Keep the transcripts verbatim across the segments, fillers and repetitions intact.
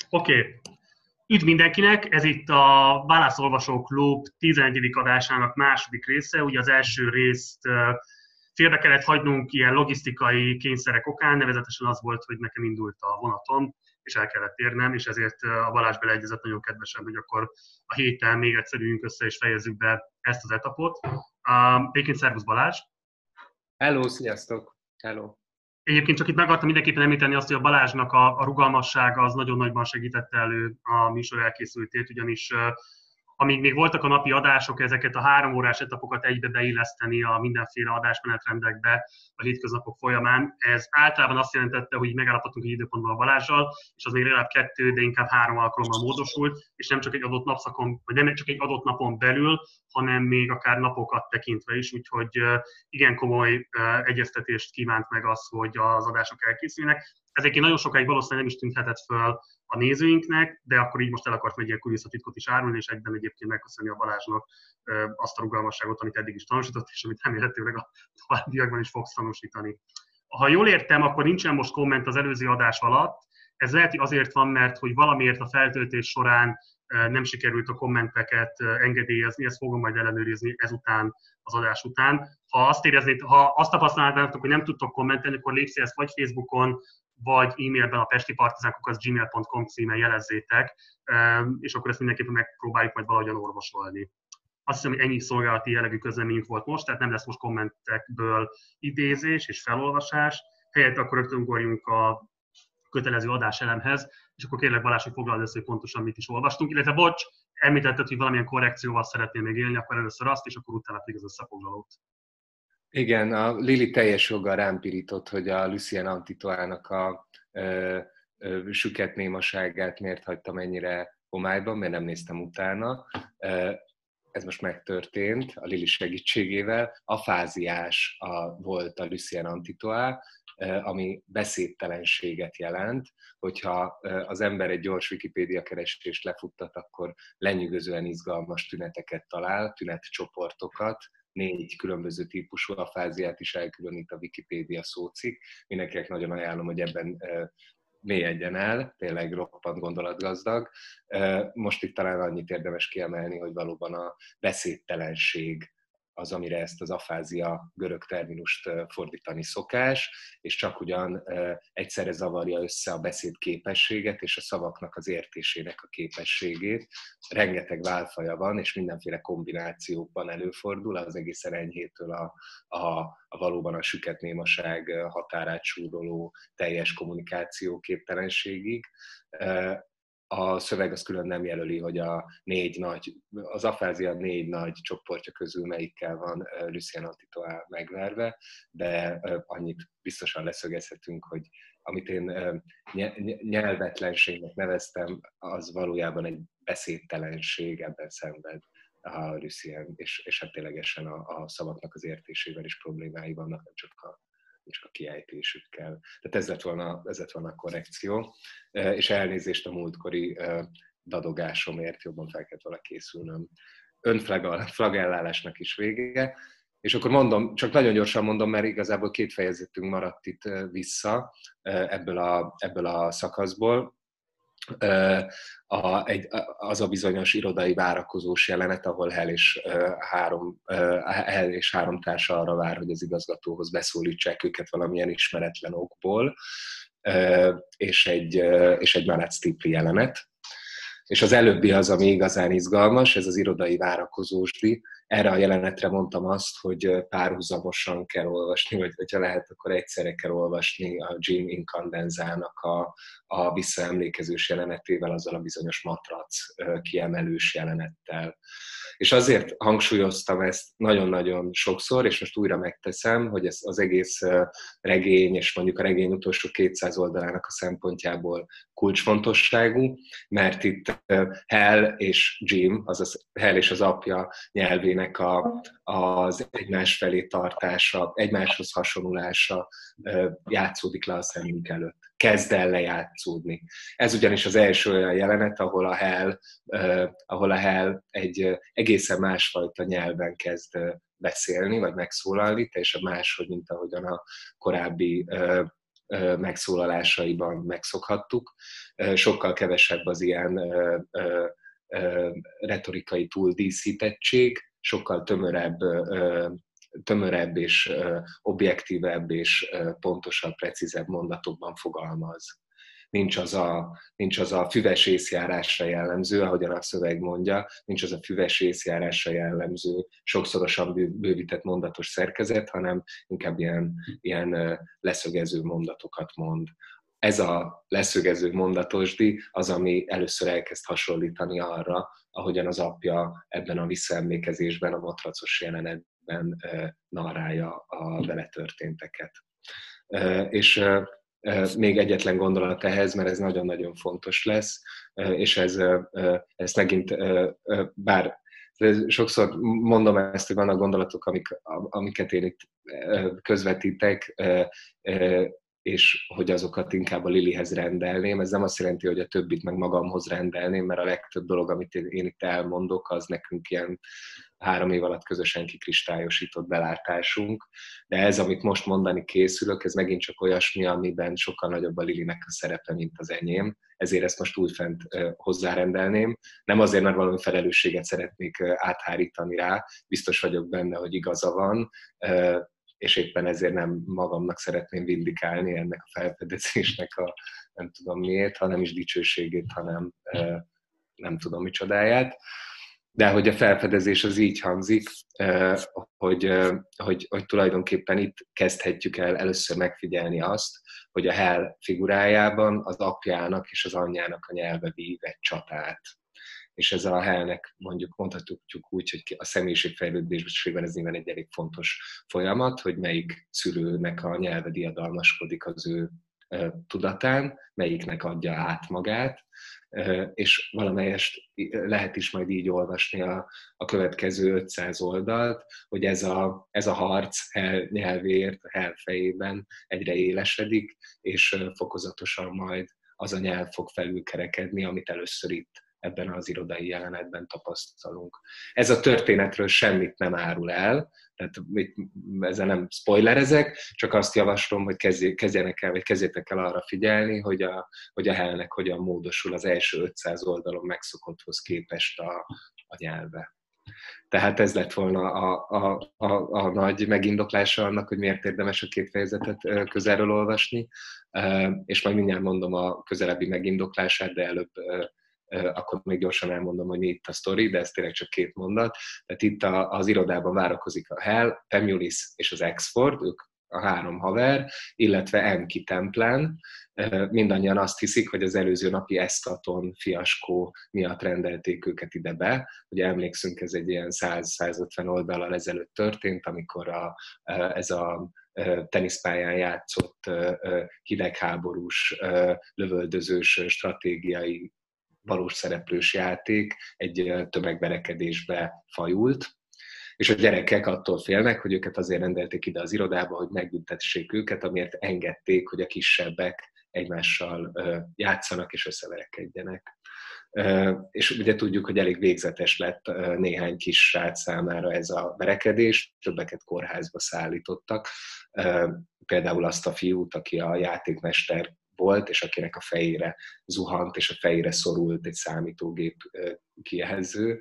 Oké, okay. Üdv mindenkinek, ez itt a Válaszolvasó Klub tizenegyedik adásának második része. Ugye az első részt félbe kellett hagynunk ilyen logisztikai kényszerek okán, nevezetesen az volt, hogy nekem indult a vonatom, és el kellett érnem, és ezért a Balázs beleegyezett nagyon kedvesen, hogy akkor a héten még egyszer üljünk össze, és fejezzük be ezt az etapot. Egyébként szervusz Balázs! Hello, sziasztok! Hello! Egyébként csak itt meg akartam mindenképpen említeni azt, hogy a Balázsnak a, a rugalmassága az nagyon nagyban segítette elő a műsor elkészültét, ugyanis uh, amíg még voltak a napi adások, ezeket a három órás etapokat egybe beilleszteni a mindenféle adásmenetrendekbe a hétköznapok folyamán. Ez általában azt jelentette, hogy megállapodtunk egy időpontban a Balázssal, és az még legalább kettő, de inkább három alkalommal módosult, és nem csak egy adott napszakon, vagy nem csak egy adott napon belül, hanem még akár napokat tekintve is, úgyhogy uh, igen komoly uh, egyeztetést kívánt meg az, hogy az adások elkészülnek. Ezért nagyon sokáig valószínűleg nem is tűnhetett föl a nézőinknek, de akkor így most el akartam egy ilyen kulisszatitkot is árulni, és egyben egyébként megköszönni a Balázsnak azt a rugalmasságot, amit eddig is tanúsított, és amit remélhetőleg a továbbiakban is fogsz tanúsítani. Ha jól értem, akkor nincsen most komment az előző adás alatt. Ez lehet, hogy azért van, mert hogy valamiért a feltöltés során nem sikerült a kommenteket engedélyezni, ezt fogom majd ellenőrizni ezután, az adás után. Ha azt éreznéd, ha azt tapasztalnátok, hogy nem tudtok kommentelni, akkor lépsz ezt vagy Facebookon, vagy e-mailben a pestipartizánkukac gmail pont com címen jelezzétek, és akkor ezt mindenképpen megpróbáljuk majd valahogyan orvosolni. Azt hiszem, hogy ennyi szolgálati jellegű közleményünk volt most, tehát nem lesz most kommentekből idézés és felolvasás. Helyett akkor rögtön ugorjunk a kötelező adáselemhez, és akkor kérlek Balázs, hogy foglald össze, hogy pontosan mit is olvastunk. Illetve bocs, említetted, hogy valamilyen korrekcióval szeretnél még élni, akkor először azt, és akkor utána pedig az összefoglalót. Igen, a Lili teljes joggal rám pirított, hogy a Lucien Antitoának a ö, ö, süket némaságát miért hagytam ennyire homályban, mert nem néztem utána. Ö, ez most megtörtént a Lili segítségével. Afáziás a, volt a Lucien Antitoá, ami beszédtelenséget jelent, hogyha az ember egy gyors Wikipédia keresést lefuttat, akkor lenyűgözően izgalmas tüneteket talál, tünetcsoportokat, négy különböző típusú afáziát is elkülönít a Wikipédia szócikk. Mindenkinek nagyon ajánlom, hogy ebben mélyedjen el, tényleg roppant gondolatgazdag. Most itt talán annyit érdemes kiemelni, hogy valóban a beszédtelenség az, amire ezt az afázia görög terminust fordítani szokás, és csak ugyan egyszerre zavarja össze a beszéd képességet és a szavaknak az értésének a képességét. Rengeteg válfaja van, és mindenféle kombinációkban előfordul, az egészen enyhétől a, a, a valóban a süket némaság határát súroló teljes kommunikációképtelenségig. A szöveg az külön nem jelöli, hogy a négy nagy, az afázia négy nagy csoportja közül melyikkel van Lucien Antitoá megverve, de annyit biztosan leszögezhetünk, hogy amit én nyelvetlenségnek neveztem, az valójában egy beszédtelenség, ebben szenved a Lucien, és, és hát ténylegesen a, a szavaknak az értésével is problémái vannak, nem csak a csak a kiejtésükkel. Tehát ez lett volna, ez lett volna a korrekció, és elnézést a múltkori dadogásomért, jobban fel kellett volna készülnöm. Önflagellálásnak is vége. És akkor mondom, csak nagyon gyorsan mondom, mert igazából két fejezetünk maradt itt vissza ebből a, ebből a szakaszból. A, egy, az a bizonyos irodai várakozós jelenet, ahol Hell és, uh, három, uh, Hell és három társa arra vár, hogy az igazgatóhoz beszólítsák őket valamilyen ismeretlen okból, uh, és egy, uh, és egy Malac Tipli jelenet. És az előbbi az, ami igazán izgalmas, ez az irodai várakozósdi. Erre a jelenetre mondtam azt, hogy párhuzamosan kell olvasni, vagy hogyha lehet, akkor egyszerre kell olvasni a Jim Incandenzának a, a visszaemlékezős jelenetével, azzal a bizonyos matrac kiemelős jelenettel. És azért hangsúlyoztam ezt nagyon-nagyon sokszor, és most újra megteszem, hogy ez az egész regény, és mondjuk a regény utolsó kétszáz oldalának a szempontjából kulcsfontosságú, mert itt Hell és Jim, azaz Hell és az apja nyelvének a, az egymás felé tartása, egymáshoz hasonlulása játszódik le a szemünk előtt. Kezd el lejátszódni. Ez ugyanis az első olyan jelenet, ahol a Hell, uh, ahol a Hell egy uh, egészen másfajta nyelven kezd uh, beszélni, vagy megszólalni, teljesen máshogy, mint ahogyan a korábbi uh, megszólalásaiban megszokhattuk. Sokkal kevesebb az ilyen retorikai túldíszítettség, sokkal tömörebb, tömörebb és objektívebb és pontosabb, precízebb mondatokban fogalmaz. Nincs az a, nincs az a füves észjárásra jellemző, ahogyan a szöveg mondja, nincs az a füves észjárásra jellemző, sokszorosan bővített mondatos szerkezet, hanem inkább ilyen, ilyen leszögező mondatokat mond. Ez a leszögező mondatosdi az, ami először elkezd hasonlítani arra, ahogyan az apja ebben a visszaemlékezésben, a matracos jelenetben narrálja a vele történteket. És még egyetlen gondolat ehhez, mert ez nagyon-nagyon fontos lesz, és ez, ez megint, bár sokszor mondom ezt, hogy vannak gondolatok, amik, amiket én itt közvetítek, és hogy azokat inkább a Lilihez rendelném. Ez nem azt jelenti, hogy a többit meg magamhoz rendelném, mert a legtöbb dolog, amit én itt elmondok, az nekünk ilyen három év alatt közösen kikristályosított belátásunk. De ez, amit most mondani készülök, ez megint csak olyasmi, amiben sokkal nagyobb a Lilinek a szerepe, mint az enyém. Ezért ezt most újfent hozzárendelném. Nem azért, mert valami felelősséget szeretnék áthárítani rá, biztos vagyok benne, hogy igaza van, és éppen ezért nem magamnak szeretném vindikálni ennek a felfedezésnek a nem tudom miért, hanem is dicsőségét, hanem nem tudom micsodáját. De hogy a felfedezés az így hangzik, hogy, hogy, hogy tulajdonképpen itt kezdhetjük el először megfigyelni azt, hogy a Hel figurájában az apjának és az anyjának a nyelve vív egy csatát. És ez a Helnek mondjuk mondhatjuk úgy, hogy a személyiségfejlődésben ez nyilván egy elég fontos folyamat, hogy melyik szülőnek a nyelve diadalmaskodik az ő tudatán, melyiknek adja át magát, és valamelyest lehet is majd így olvasni a, a következő ötszáz oldalt, hogy ez a, ez a harc Hel nyelvéért, a Hel fejében egyre élesedik, és fokozatosan majd az a nyelv fog felülkerekedni, amit először itt ebben az irodai jelenetben tapasztalunk. Ez a történetről semmit nem árul el, tehát ezzel nem spoilerezek, csak azt javaslom, hogy kezdjenek el, vagy kezdjetek el arra figyelni, hogy a, hogy a Helnek hogyan módosul az első ötszáz oldalon megszokotthoz képest a, a nyelve. Tehát ez lett volna a, a, a, a nagy megindoklása annak, hogy miért érdemes a két fejezetet közelről olvasni, és majd mindjárt mondom a közelebbi megindoklását, de előbb akkor még gyorsan elmondom, hogy mi itt a sztori, de ez tényleg csak két mondat. Tehát itt a, az irodában várakozik a Hel, Pemulis és az Exford, ők a három haver, illetve Enki Templen. Mindannyian azt hiszik, hogy az előző napi eszkaton fiaskó miatt rendelték őket ide be. Ugye emlékszünk, ez egy ilyen száz-százötven oldallal ezelőtt történt, amikor a, ez a teniszpályán játszott hidegháborús, lövöldözős, stratégiai valós szereplős játék egy tömegverekedésbe fajult, és a gyerekek attól félnek, hogy őket azért rendelték ide az irodába, hogy megbüntessék őket, amiért engedték, hogy a kisebbek egymással játszanak és összeverekedjenek. És ugye tudjuk, hogy elég végzetes lett néhány kis srác számára ez a verekedés, többeket kórházba szállítottak. Például azt a fiút, aki a játékmester volt, és akinek a fejére zuhant, és a fejére szorult egy számítógép kijelző,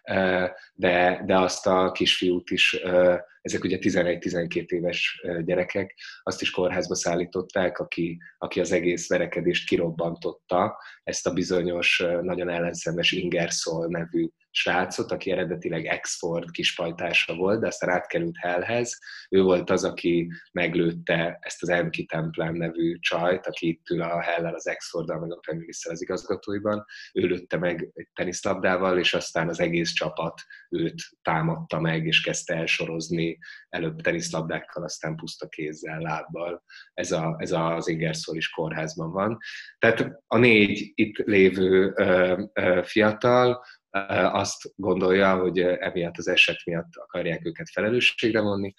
de, de azt a kisfiút is, ezek ugye tizenegy-tizenkét éves gyerekek, azt is kórházba szállították, aki, aki az egész verekedést kirobbantotta, ezt a bizonyos, nagyon ellenszenves Ingersoll nevű srácot, aki eredetileg Exford kispajtása volt, de aztán átkerült Helhez. Ő volt az, aki meglőtte ezt az Enki Templen nevű csajt, aki itt ül a Hellel, az Exforddal, meg a Pemulis-szel az igazgatóiban. Ő lőtte meg egy teniszlabdával, és aztán az egész csapat őt támadta meg, és kezdte elsorozni előbb teniszlabdákkal, aztán puszta kézzel, lábbal. Ez, a, ez az Ingersoll is kórházban van. Tehát a négy itt lévő ö, ö, fiatal azt gondolja, hogy emiatt az eset miatt akarják őket felelősségre vonni.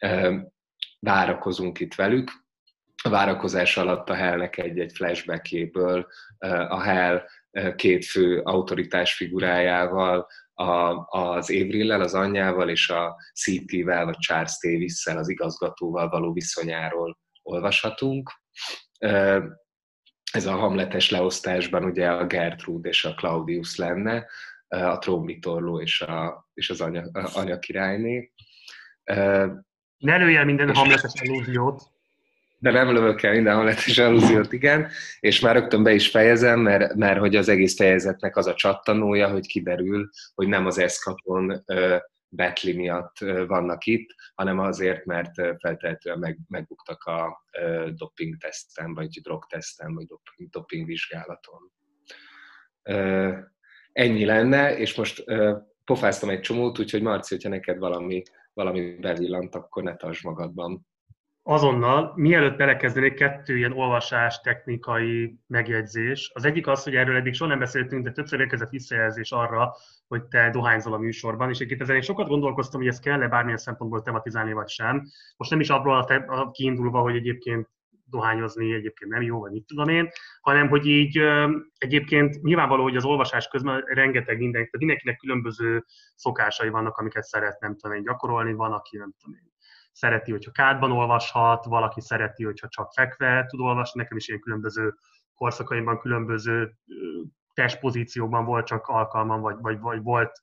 Várakozunk itt velük. A várakozás alatt a Helnek egy-egy flashbackjéből a Hel két fő autoritás figurájával, az Avrillel, az anyjával, és a cé té-vel, vagy Charles Davis-szel, az igazgatóval való viszonyáról olvashatunk. Ez a hamletes leosztásban ugye a Gertrúd és a Claudius lenne, a trónvitorló és, a, és az anya, anya királyné. Ne lőj el minden és hamletes illúziót. De nem lövök el minden hamletes illúziót, igen, és már rögtön be is fejezem, mert, mert hogy az egész fejezetnek az a csattanója, hogy kiderül, hogy nem az eszkaton Betli miatt vannak itt, hanem azért, mert feltehetően meg, megbuktak a doping teszten, vagy drog teszten, vagy doping, doping vizsgálaton. Ennyi lenne, és most pofáztam egy csomót, úgyhogy Marci, hogyha neked valami, valami bevillant, akkor ne tartsd magadban. Azonnal, mielőtt belekezdenék, kettő ilyen olvasás, technikai megjegyzés. Az egyik az, hogy erről eddig soha nem beszéltünk, de többször érkezett visszajelzés arra, hogy te dohányzol a műsorban, és egyébként ezen én sokat gondolkoztam, hogy ezt kell-e bármilyen szempontból tematizálni, vagy sem. Most nem is abból a, te- a kiindulva, hogy egyébként dohányozni egyébként nem jó, vagy mit tudom én, hanem hogy így egyébként nyilvánvaló, hogy az olvasás közben rengeteg minden, tehát mindenkinek különböző szokásai vannak, amiket szeret, nem tudom én, gyakorolni, van, aki nem tudom én, szereti, hogyha kádban olvashat, valaki szereti, hogyha csak fekve tud olvasni, nekem is ilyen különböző korszakaimban, különböző testpozíciókban volt csak alkalmam, vagy, vagy, vagy volt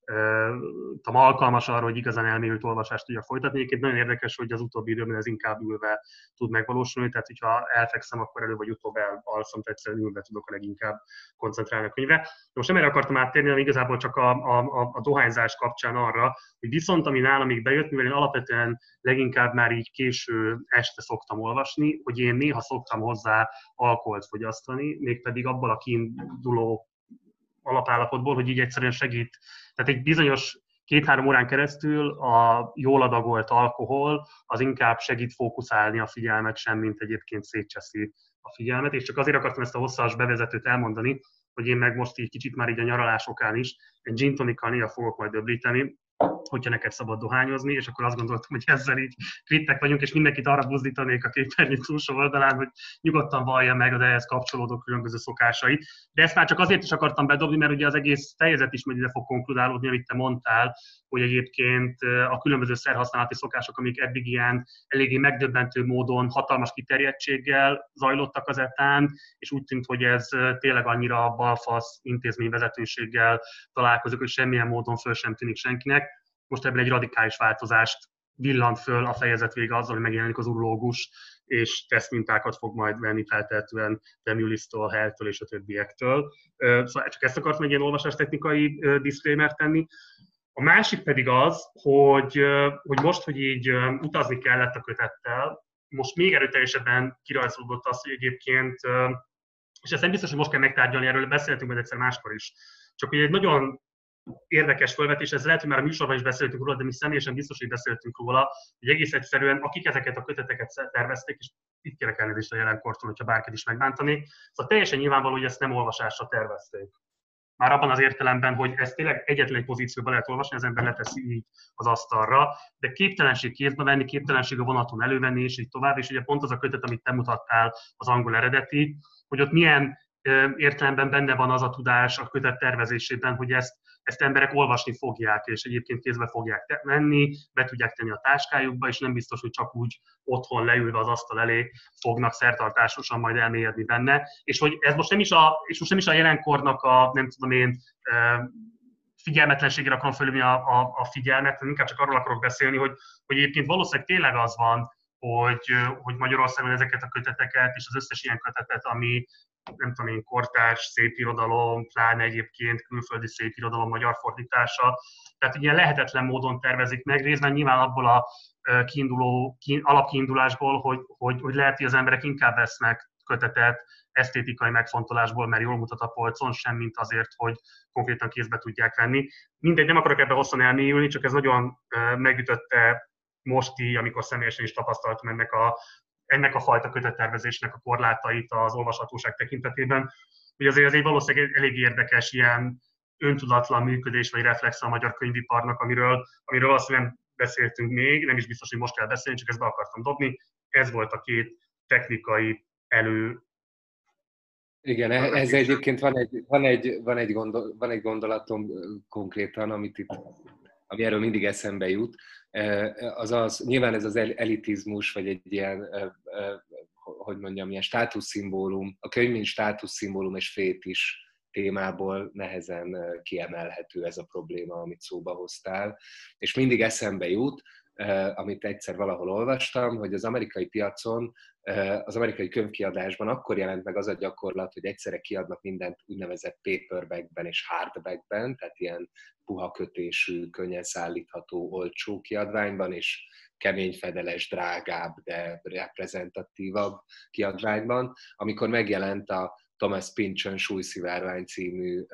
uh, alkalmas arra, hogy igazán elmélyült olvasást tudja folytatni. Egyébként nagyon érdekes, hogy az utóbbi időben ez inkább ülve tud megvalósulni, tehát hogyha elfekszem, akkor előbb vagy utóbb elalszom, tehát egyszerűen ülve tudok a leginkább koncentrálni a könyvre. Most nem erre akartam áttérni, hanem igazából csak a, a, a dohányzás kapcsán arra, hogy viszont ami nálam még bejött, mivel én alapvetően leginkább már így késő este szoktam olvasni, hogy én néha szoktam hozzá alkoholt fogyasztani, mégpedig abból a kiinduló alapállapotból, hogy így egyszerűen segít. Tehát egy bizonyos két-három órán keresztül a jól adagolt alkohol az inkább segít fókuszálni a figyelmet, sem mint egyébként szétcseszi a figyelmet, és csak azért akartam ezt a hosszas bevezetőt elmondani, hogy én meg most így kicsit már így a nyaralás okán is egy gin tonikkal néha fogok majd öblíteni, hogyha neked szabad dohányozni, és akkor azt gondoltam, hogy ezzel így kvittek vagyunk, és mindenkit arra buzdítanék a képernyő túlsó oldalán, hogy nyugodtan vallja meg az ehhez kapcsolódó különböző szokásait. De ezt már csak azért is akartam bedobni, mert ugye az egész fejezet is majd ide fog konkludálódni, amit te mondtál, hogy egyébként a különböző szerhasználati szokások, amik eddig ilyen eléggé megdöbbentő módon, hatalmas kiterjedtséggel zajlottak az etán, és úgy tűnt, hogy ez tényleg annyira balfasz intézményvezetőséggel találkozik, hogy semmilyen módon föl sem tűnik senkinek. Most ebből egy radikális változást villant föl a fejezet vége azzal, hogy megjelenik az urológus, és tesztmintákat fog majd venni feltehetően Demulisztól, Helltől és a többiektől. Szóval csak ezt akartam egy ilyen olvasástechnikai disclaimer tenni. A másik pedig az, hogy, hogy most, hogy így utazni kellett a kötettel, most még erőteljesebben kirajzolódott az, hogy egyébként, és ezt nem biztos, hogy most kell megtárgyalni, erről beszéltünk majd egyszer máskor is, csak hogy egy nagyon érdekes felvetés, ez lehet, hogy már a műsorban is beszéltünk róla, de mi személyesen biztos, hogy beszéltünk róla, hogy egész egyszerűen, akik ezeket a köteteket tervezték, és itt kérek elnézést a jelenkortól, hogyha bárkit is megbántani, szóval teljesen nyilvánvaló, hogy ezt nem olvasásra tervezték. Már abban az értelemben, hogy ezt tényleg egyetlen egy pozícióban lehet olvasni, az ember leteszi így az asztalra, de képtelenség kézbe venni, képtelenség a vonaton elővenni, és így tovább, és ugye pont az a kötet, amit te mutattál, az angol eredeti, hogy ott milyen értelemben benne van az a tudás a kötet tervezésében, hogy ezt, ezt emberek olvasni fogják, és egyébként kézbe fogják venni, be tudják tenni a táskájukba, és nem biztos, hogy csak úgy otthon leülve az asztal elé fognak szertartásosan majd elmélyedni benne. És hogy ez most nem is a, és most nem is a jelenkornak a, nem tudom én, figyelmetlenségére akarom fölülni a, a, a figyelmet, inkább csak arról akarok beszélni, hogy, hogy egyébként valószínűleg tényleg az van, hogy, hogy Magyarországon ezeket a köteteket, és az összes ilyen kötetet, ami nem tudom én, kortárs szépirodalom, pláne egyébként külföldi szépirodalom magyar fordítása. Tehát ilyen lehetetlen módon tervezik meg, részben nyilván abból a kiinduló, alapkiindulásból, hogy, hogy, hogy lehet, hogy az emberek inkább vesznek kötetet esztétikai megfontolásból, mert jól mutat a polcon, sem mint azért, hogy konkrétan kézbe tudják venni. Mindegy, nem akarok ebbe hosszan elmélyülni, csak ez nagyon megütötte most így, amikor személyesen is tapasztaltam ennek a ennek a fajta kötettervezésnek a korlátait az olvashatóság tekintetében. Ugye azért ez egy valószínűleg elég érdekes ilyen öntudatlan működés vagy reflex a magyar könyviparnak, amiről, amiről azt nem beszéltünk még, nem is biztos, hogy most kell beszélni, csak ezt be akartam dobni. Ez volt a két technikai elő. Igen, ez egyébként van egy, van egy, van egy, gondol, van egy gondolatom konkrétan, amit itt, ami erről mindig eszembe jut. Azaz, nyilván ez az elitizmus, vagy egy ilyen hogy mondjam, ilyen státuszszimbólum, a könyv mint státuszszimbólum és fétis témából nehezen kiemelhető ez a probléma, amit szóba hoztál. És mindig eszembe jut, amit egyszer valahol olvastam, hogy az amerikai piacon, az amerikai könyvkiadásban akkor jelent meg az a gyakorlat, hogy egyszerre kiadnak mindent úgynevezett paperbackben és hardbackben, tehát ilyen puha kötésű, könnyen szállítható, olcsó kiadványban, és kemény fedeles, drágább, de reprezentatívabb kiadványban. Amikor megjelent a Thomas Pynchon Súlyszivárvány című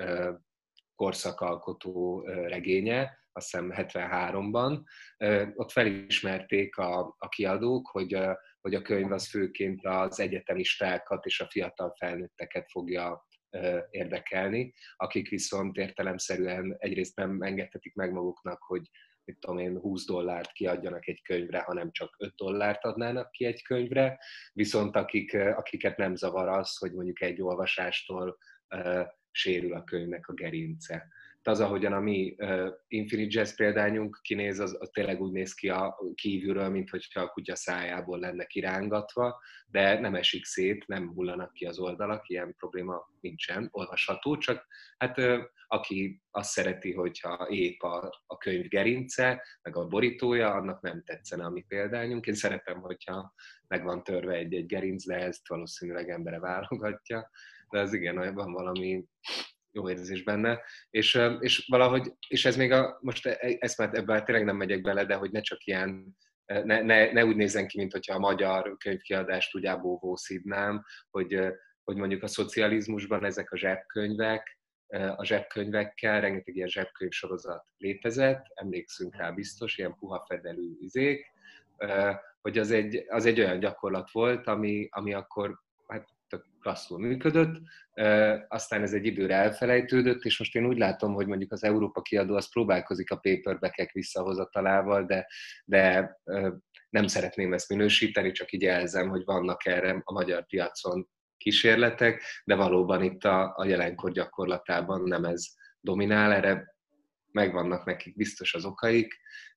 korszakalkotó regénye, azt hiszem hetvenháromban, ott felismerték a, a kiadók, hogy, hogy a könyv az főként az egyetemistákat és a fiatal felnőtteket fogja érdekelni, akik viszont értelemszerűen egyrészt nem engedhetik meg maguknak, hogy mit tudom én, húsz dollárt kiadjanak egy könyvre, hanem csak öt dollárt adnának ki egy könyvre, viszont akik, akiket nem zavar az, hogy mondjuk egy olvasástól uh, sérül a könyvnek a gerince. De az, ahogyan a mi uh, Infinite Jest példányunk kinéz, az, az tényleg úgy néz ki a kívülről, mint hogyha a kutya szájából lenne kirángatva, de nem esik szét, nem hullanak ki az oldalak, ilyen probléma nincsen, olvasható, csak hát uh, aki azt szereti, hogyha épp a, a könyv gerince, meg a borítója, annak nem tetszene a mi példányunk. Én szeretem, hogyha meg van törve egy-egy gerinc, de ezt valószínűleg embere válogatja, de az igen, van valami jó érzés benne, és, és valahogy, és ez még a, most ezt már ebben tényleg nem megyek bele, de hogy ne csak ilyen, ne, ne, ne úgy nézzen ki, mint hogyha a magyar könyvkiadást úgy ábóvószídnám, hogy, hogy mondjuk a szocializmusban ezek a zsebkönyvek, a zsebkönyvekkel, rengeteg ilyen zsebkönyvsorozat létezett, emlékszünk rá biztos, ilyen puha fedelű izék, hogy az egy, az egy olyan gyakorlat volt, ami, ami akkor hát tök klasszul működött, aztán ez egy időre elfelejtődött, és most én úgy látom, hogy mondjuk az Európa kiadó az próbálkozik a paperbackek visszahozatalával, de, de nem szeretném ezt minősíteni, csak így jelzem, hogy vannak erre a magyar piacon kísérletek, de valóban itt a, a jelenkor gyakorlatában nem ez dominál, erre megvannak nekik biztos az okaik.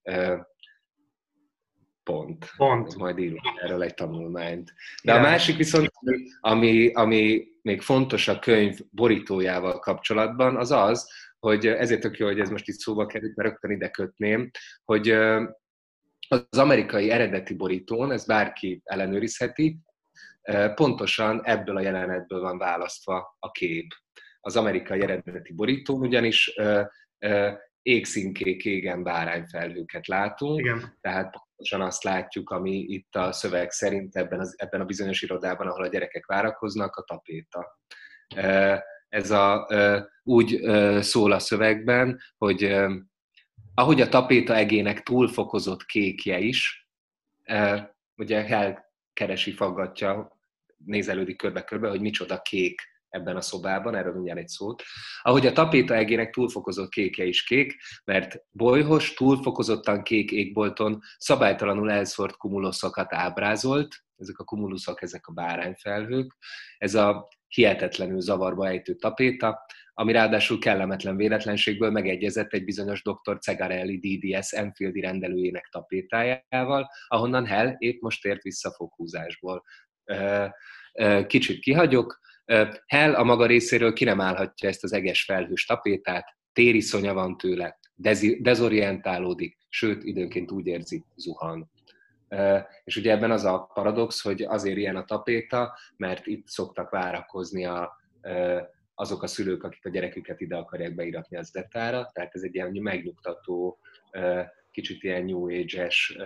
Pont. Pont. Majd írunk erről egy tanulmányt. De ja. A másik viszont, ami, ami még fontos a könyv borítójával kapcsolatban, az az, hogy ezért tök jó, hogy ez most itt szóba került, mert rögtön ide kötném, hogy az amerikai eredeti borítón, ez bárki ellenőrizheti, pontosan ebből a jelenetből van választva a kép. Az amerikai eredeti borítón ugyanis égszínkék égen bárányfelhőket látunk, igen. Tehát pontosan azt látjuk, ami itt a szöveg szerint ebben, az, ebben a bizonyos irodában, ahol a gyerekek várakoznak, a tapéta. Ez a, úgy szól a szövegben, hogy ahogy a tapéta egének túlfokozott kékje is, ugye elkeresi, faggatja, nézelődik körbe-körbe, hogy micsoda kék ebben a szobában, erről mindjárt egy szót. Ahogy a tapéta egének túlfokozott kékje is kék, mert bolyhos, túlfokozottan kék égbolton szabálytalanul elszórt kumuluszokat ábrázolt, ezek a kumuluszok, ezek a bárányfelhők, ez a hihetetlenül zavarba ejtő tapéta, ami ráadásul kellemetlen véletlenségből megegyezett egy bizonyos doktor Cegarelli dé dé es Enfieldi rendelőjének tapétájával, ahonnan Hell épp most ért vissza foghúzásból. Kicsit kihagyok. Hell a maga részéről ki nem állhatja ezt az eges felhős tapétát, tériszonya van tőle, dezorientálódik, sőt, időnként úgy érzi, zuhan. És ugye ebben az a paradox, hogy azért ilyen a tapéta, mert itt szoktak várakozni a, azok a szülők, akik a gyereküket ide akarják beiratni az zetára, tehát ez egy ilyen megnyugtató, kicsit ilyen New Age-es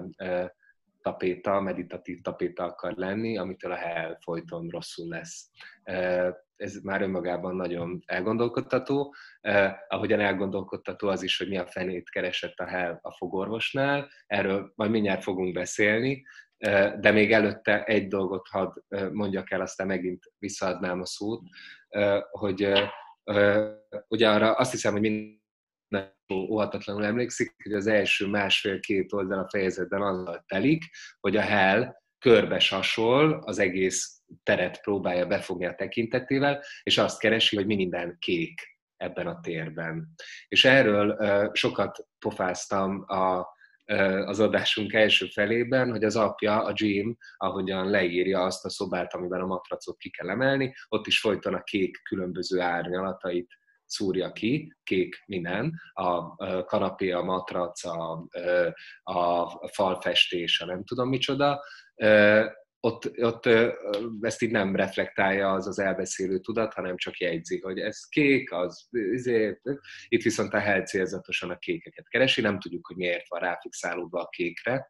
tapéta, meditatív tapéta akar lenni, amitől a Hell folyton rosszul lesz. Ez már önmagában nagyon elgondolkodtató. Ahogyan elgondolkodtató az is, hogy mi a fenét keresett a Hell a fogorvosnál. Erről majd mindjárt fogunk beszélni, de még előtte egy dolgot hadd mondjak el, aztán megint visszaadnám a szót, hogy ugye arra azt hiszem, hogy minden óhatatlanul emlékszik, hogy az első másfél-két oldal a fejezetben azzal telik, hogy a Hell körbe sasol, az egész teret próbálja befogni a tekintetével, és azt keresi, hogy mi minden kék ebben a térben. És erről uh, sokat pofáztam a az adásunk első felében, hogy az apja, a Jim, ahogyan leírja azt a szobát, amiben a matracot ki kell emelni, ott is folyton a kék különböző árnyalatait szúrja ki, kék minden, a kanapé, a matrac, a, a falfestés, a nem tudom micsoda, ott, ott ezt így nem reflektálja az az elbeszélő tudat, hanem csak jegyzi, hogy ez kék, az ezért. Itt viszont a Hell célzatosan a kékeket keresi, nem tudjuk, hogy miért van ráfixálódva a kékre,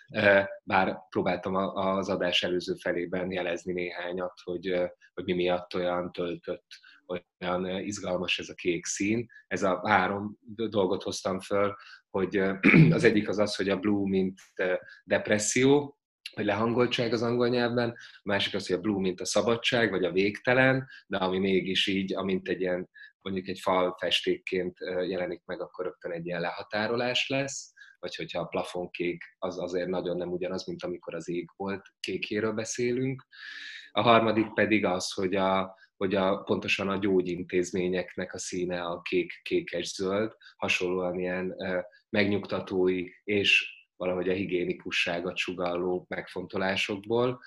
bár próbáltam az adás előző felében jelezni néhányat, hogy, hogy mi miatt olyan töltött, olyan izgalmas ez a kék szín. Ez a három dolgot hoztam föl, hogy az egyik az az, hogy a blue mint depresszió, vagy lehangoltság az angol nyelvben, a másik az, hogy a blue mint a szabadság, vagy a végtelen, de ami mégis így, amint egy ilyen, mondjuk egy falfestékként jelenik meg, akkor rögtön egy ilyen lehatárolás lesz, vagy hogyha a plafon kék, az azért nagyon nem ugyanaz, mint amikor az ég volt kékjéről beszélünk. A harmadik pedig az, hogy, a, hogy a, pontosan a gyógyintézményeknek a színe a kék-kékes-zöld, hasonlóan ilyen megnyugtatói és valahogy a higiénikusságot sugalló megfontolásokból,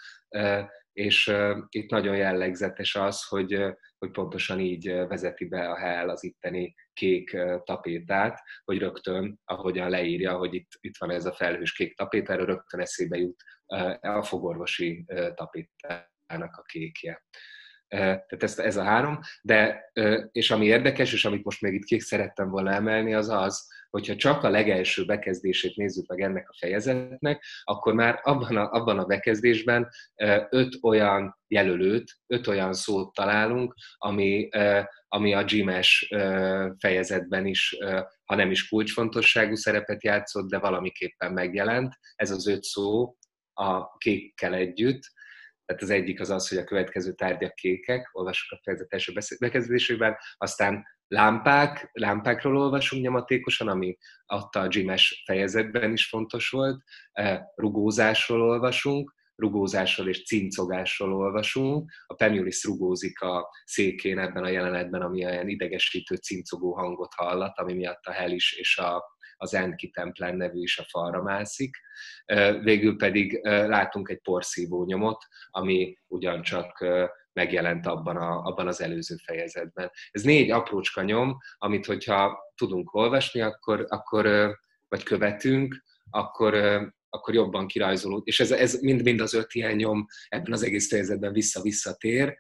és itt nagyon jellegzetes az, hogy, hogy pontosan így vezeti be a Hell az itteni kék tapétát, hogy rögtön, ahogyan leírja, hogy itt, itt van ez a felhős kék tapéta, erről rögtön eszébe jut a fogorvosi tapétának a kékje. Tehát ez, ez a három, de, és ami érdekes, és amit most még itt ki szerettem volna emelni, az az, hogyha csak a legelső bekezdését nézzük meg ennek a fejezetnek, akkor már abban a, abban a bekezdésben öt olyan jelölőt, öt olyan szót találunk, ami, ami a Jim-es fejezetben is, ha nem is kulcsfontosságú szerepet játszott, de valamiképpen megjelent. Ez az öt szó a kékkel együtt. Tehát az egyik az az, hogy a következő tárgyak kékek, olvassuk a fejezet első bekezdésében, aztán lámpák, lámpákról olvasunk nyomatékosan, ami adta a Jim-es fejezetben is fontos volt, rugózásról olvasunk, rugózásról és cincogásról olvasunk. A Pemulis rugózik a székén ebben a jelenetben, ami olyan idegesítő cincogó hangot hallat, ami miatt a Hell is és a az Enki Templán nevű is a falra mászik. Végül pedig látunk egy porszívó nyomot, ami ugyancsak megjelent abban, a, abban az előző fejezetben. Ez négy aprócska nyom, amit hogyha tudunk olvasni, akkor, akkor vagy követünk, akkor, akkor jobban kirajzolódik. És ez, ez mind, mind az öt ilyen nyom ebben az egész fejezetben vissza-vissza tér.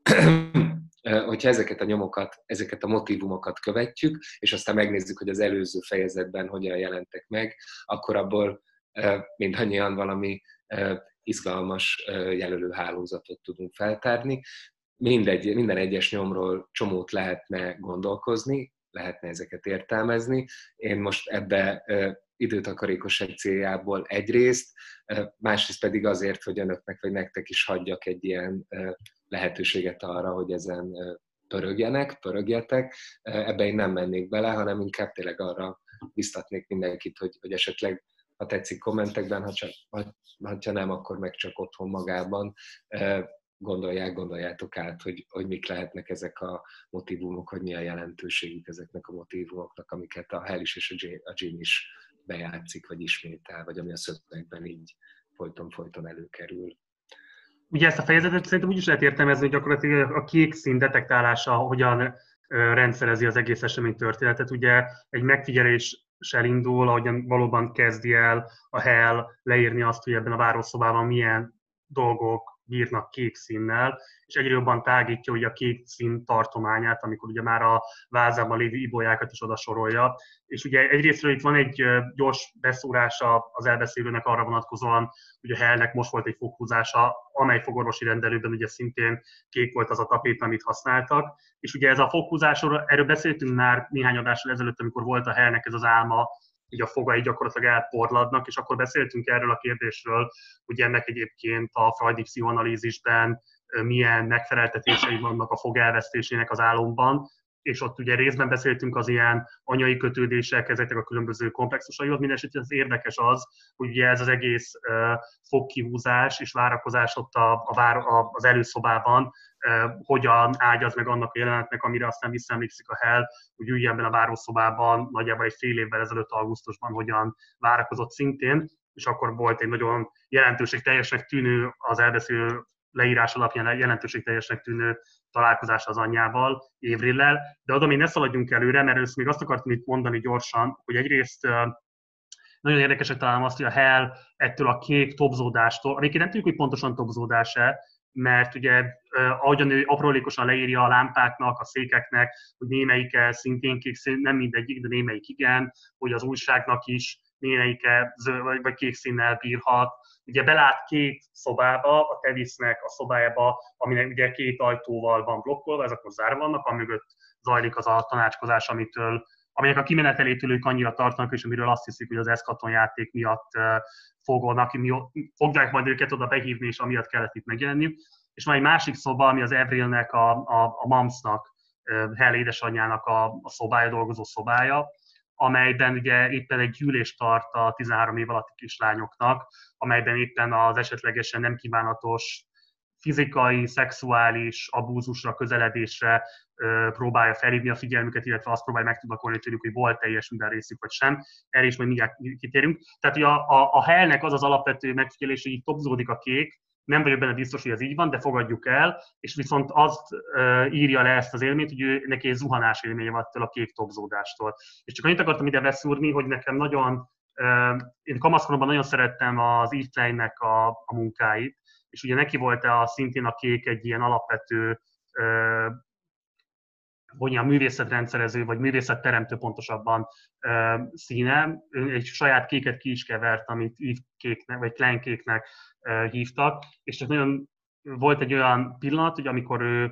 Hogyha ezeket a nyomokat, ezeket a motívumokat követjük, és aztán megnézzük, hogy az előző fejezetben hogyan jelentek meg, akkor abból mindannyian valami izgalmas jelölőhálózatot tudunk feltárni. Mindegy, minden egyes nyomról csomót lehetne gondolkozni, lehetne ezeket értelmezni. Én most ebbe időtakarékosság céljából egyrészt, másrészt pedig azért, hogy önöknek vagy nektek is hagyjak egy ilyen lehetőséget arra, hogy ezen pörögjenek, pörögjetek. Ebbe én nem mennék bele, hanem inkább tényleg arra biztatnék mindenkit, hogy, hogy esetleg, ha tetszik kommentekben, ha, csak, ha, ha nem, akkor meg csak otthon magában gondolják, gondoljátok át, hogy, hogy mik lehetnek ezek a motívumok, hogy mi a jelentőségük ezeknek a motívumoknak, amiket a Hell is és a Jim is bejátszik, vagy ismétel, vagy ami a szövegben így folyton-folyton előkerül. Ugye ezt a fejezetet szerintem úgy is lehet értelmezni, hogy gyakorlatilag a kék szín detektálása hogyan rendszerezi az egész eseménytörténetet. Ugye egy megfigyeléssel indul, ahogyan valóban kezdi el a Hell leírni azt, hogy ebben a várószobában milyen dolgok bírnak kék színnel, és egyre jobban tágítja ugye a kék szín tartományát, amikor ugye már a vázában lévő ibolyákat is oda sorolja. És ugye egyrésztről itt van egy gyors beszúrása az elbeszélőnek arra vonatkozóan, hogy a Hellnek most volt egy foghúzása, amely fogorvosi rendelőben ugye szintén kék volt az a tapéta, amit használtak. És ugye ez a foghúzásról, erről beszéltünk már néhány adással ezelőtt, amikor volt a Hellnek ez az álma, így a fogai gyakorlatilag elporladnak, és akkor beszéltünk erről a kérdésről, hogy ennek egyébként a freudi pszichoanalízisben milyen megfeleltetései vannak a fog elvesztésének az álomban, és ott ugye részben beszéltünk az ilyen anyai kötődések, ezeknek a különböző komplexusaihoz. Mindenesetre az érdekes az, hogy ugye ez az egész uh, fogkihúzás és várakozás ott a, a vár, a, az előszobában uh, hogyan ágyaz meg annak a jelenetnek, amire aztán visszaemlékszik a Hell, hogy ugye ebben a várószobában nagyjából egy fél évvel ezelőtt augusztusban hogyan várakozott szintén, és akkor volt egy nagyon jelentőségteljesnek tűnő, az elbeszélő leírás alapján jelentőségteljesnek tűnő találkozás az anyjával, Avrillel. De oda még ne szaladjunk előre, mert ezt még azt akartam itt mondani gyorsan, hogy egyrészt nagyon érdekesek találom azt, hogy a Hell ettől a kék tobzódástól, amiket nem tudjuk, hogy pontosan tobzódás-e, mert ugye ahogyan ő aprólékosan leírja a lámpáknak, a székeknek, hogy némelyike szintén kék, nem mindegyik, de némelyik igen, hogy az újságnak is némelyike zöld vagy, vagy kék színnel bírhat. Ugye belát két szobába, a Tavisnek a szobájába, aminek ugye két ajtóval van blokkolva, ezek most zárva vannak, amögött zajlik az a tanácskozás, amitől, aminek a kimenetelétől ők annyira tartanak, és amiről azt hiszik, hogy az eszkaton játék miatt fogolnak, fogják majd őket oda behívni, és amiatt kellett itt megjelenniük. És van egy másik szoba, ami az Avrilnek, a, a, a Mamsnak, Hell édesanyjának a, a szobája, dolgozó szobája, amelyben ugye éppen egy gyűlést tart a tizenhárom év alatti kislányoknak, amelyben éppen az esetlegesen nem kívánatos fizikai, szexuális abúzusra, közeledésre ö, próbálja felhívni a figyelmüket, illetve azt próbálja megtudakolni tőlük, hogy volt teljes minden részük, vagy sem. Erre is majd mindjárt kitérünk. Tehát hogy a, a, a Hellnek az az alapvető megfigyelés, hogy így tobzódik a kék, nem vagyok benne biztos, hogy ez így van, de fogadjuk el, és viszont azt uh, írja le ezt az élményt, hogy ő, neki egy zuhanás élménye van ettől a kék tobzódástól. És csak annyit akartam ide beszúrni, hogy nekem nagyon, uh, én kamaszkoromban nagyon szerettem az Yves Kleinnek a, a munkáit, és ugye neki volt a, szintén a kék egy ilyen alapvető uh, hogy a művészetrendszerező, vagy művészetteremtő pontosabban uh, színe. Egy saját kéket ki is kevert, amit Yves kéknek, vagy Klein kéknek uh, hívtak, és csak nagyon volt egy olyan pillanat, hogy amikor ő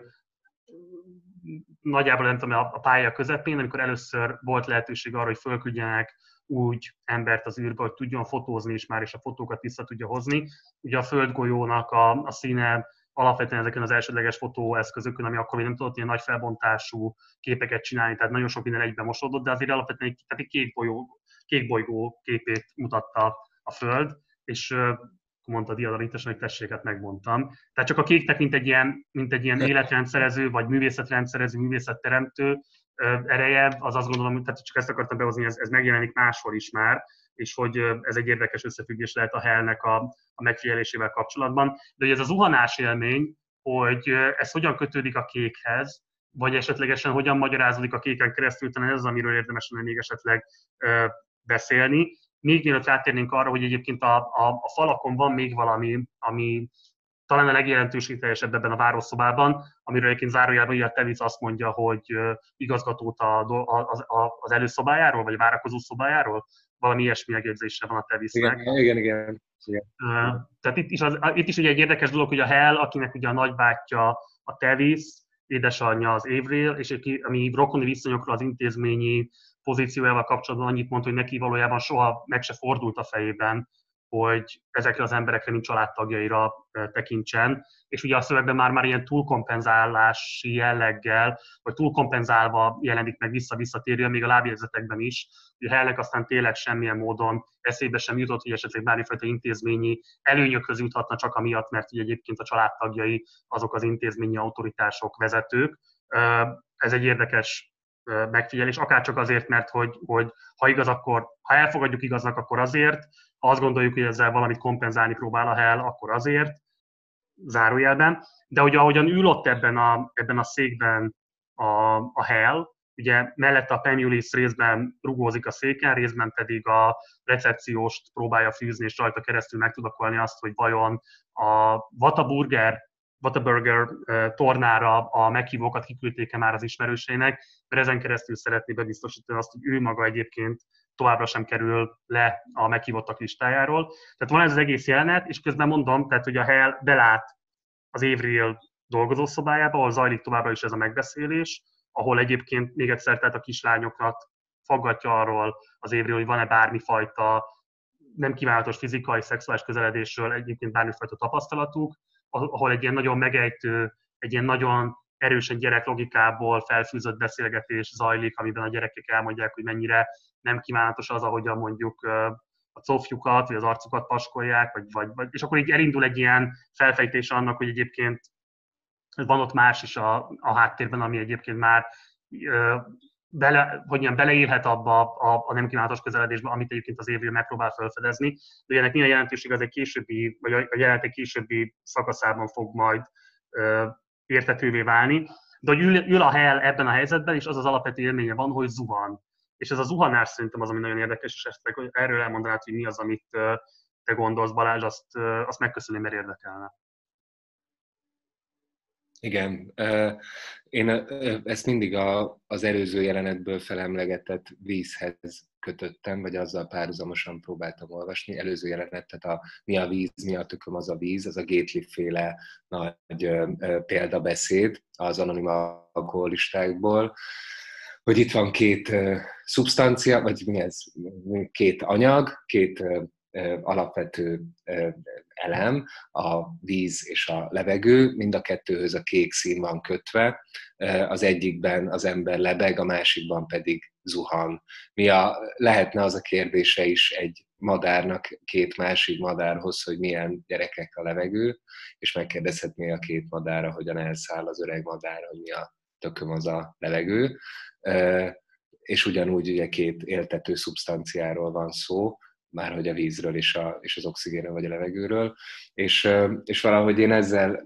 nagyjából nem tudom, a pálya közepén, amikor először volt lehetőség arra, hogy fölküldjenek úgy embert az űrbe, hogy tudjon fotózni is már, és a fotókat vissza tudja hozni. Ugye a földgolyónak a, a színe alapvetően ezeken az elsődleges fotóeszközökön, ami akkor még nem tudott ilyen nagy felbontású képeket csinálni, tehát nagyon sok minden egyben mosódott, de azért alapvetően egy, tehát egy kék, bolyó, kék bolygó képét mutatta a Föld, és uh, mondta diadalításan, hogy tesséket megmondtam. Tehát csak a kéknek, mint egy ilyen, mint egy ilyen életrendszerező, vagy művészetrendszerező, művészetteremtő uh, ereje, az azt gondolom, tehát csak ezt akartam behozni, ez, ez megjelenik máshol is már, és hogy ez egy érdekes összefüggés lehet a Hellnek a, a megfigyelésével kapcsolatban. De hogy ez a zuhanás élmény, hogy ez hogyan kötődik a kékhez, vagy esetlegesen hogyan magyarázódik a kéken keresztül, talán ez az, amiről érdemes lenne még esetleg ö, beszélni. Még mielőtt rátérnénk arra, hogy egyébként a, a, a falakon van még valami, ami talán a legjelentőségteljesebb ebben a várószobában, amiről egyébként zárójelben a Tavis azt mondja, hogy igazgatót a, a, a, az előszobájáról, vagy a várakozó szobájáról, valami ilyesmi megjegyzése van a Tavisnek. Igen, igen, igen. igen. Tehát itt is, az, itt is ugye egy érdekes dolog, hogy a Hell, akinek ugye a nagybátyja a Tavis, édesanyja az Avril, és ami rokoni viszonyokról az intézményi pozíciójával kapcsolatban annyit mond, hogy neki valójában soha meg se fordult a fejében, hogy ezekre az emberekre, mint családtagjaira tekintsen. És ugye a szövegben már, már ilyen túlkompenzálási jelleggel, vagy túlkompenzálva jelenik meg vissza-visszatérő, még a lábjegyzetekben is. Ugye Hellnek aztán tényleg semmilyen módon eszébe sem jutott, hogy esetleg bármifajta intézményi előnyökhöz juthatna csak amiatt, mert ugye egyébként a családtagjai azok az intézményi autoritások, vezetők. Ez egy érdekes megfigyelés, akár csak azért, mert hogy, hogy ha igaz, akkor, ha elfogadjuk igaznak, akkor azért, ha azt gondoljuk, hogy ezzel valamit kompenzálni próbál a Hell, akkor azért, zárójelben. De ugye ahogyan ül ott ebben a, ebben a székben a, a Hell, ugye mellette a Pemulis részben rugózik a széken, részben pedig a recepcióst próbálja fűzni, és rajta keresztül megtudakolni azt, hogy vajon a Whataburger Whataburger tornára a meghívókat kiküldték-e már az ismerőseinek, mert ezen keresztül szeretné bebiztosítani azt, hogy ő maga egyébként továbbra sem kerül le a meghívottak listájáról. Tehát van ez az egész jelenet, és közben mondom, tehát, hogy a Hell belát az Avril dolgozószobájába, ahol zajlik továbbra is ez a megbeszélés, ahol egyébként még egyszer tehát a kislányokat faggatja arról az Avril, hogy van-e bármifajta nem kívánatos fizikai, szexuális közeledésről egyébként bármifajta tapasztalatuk, ahol egy ilyen nagyon megejtő, egy ilyen nagyon erősen gyereklogikából felfűzött beszélgetés zajlik, amiben a gyerekek elmondják, hogy mennyire nem kívánatos az, ahogyan mondjuk a cofjukat, vagy az arcukat paskolják, vagy, vagy, vagy, és akkor így elindul egy ilyen felfejtés annak, hogy egyébként van ott más is a, a háttérben, ami egyébként már ö, bele, hogy ilyen beleélhet abba a, a nem kívánatos közeledésbe, amit egyébként az Avril megpróbál felfedezni. De ennek milyen jelentőség az egy későbbi, vagy a jelenet egy későbbi szakaszában fog majd ö, értetővé válni. De hogy ül, ül a Hell ebben a helyzetben, és az az alapvető élménye van, hogy zuhan. És ez a zuhanás szerintem az, ami nagyon érdekes, és esetleg, hogy erről elmondanád, hogy mi az, amit te gondolsz, Balázs, azt, azt megköszönöm, mert érdekelne. Igen, én ezt mindig az előző jelenetből felemlegetett vízhez kötöttem, vagy azzal párhuzamosan próbáltam olvasni. Előző jelenet, tehát a mi a víz, mi a tököm az a víz, az a Gately-féle nagy példabeszéd az anonim alkoholistákból, hogy itt van két szubstancia, vagy mi ez, két anyag, két alapvető elem, a víz és a levegő, mind a kettőhöz a kék szín van kötve, az egyikben az ember lebeg, a másikban pedig zuhan. Mi a, lehetne az a kérdése is egy madárnak két másik madárhoz, hogy milyen gyerekek a levegő, és megkérdezhetné a két madárra, hogyan elszáll az öreg madár, hogy mi a tököm az a levegő, és ugyanúgy ugye két éltető szubstanciáról van szó, már hogy a vízről és, a, és az oxigénről vagy a levegőről, és, és valahogy én ezzel,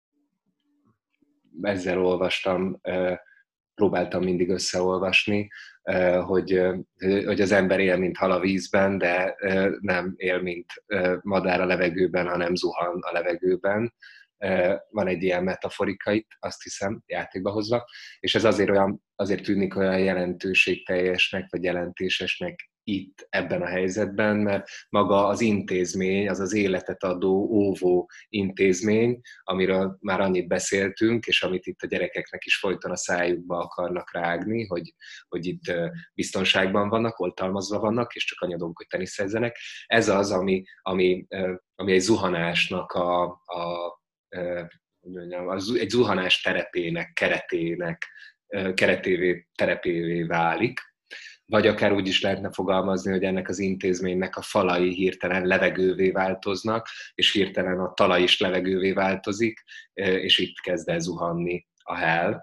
ezzel olvastam, próbáltam mindig összeolvasni, hogy, hogy az ember él, mint hal a vízben, de nem él, mint madár a levegőben, hanem zuhan a levegőben. Van egy ilyen metaforika itt, azt hiszem, játékba hozva, és ez azért, olyan, azért tűnik olyan jelentőségteljesnek, vagy jelentésesnek itt, ebben a helyzetben, mert maga az intézmény, az az életet adó, óvó intézmény, amiről már annyit beszéltünk, és amit itt a gyerekeknek is folyton a szájukba akarnak rágni, hogy, hogy itt biztonságban vannak, oltalmazva vannak, és csak anyadunk, hogy teniszezzenek. Ez az, ami, ami, ami egy zuhanásnak a, a mondjam, egy zuhanás terepének, keretének, keretévé, terepévé válik, vagy akár úgy is lehetne fogalmazni, hogy ennek az intézménynek a falai hirtelen levegővé változnak, és hirtelen a talaj is levegővé változik, és itt kezd el zuhanni a Hell.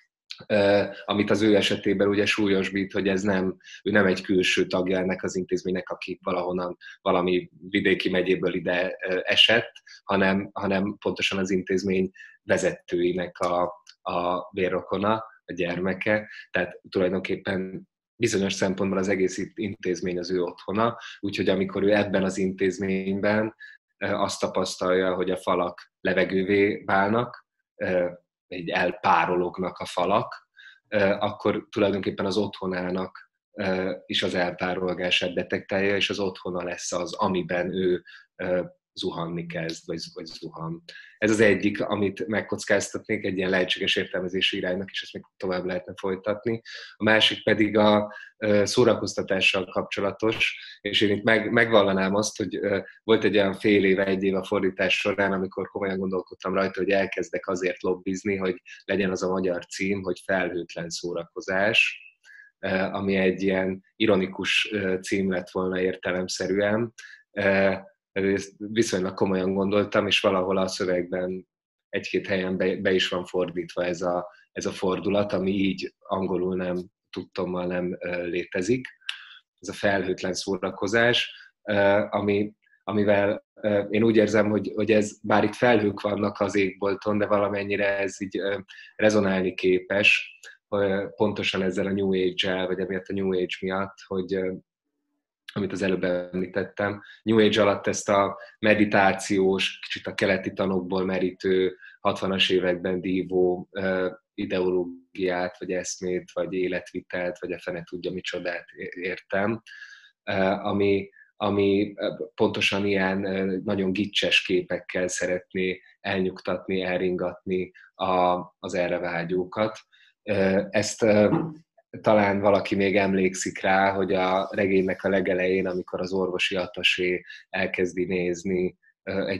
Amit az ő esetében ugye súlyosbít, hogy ez nem, ő nem egy külső tagja ennek az intézménynek, aki valahonnan valami vidéki megyéből ide esett, hanem, hanem pontosan az intézmény vezetőinek a, a vérrokona, a gyermeke, tehát tulajdonképpen bizonyos szempontból az egész intézmény az ő otthona, úgyhogy amikor ő ebben az intézményben azt tapasztalja, hogy a falak levegővé válnak, így elpárolognak a falak, akkor tulajdonképpen az otthonának is az elpárolgását detektálja, és az otthona lesz az, amiben ő zuhanni kezd, vagy, vagy zuhan. Ez az egyik, amit megkockáztatnék, egy ilyen lehetséges értelmezési iránynak, és ezt még tovább lehetne folytatni. A másik pedig a szórakoztatással kapcsolatos, és én itt meg, megvallanám azt, hogy volt egy olyan fél éve, egy év a fordítás során, amikor komolyan gondolkodtam rajta, hogy elkezdek azért lobbizni, hogy legyen az a magyar cím, hogy felhőtlen szórakozás, ami egy ilyen ironikus cím lett volna értelemszerűen. Ezt viszonylag komolyan gondoltam, és valahol a szövegben egy-két helyen be, be is van fordítva ez a, ez a fordulat, ami így angolul nem, tudtommal nem létezik. Ez a felhőtlen szórakozás, ami, amivel én úgy érzem, hogy, hogy ez, bár itt felhők vannak az égbolton, de valamennyire ez így rezonálni képes, pontosan ezzel a New Age-el, vagy emiatt a New Age miatt, hogy amit az előbb említettem. New Age alatt ezt a meditációs, kicsit a keleti tanokból merítő, hatvanas években dívó ideológiát, vagy eszmét, vagy életvitelt, vagy a fene tudja micsodát értem, ami, ami pontosan ilyen nagyon gicses képekkel szeretné elnyugtatni, elringatni a, az erre vágyókat. Ezt talán valaki még emlékszik rá, hogy a regénynek a legelején, amikor az orvosi attasé elkezdi nézni egy,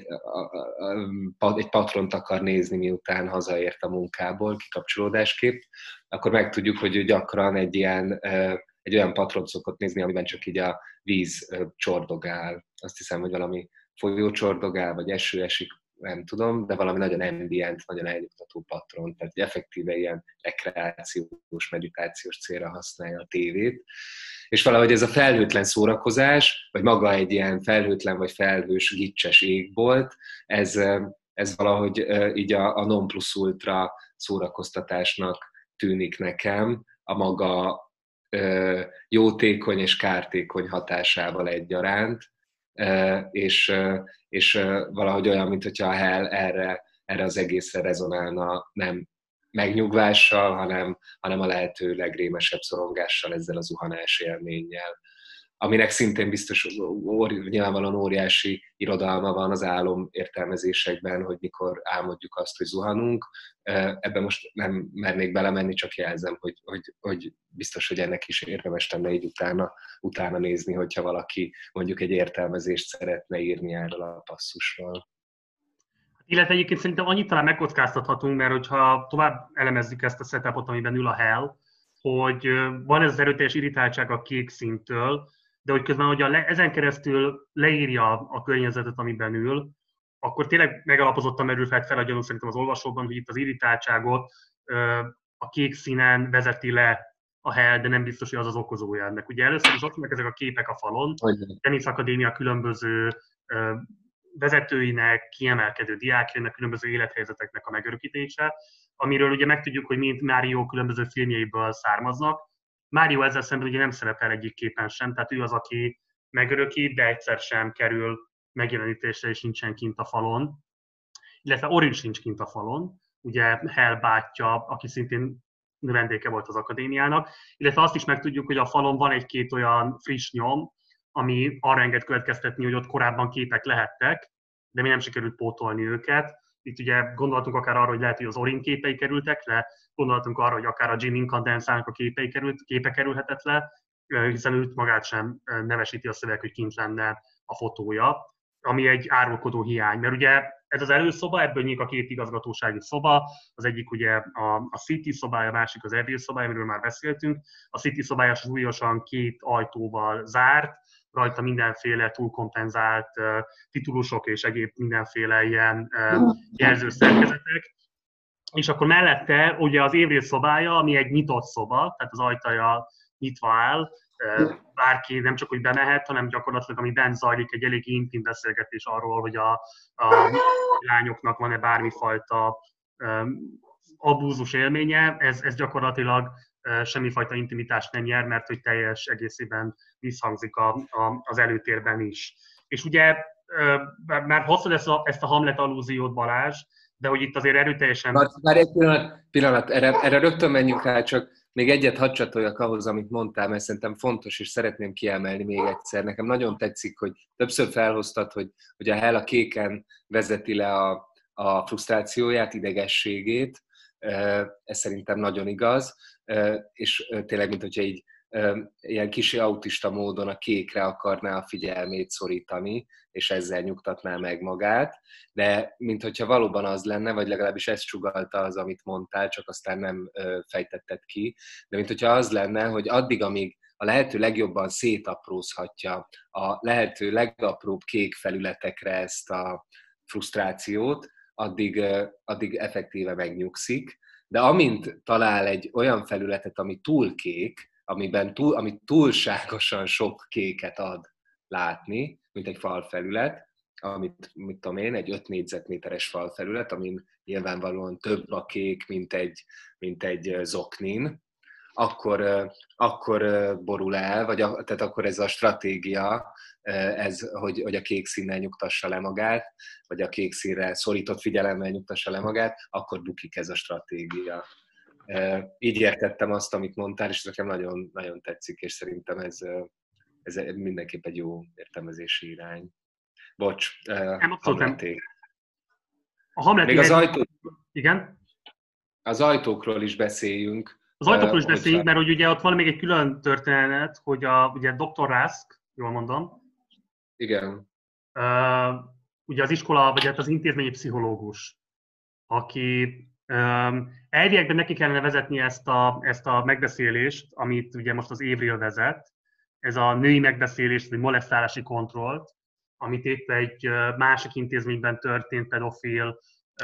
egy patront akar nézni, miután hazaért a munkából, kikapcsolódásképp, akkor megtudjuk, hogy ő gyakran egy ilyen egy olyan patront szokott nézni, amiben csak így a víz csordogál. Azt hiszem, hogy valami folyó csordogál, vagy eső esik, nem tudom, de valami nagyon ambient, nagyon elnyugtató patron, tehát effektíve ilyen rekreációs, meditációs célra használja a tévét. És valahogy ez a felhőtlen szórakozás, vagy maga egy ilyen felhőtlen vagy felhős gicses égbolt, ez, ez valahogy így a, a non plus ultra szórakoztatásnak tűnik nekem, a maga jótékony és kártékony hatásával egyaránt, és, és valahogy olyan, mintha a Hell erre, erre az egészre rezonálna, nem megnyugvással, hanem, hanem a lehető legrémesebb szorongással, ezzel a zuhanás élménnyel. Aminek szintén biztos óri, nyilvánvalóan óriási irodalma van az álom értelmezésekben, hogy mikor álmodjuk azt, hogy zuhanunk. Ebben most nem mernék belemenni, csak jelzem, hogy, hogy, hogy biztos, hogy ennek is érdemes lenne így utána, utána nézni, hogyha valaki mondjuk egy értelmezést szeretne írni erről a passzusról. Illetve egyébként szerintem annyit talán megkockáztathatunk, mert hogyha tovább elemezzük ezt a setupot, amiben ül a Hell, hogy van ez az erőteljes irritáltság a kék színtől, de hogy közben, hogy le, ezen keresztül leírja a környezetet, amiben ül, akkor tényleg megalapozottan merül fel, fel a gyanú szerintem az olvasóban, hogy itt az irritáltságot a kék színen vezeti le a Hell, de nem biztos, hogy az az okozója ennek. Ugye először is ott vannak ezek a képek a falon, Tennis Akadémia különböző vezetőinek, kiemelkedő diákjainak, különböző élethelyzeteknek a megörökítése, amiről ugye megtudjuk, hogy mind Mario különböző filmjeiből származnak. Mario ezzel szemben ugye nem szerepel egyik képen sem, tehát ő az, aki megörökít, de egyszer sem kerül megjelenítésre, és nincsen kint a falon. Illetve Orin sincs kint a falon, ugye Hell bátyja, aki szintén vendége volt az akadémiának, illetve azt is megtudjuk, hogy a falon van egy-két olyan friss nyom, ami arra enged következtetni, hogy ott korábban képek lehettek, de mi nem sikerült pótolni őket. Itt ugye gondoltunk akár arra, hogy lehet, hogy az Orin képei kerültek le, gondoltunk arra, hogy akár a Jim Incandensának a képei került, képe kerülhetett le, hiszen őt magát sem nevesíti a szöveg, hogy kint lenne a fotója, ami egy árulkodó hiány. Mert ugye ez az előszoba, ebből nyílik a két igazgatósági szoba, az egyik ugye a, a City szobája, a másik az Evil szobája, amiről már beszéltünk. A City szobája súlyosan két ajtóval zárt, rajta mindenféle túlkompenzált uh, titulusok és egyéb mindenféle ilyen uh, jelzőszerkezetek. És akkor mellette ugye az Évrész szobája, ami egy nyitott szoba, tehát az ajtaja nyitva áll, uh, bárki nem csak hogy bemehet, hanem gyakorlatilag ami bent zajlik egy elég intim beszélgetés arról, hogy a, a lányoknak van-e bármifajta um, abúzus élménye, ez, ez gyakorlatilag semmifajta intimitást nem nyer, mert hogy teljes egészében visszhangzik a, a, az előtérben is. És ugye már hoztad ezt a, ezt a Hamlet allúziót, Balázs, de hogy itt azért erőteljesen... Már egy pillanat, pillanat erre, erre rögtön menjünk rá, csak még egyet hadd csatoljak ahhoz, amit mondtál, mert szerintem fontos, és szeretném kiemelni még egyszer. Nekem nagyon tetszik, hogy többször felhoztad, hogy, hogy a Hell a kéken vezeti le a, a frusztrációját, idegességét. Ez szerintem nagyon igaz. És tényleg, mint hogyha így ilyen kicsi autista módon a kékre akarná a figyelmét szorítani, és ezzel nyugtatná meg magát, de mint hogyha valóban az lenne, vagy legalábbis ezt sugallta az, amit mondtál, csak aztán nem fejtetted ki, de mint hogyha az lenne, hogy addig, amíg a lehető legjobban szétaprózhatja a lehető legapróbb kék felületekre ezt a frusztrációt, addig, addig effektíve megnyugszik. De amint talál egy olyan felületet, ami túl kék, amiben túl, ami túlságosan sok kéket ad látni, mint egy falfelület, amit, mit tudom én, egy öt négyzetméteres falfelület, amin nyilvánvalóan több a kék, mint egy, mint egy zoknin, akkor, akkor borul el, vagy a, tehát akkor ez a stratégia, ez, hogy, hogy a kék színnel nyugtassa le magát, vagy a kék színre szorított figyelemmel nyugtassa le magát, akkor bukik ez a stratégia. Így értettem azt, amit mondtál, és nekem nagyon, nagyon tetszik, és szerintem ez, ez mindenképp egy jó értelmezési irány. Bocs, Hamleté. A Hamleté Még az ajtó... Igen? Az ajtókról is beszéljünk. Az ajtókról is beszéljünk, mert hogy ugye ott van még egy külön történet, hogy a, ugye doktor Rask, jól mondom. Igen. ugye az iskola, vagy hát az intézményi pszichológus, aki um, elviekben neki kellene vezetni ezt a, ezt a megbeszélést, amit ugye most az Évril vezet, ez a női megbeszélés, vagy molesztálási kontrollt, amit épp egy másik intézményben történt pedofil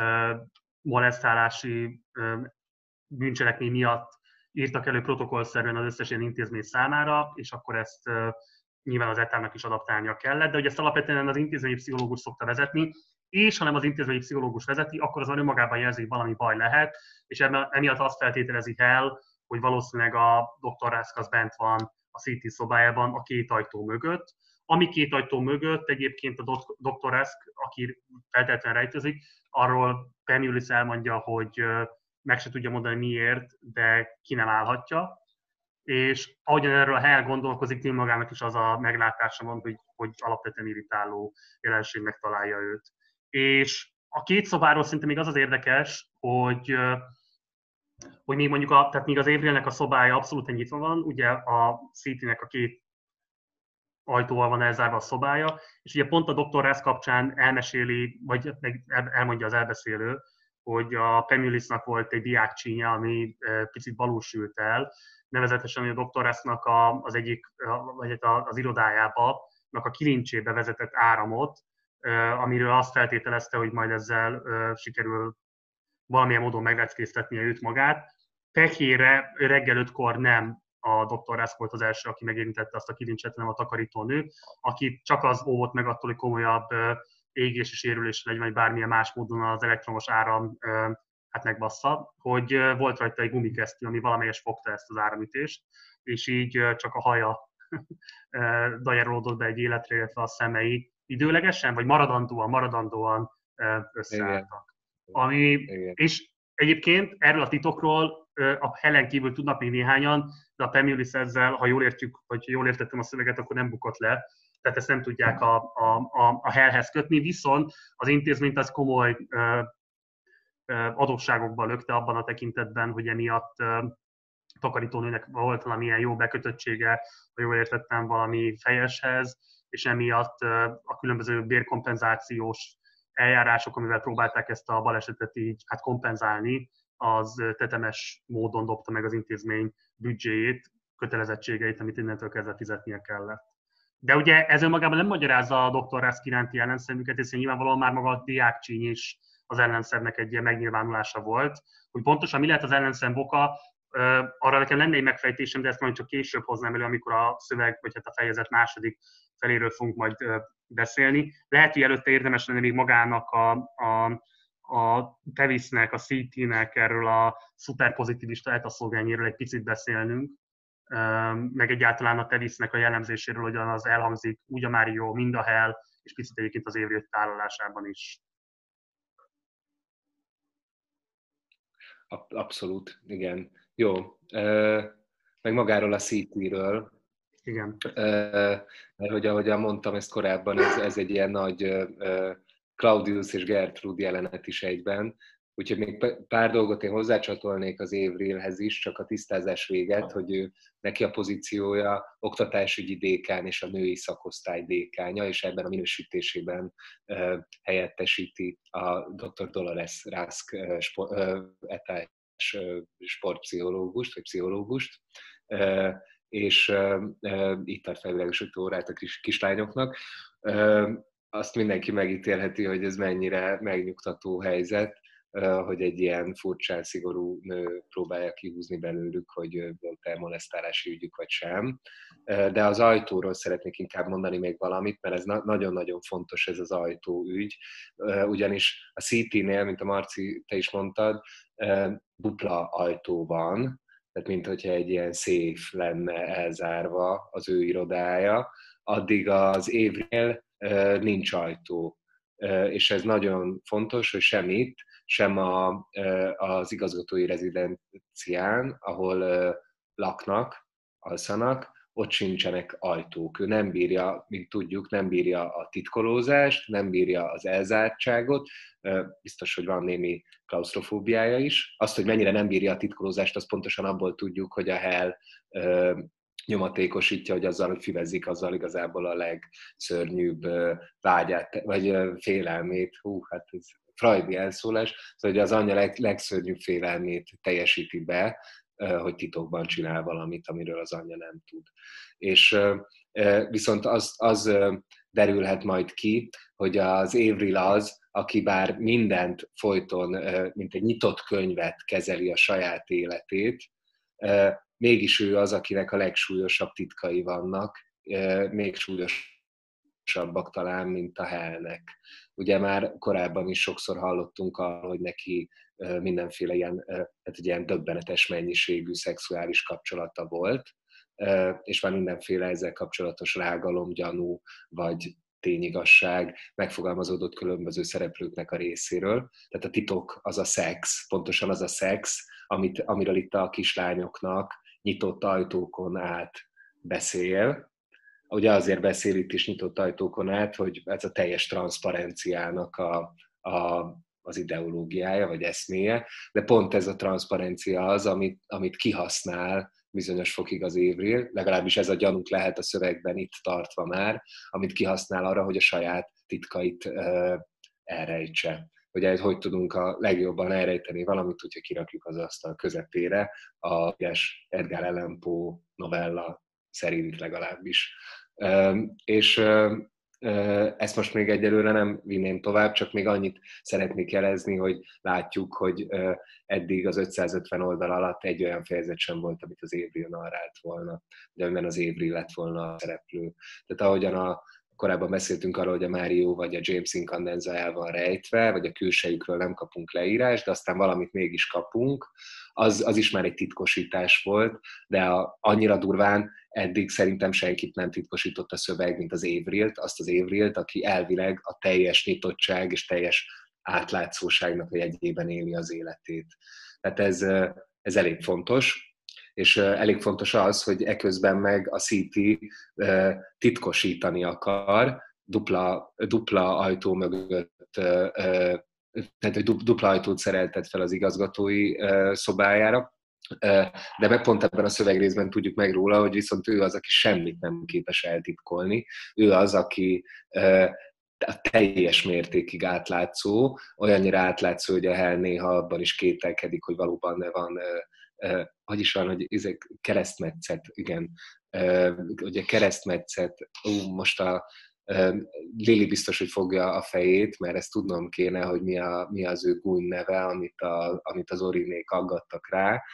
molesztálási bűncselekmény miatt írtak elő protokollszerűen az összes ilyen intézmény számára, és akkor ezt nyilván az etának is adaptálnia kellett, de hogy ezt alapvetően az intézményi pszichológus szokta vezetni, és ha nem az intézményi pszichológus vezeti, akkor az önmagában jelzi, hogy valami baj lehet, és emiatt azt feltételezik el, hogy valószínűleg a doktor Rask az bent van a cé té szobájában a két ajtó mögött. Ami két ajtó mögött egyébként a doktor Rask, aki feltétlenül rejtőzik, arról Pemulis elmondja, hogy meg se tudja mondani miért, de ki nem állhatja. És ahogyan erről a Hell gondolkozik, Tim magának is az a meglátása van, hogy, hogy alapvetően irritáló jelenségnek találja őt. És a két szobáról szerintem még az az érdekes, hogy, hogy még mondjuk a, tehát még az Avrilnek a szobája abszolút nyitva van, ugye a cé té-nek a két ajtóval van elzárva a szobája, és ugye pont a doktor Rask kapcsán elmeséli, vagy elmondja az elbeszélő, hogy a Pemulisnak volt egy diákcsínye, ami picit balúsült el, nevezetesen, hogy a doktor Rasknak az egyik, vagy az irodájába, a kilincsébe vezetett áramot, amiről azt feltételezte, hogy majd ezzel sikerül valamilyen módon megleckéztetnie őt magát. Pehére reggel ötkor nem a doktor Rask volt az első, aki megérintette azt a kilincset, hanem a takarítónő, aki csak az óvott meg attól, hogy komolyabb égési sérülés legyen, vagy bármilyen más módon az elektromos áram hát megbassza, hogy volt rajta egy gumikesztyű, ami valamelyes fogta ezt az áramütést, és így csak a haja dajerodott be egy életre, illetve a szemei időlegesen, vagy maradandóan, maradandóan összeálltak. Ami, és egyébként erről a titokról a Hellen kívül tudnak még néhányan, de a Pemulis ezzel, ha jól értjük, vagy jól értettem a szöveget, akkor nem bukott le, tehát ezt nem tudják a, a, a, a Hellhez kötni, viszont az intézményt az komoly ö, ö, adósságokba lökte abban a tekintetben, hogy emiatt ö, takarítónőnek volt valamilyen jó bekötöttsége, ha jól értettem, valami fejeshez, és emiatt ö, a különböző bérkompenzációs eljárások, amivel próbálták ezt a balesetet így hát kompenzálni, az tetemes módon dobta meg az intézmény büdzséjét, kötelezettségeit, amit innentől kezdve fizetnie kellett. De ugye ez önmagában nem magyarázza a doktor Rask iránti ellenszemüket, hiszen nyilvánvalóan már maga a diákcsíny is az ellenszemnek egy ilyen megnyilvánulása volt. Hogy pontosan mi lehet az ellenszem oka, arra nekem lenne egy megfejtésem, de ezt majd csak később hoznám elő, amikor a szöveg, vagy hát a fejezet második feléről fogunk majd beszélni. Lehet, hogy előtte érdemes lenne még magának a, a, a Tevisnek, a cé té-nek erről a szuperpozitivista etaszolgányéről egy picit beszélnünk, meg egyáltalán a Tevisnek a jellemzéséről, hogyan az elhangzik úgy a Mario, mind a Hell, és picit egyébként az Avril tálalásában is. Abszolút, igen. Jó. Meg magáról a cé té-ről. Igen. Mert hogy ahogyan mondtam ezt korábban, ez, ez egy ilyen nagy Claudius és Gertrude jelenet is egyben. Úgyhogy még pár dolgot én hozzácsatolnék az Avrilhez is, csak a tisztázás véget, hogy ő, neki a pozíciója oktatásügyi dékán és a női szakosztály dékánja, és ebben a minősítésében uh, helyettesíti a doktor Dolores Rask uh, sport, uh, etás uh, sportpszichológust, vagy pszichológust, uh, és uh, uh, itt tart felvilágosító órát a kis, kislányoknak. Uh, azt mindenki megítélheti, hogy ez mennyire megnyugtató helyzet, hogy egy ilyen furcsán szigorú nő próbálja kihúzni belőlük, hogy volt-e molesztálási ügyük vagy sem. De az ajtóról szeretnék inkább mondani még valamit, mert ez nagyon-nagyon fontos ez az ajtóügy, ugyanis a cé té-nél, mint a Marci, te is mondtad, dupla ajtó van, tehát mint hogyha egy ilyen széf lenne elzárva az ő irodája, addig az Avril nincs ajtó. És ez nagyon fontos, hogy sem itt, sem a, az igazgatói rezidencián, ahol laknak, alszanak, ott sincsenek ajtók. Ő nem bírja, mint tudjuk, nem bírja a titkolózást, nem bírja az elzártságot, biztos, hogy van némi klausztrofóbiája is. Azt, hogy mennyire nem bírja a titkolózást, azt pontosan abból tudjuk, hogy a Hell nyomatékosítja, hogy azzal, hogy füvezik, azzal igazából a legszörnyűbb vágyát, vagy félelmét, hú, hát ez freudi elszólás, szóval hogy az anyja leg, legszörnyűbb félelmét teljesíti be, hogy titokban csinál valamit, amiről az anyja nem tud. És viszont az, az derülhet majd ki, hogy az Avril az, aki bár mindent folyton, mint egy nyitott könyvet kezeli a saját életét, mégis ő az, akinek a legsúlyosabb titkai vannak, még súlyosabbak talán, mint a Hellnek. Ugye már korábban is sokszor hallottunk arról, hogy neki mindenféle ilyen, hát egy ilyen döbbenetes mennyiségű szexuális kapcsolata volt, és már mindenféle ezzel kapcsolatos rágalom, gyanú, vagy tényigazság megfogalmazódott különböző szereplőknek a részéről. Tehát a titok az a szex, pontosan az a szex, amit, amiről itt a kislányoknak nyitott ajtókon át beszél. Ugye azért beszél itt is nyitott ajtókon át, hogy ez a teljes transzparenciának a, a, az ideológiája, vagy eszméje, de pont ez a transzparencia az, amit, amit kihasznál bizonyos fokig az Avril, legalábbis ez a gyanút lehet a szövegben itt tartva már, amit kihasznál arra, hogy a saját titkait uh, elrejtse. Hogy hogy tudunk a legjobban elrejteni valamit, hogyha kirakjuk az asztal közepére, a Edgar Allan Poe novella szerint legalábbis. Uh, és uh, ezt most még egyelőre nem vinném tovább, csak még annyit szeretnék jelezni, hogy látjuk, hogy eddig az ötszázötven oldal alatt egy olyan fejezet sem volt, amit az Avril narrált volna, de amiben az Avril lett volna a szereplő. Tehát ahogyan a, korábban beszéltünk arról, hogy a Mario vagy a James Incandenza el van rejtve, vagy a külsejükről nem kapunk leírást, de aztán valamit mégis kapunk, az, az is már egy titkosítás volt, de a, annyira durván eddig szerintem senkit nem titkosított a szöveg, mint az Avrilt, azt az Avrilt, aki elvileg a teljes nyitottság és teljes átlátszóságnak a jegyében éli az életét. Tehát ez, ez elég fontos, és elég fontos az, hogy eközben meg a City titkosítani akar, dupla, dupla ajtó mögött, tehát hogy dupla ajtót szereltet fel az igazgatói szobájára, de meg pont ebben a szövegrészben tudjuk meg róla, hogy viszont ő az, aki semmit nem képes eltitkolni. Ő az, aki a teljes mértékig átlátszó, olyannyira átlátszó, hogy a Hell néha abban is kételkedik, hogy valóban van, hogy is van, hogy ezek keresztmetszet, igen, ugye keresztmetszet, ú, most a Lili biztos, hogy fogja a fejét, mert ezt tudnom kéne, hogy mi, a, mi az ő gúny neve, amit, a, amit az Orinék aggattak rá.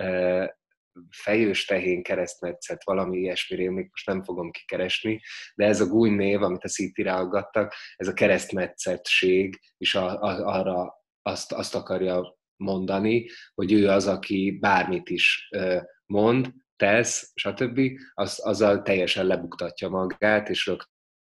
Fejős tehén keresztmetszet, valami ilyesmire, én még most nem fogom kikeresni, de ez a gúny név, amit a City-re aggattak, ez a keresztmetszettség, és a, a, arra azt, azt akarja mondani, hogy ő az, aki bármit is mond, tesz, stb., az, azzal teljesen lebuktatja magát, és rögtön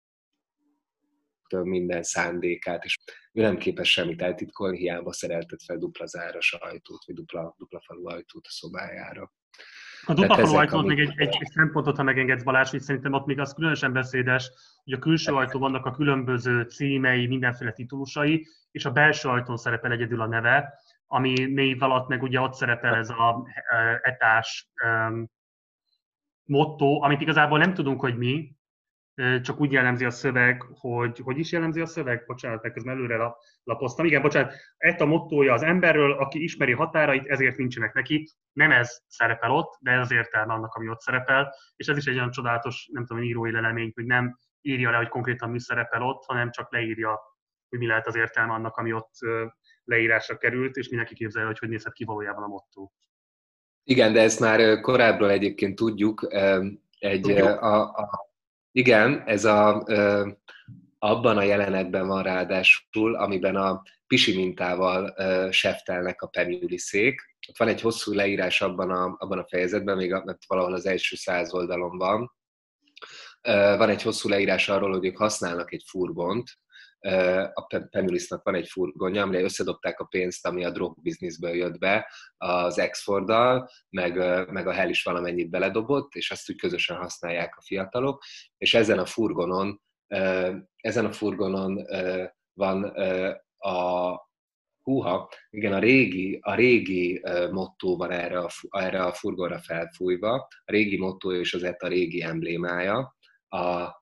minden szándékát, és ő nem képes semmit eltitkolni, hiába szereltet fel dupla záras ajtót, vagy dupla, dupla falu ajtót a szobájára. A dupla falu ajtót még egy, egy, egy szempontot, ha megengedsz, Balázs, hogy szerintem ott még az különösen beszédes, hogy a külső ajtó vannak a különböző címei, mindenféle titulusai, és a belső ajtón szerepel egyedül a neve, ami név alatt meg ugye ott szerepel ez a etás um, motto, amit igazából nem tudunk, hogy mi, csak úgy jellemzi a szöveg, hogy hogy is jellemzi a szöveg? Bocsánat, meg közben előre lapoztam. Igen, bocsánat, ett a mottója az emberről, aki ismeri határait, ezért nincsenek neki. Nem ez szerepel ott, de ez az értelme annak, ami ott szerepel. És ez is egy olyan csodálatos, nem tudom, írói lelemény, hogy nem írja le, hogy konkrétan mi szerepel ott, hanem csak leírja, hogy mi lehet az értelme annak, ami ott leírásra került, és mindenki képzelje, hogy hogy nézhet ki valójában a motto. Igen, de ezt már korábbról egyébként tudjuk. Egy, tudjuk. A, a, igen, ez a, abban a jelenetben van ráadásul, amiben a pisi mintával seftelnek a Penuliszék. Ott van egy hosszú leírás abban a, abban a fejezetben, még a, valahol az első száz oldalon van. Van egy hosszú leírás arról, hogy ők használnak egy furgont, a Penulisnak van egy furgonja, amire összedobták a pénzt, ami a drogbizniszből jött be az Exforddal, meg, meg a Hell is valamennyit beledobott, és azt úgy közösen használják a fiatalok, és ezen a furgonon, ezen a furgonon van a Húha, igen, a régi, a régi motto van erre a, erre a furgonra felfújva. A régi motto és az e té á régi emblémája. A,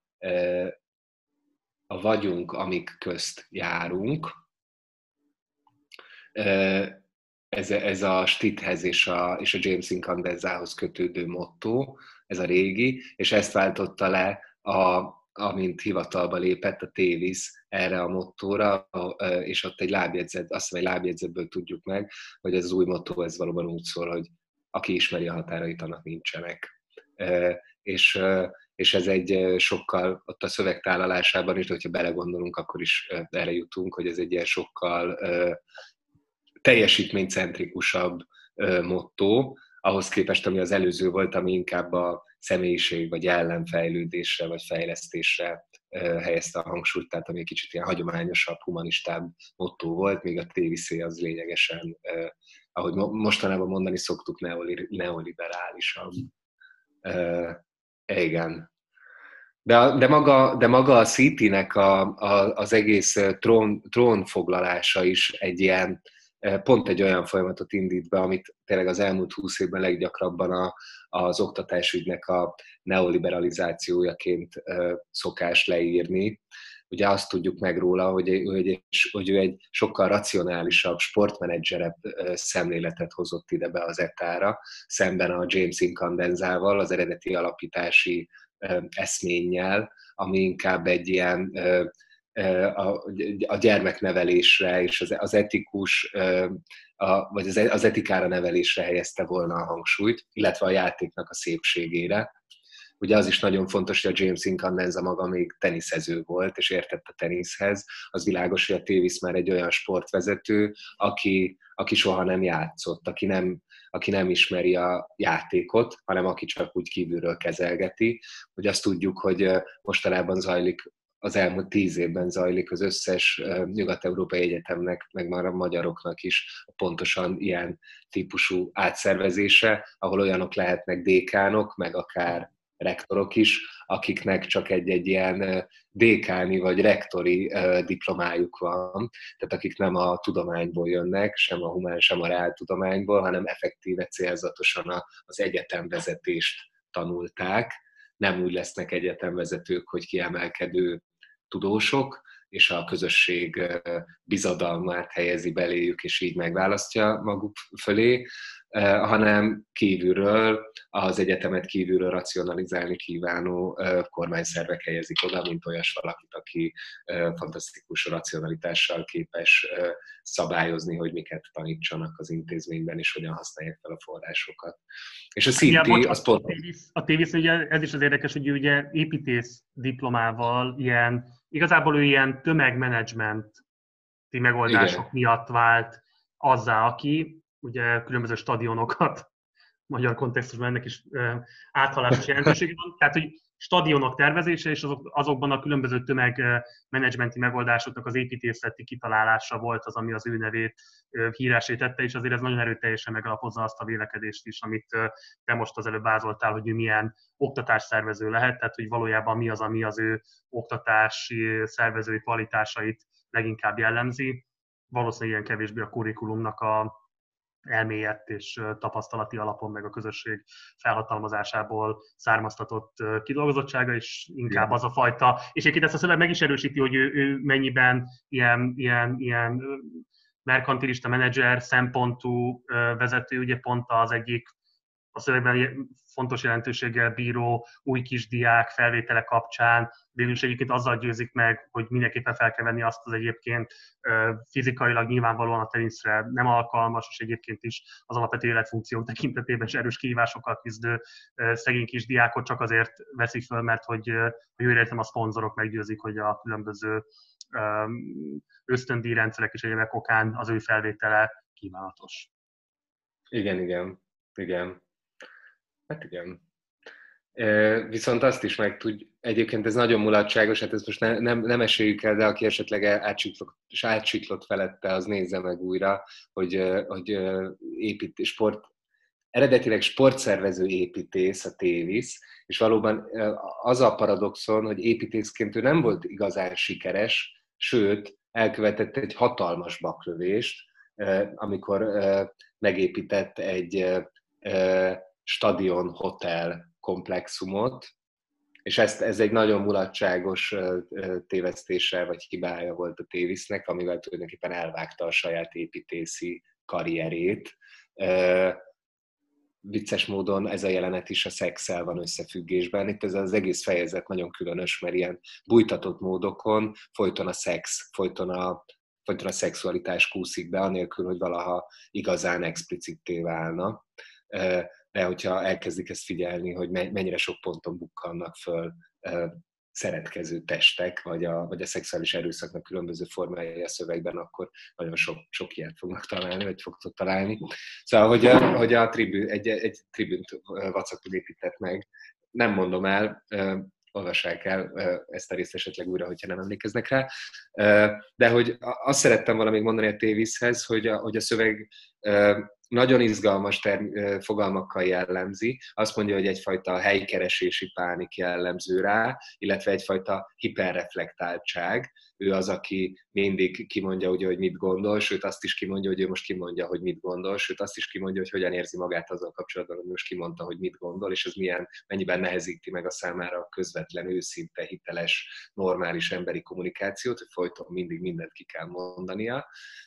a vagyunk, amik közt járunk. Ez, ez a Stithez és a, és a James Incandenzához kötődő motto, ez a régi, és ezt váltotta le, a, amint hivatalba lépett a Tévisz erre a mottóra, és ott egy lábjegyzet, azt hiszem egy lábjegyzetből tudjuk meg, hogy ez az új motto, ez valóban úgy szól, hogy aki ismeri a határait, annak nincsenek. És, és ez egy sokkal, ott a szövegtálalásában is, de hogyha belegondolunk, akkor is erre jutunk, hogy ez egy ilyen sokkal teljesítménycentrikusabb motto, ahhoz képest, ami az előző volt, ami inkább a személyiség, vagy ellenfejlődésre, vagy fejlesztésre helyezte a hangsúlyt, tehát ami egy kicsit ilyen hagyományosabb, humanistább motto volt, míg a téviszé az lényegesen, ahogy mostanában mondani szoktuk, neoliberálisabb. Igen. De, de, maga, de maga a Citynek a, a, az egész trón, trónfoglalása is egy ilyen, pont egy olyan folyamatot indít be, amit tényleg az elmúlt húsz évben leggyakrabban a, az oktatásügynek a neoliberalizációjaként szokás leírni. Ugye azt tudjuk meg róla, hogy, hogy, hogy ő egy sokkal racionálisabb, sportmenedzserebb szemléletet hozott ide be az e té á-ra, szemben a James Incandenzával, az eredeti alapítási eszménnyel, ami inkább egy ilyen a gyermeknevelésre és az etikus, vagy az etikára nevelésre helyezte volna a hangsúlyt, illetve a játéknak a szépségére. Ugye az is nagyon fontos, hogy a James Incandenza maga még teniszező volt, és értett a teniszhez. Az világos, hogy a Tévisz már egy olyan sportvezető, aki, aki soha nem játszott, aki nem, aki nem ismeri a játékot, hanem aki csak úgy kívülről kezelgeti. Hogy azt tudjuk, hogy mostanában zajlik, az elmúlt tíz évben zajlik az összes nyugat-európai egyetemnek, meg már a magyaroknak is pontosan ilyen típusú átszervezése, ahol olyanok lehetnek dékánok, meg akár rektorok is, akiknek csak egy-egy ilyen dékáni vagy rektori diplomájuk van, tehát akik nem a tudományból jönnek, sem a humán, sem a reáltudományból, hanem effektíve célzatosan az egyetemvezetést tanulták. Nem úgy lesznek egyetemvezetők, hogy kiemelkedő tudósok, és a közösség bizadalmát helyezi beléjük, és így megválasztja maguk fölé, hanem kívülről, az egyetemet kívülről racionalizálni kívánó kormányszervek helyezik oda, mint olyas valakit, aki fantasztikus racionalitással képes szabályozni, hogy miket tanítsanak az intézményben, és hogyan használják fel a forrásokat. És a City, az pont... A Tévisz, ugye ez is az érdekes, hogy ugye építész diplomával ilyen, igazából ő ilyen tömegmenedzsmenti megoldások Igen. miatt vált azzá, aki ugye különböző stadionokat, magyar kontextusban ennek is áthalásos jelentősége van, tehát hogy stadionok tervezése és azok, azokban a különböző tömegmenedzsmenti megoldásoknak az építészeti kitalálása volt az, ami az ő nevét híressé tette, és azért ez nagyon erőteljesen megalapozza azt a vélekedést is, amit te most az előbb vázoltál, hogy ő milyen oktatásszervező lehet, tehát hogy valójában mi az, ami az ő oktatási szervezői kvalitásait leginkább jellemzi. Valószínűleg ilyen kevésbé a kurikulumnak a elmélyedt és tapasztalati alapon, meg a közösség felhatalmazásából származtatott kidolgozottsága, és inkább az a fajta, és egyébként ezt a szöveg meg is erősíti, hogy ő, ő mennyiben ilyen, ilyen, ilyen merkantilista menedzser szempontú vezető, ugye pont az egyik a szövegben fontos jelentőséggel bíró új kisdiák felvétele kapcsán végül is egyébként azzal győzik meg, hogy mindenképpen fel kell venni azt az egyébként fizikailag nyilvánvalóan a teniszre nem alkalmas, és egyébként is az alapvető életfunkciók tekintetében is erős kihívásokkal küzdő szegény kisdiákot csak azért veszik föl, mert hogy, hogy jól értem, a szponzorok meggyőzik, hogy a különböző ösztöndíjrendszerek és egyébek okán az ő felvétele kívánatos. Igen, igen, igen. Hát igen. Viszont azt is meg tud, egyébként ez nagyon mulatságos, hát ezt most ne, nem, nem esélyük el, de aki esetleg átsiklott, és átsiklott felette, az nézze meg újra, hogy, hogy épít, sport, eredetileg sportszervező építész a Tévisz, és valóban az a paradoxon, hogy építészként ő nem volt igazán sikeres, sőt, elkövetett egy hatalmas baklövést, amikor megépített egy stadion-hotel komplexumot, és ezt, ez egy nagyon mulatságos tévesztése vagy hibája volt a Tévisznek, amivel tulajdonképpen elvágta a saját építészi karrierét. Vicces módon ez a jelenet is a szexszel van összefüggésben. Itt ez az egész fejezet nagyon különös, mert ilyen bújtatott módokon folyton a szex, folyton a, folyton a szexualitás kúszik be, anélkül, hogy valaha igazán explicitté válna. De hogyha elkezdik ezt figyelni, hogy mennyire sok ponton bukkannak föl szeretkező testek, vagy a, vagy a szexuális erőszaknak különböző formái a szövegben, akkor nagyon sok, sok ilyet fognak találni, vagy fogtok találni. Szóval, hogy a, hogy a tribün, egy, egy tribünt vacakul épített meg. Nem mondom el, olvassák el ezt a részt esetleg újra, hogyha nem emlékeznek rá. De hogy azt szerettem valamit mondani a Téviszhez, hogy a, hogy a szöveg nagyon izgalmas term- fogalmakkal jellemzi. Azt mondja, hogy egyfajta helykeresési pánik jellemző rá, illetve egyfajta hiperreflektáltság. Ő az, aki mindig kimondja, ugye, hogy mit gondol, sőt azt is kimondja, hogy ő most kimondja, hogy mit gondol, sőt azt is kimondja, hogy hogyan érzi magát azzal kapcsolatban, hogy most kimondta, hogy mit gondol, és ez milyen, mennyiben nehezíti meg a számára a közvetlen, őszinte, hiteles, normális emberi kommunikációt, hogy folyton mindig mindent ki kell mondania.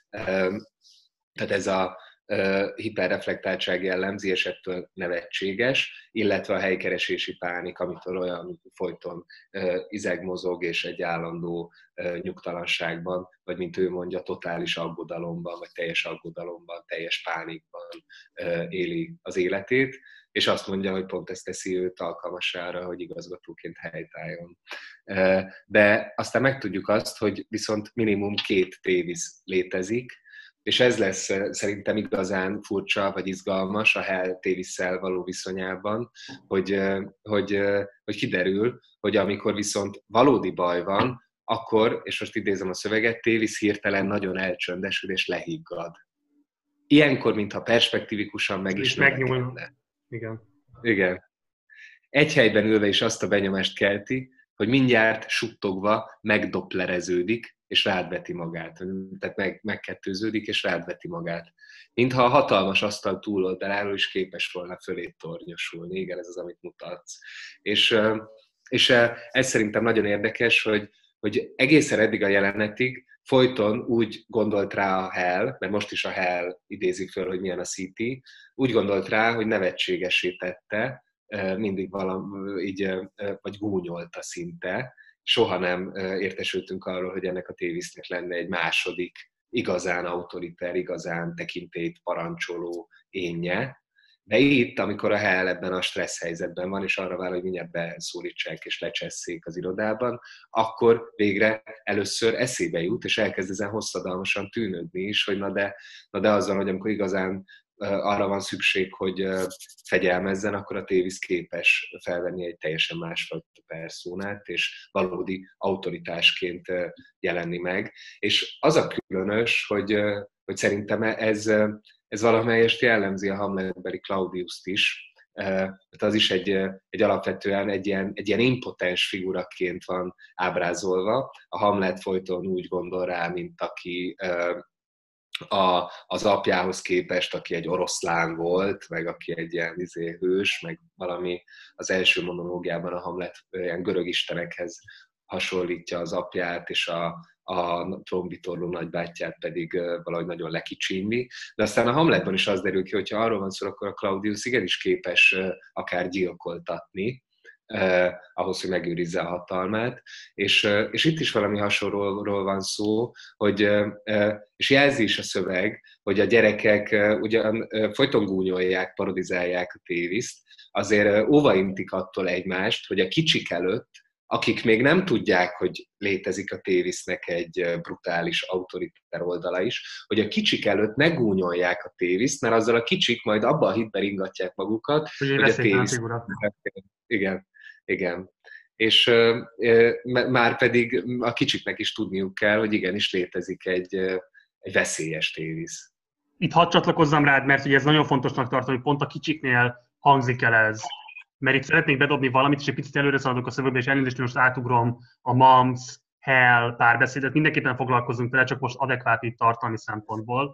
Tehát ez a hiperreflektáltság jellemzi, és ettől nevetséges, illetve a helykeresési pánik, amitől olyan folyton izegmozog, és egy állandó nyugtalanságban, vagy mint ő mondja, totális aggodalomban, vagy teljes aggodalomban, teljes pánikban éli az életét, és azt mondja, hogy pont ezt teszi őt alkalmasára, hogy igazgatóként helytálljon. De aztán megtudjuk azt, hogy viszont minimum két Tévisz létezik, és ez lesz szerintem igazán furcsa vagy izgalmas a Hell Tévisszel való viszonyában, hogy, hogy, hogy kiderül, hogy amikor viszont valódi baj van, akkor, és most idézem a szöveget, Tévisz hirtelen nagyon elcsöndesül és lehiggad. Ilyenkor, mintha perspektívikusan meg is növekedne. Igen. Igen. Egy helyben ülve is azt a benyomást kelti, hogy mindjárt suttogva megdoplereződik, és rád veti magát. Tehát meg, megkettőződik, és rád veti magát. Mintha a hatalmas asztal túloldaláról is képes volna fölé tornyosulni. Igen, ez az, amit mutatsz. És, és ez szerintem nagyon érdekes, hogy, hogy egészen eddig a jelenetig folyton úgy gondolt rá a Hell, mert most is a Hell idézi föl, hogy milyen a City, úgy gondolt rá, hogy nevetségessé tette, mindig valami, így, vagy gúnyolta szinte. Soha nem értesültünk arról, hogy ennek a Tévisznek lenne egy második, igazán autoriter, igazán tekintélyt parancsoló énje. De itt, amikor a Hell ebben a stressz helyzetben van, és arra vár, hogy mindjárt beszólítsák és lecsesszék az irodában, akkor végre először eszébe jut, és elkezd ezen hosszadalmasan tűnődni is, hogy na de, na de azzal, hogy amikor igazán arra van szükség, hogy fegyelmezzen, akkor a Tévisz képes felvenni egy teljesen másfajta perszónát, és valódi autoritásként jelenni meg. És az a különös, hogy, hogy szerintem ez, ez valamelyest jellemzi a Hamletbeli Claudiust is. Tehát az is egy, egy alapvetően egy ilyen, egy ilyen impotens figuraként van ábrázolva. A Hamlet folyton úgy gondol rá, mint aki A, az apjához képest, aki egy oroszlán volt, meg aki egy ilyen izé, hős, meg valami az első monológiában a Hamlet ilyen görög istenekhez hasonlítja az apját, és a, a trónvitorló nagybátyját pedig valahogy nagyon lekicsinli. De aztán a Hamletban is az derül ki, hogyha arról van szó, akkor a Claudius igenis képes akár gyilkoltatni, Eh, ahhoz, hogy megőrizze a hatalmát. És, eh, és itt is valami hasonlóról van szó, hogy, eh, és jelzi is a szöveg, hogy a gyerekek eh, ugyan eh, folyton gúnyolják, parodizálják a Téviszt, azért eh, óvaintik attól egymást, hogy a kicsik előtt, akik még nem tudják, hogy létezik a Tévisznek egy brutális, autoriter oldala is, hogy a kicsik előtt ne gúnyolják a Téviszt, mert azzal a kicsik majd abba a hitbe ringatják magukat, hogy, hogy a Tévisz... Igen. Igen. És e, már pedig a kicsiknek is tudniuk kell, hogy igenis létezik egy, egy veszélyes Tévisz. Itt hadd csatlakozzam rád, mert ugye ez nagyon fontosnak tartom, hogy pont a kicsiknél hangzik el ez. Mert itt szeretnék bedobni valamit, és egy picit előre szaladok a szövegbe, és elnézést, hogy most átugrom a Moms, Hell párbeszédet. Mindenképpen foglalkozunk vele, csak most adekvát itt tartalmi szempontból.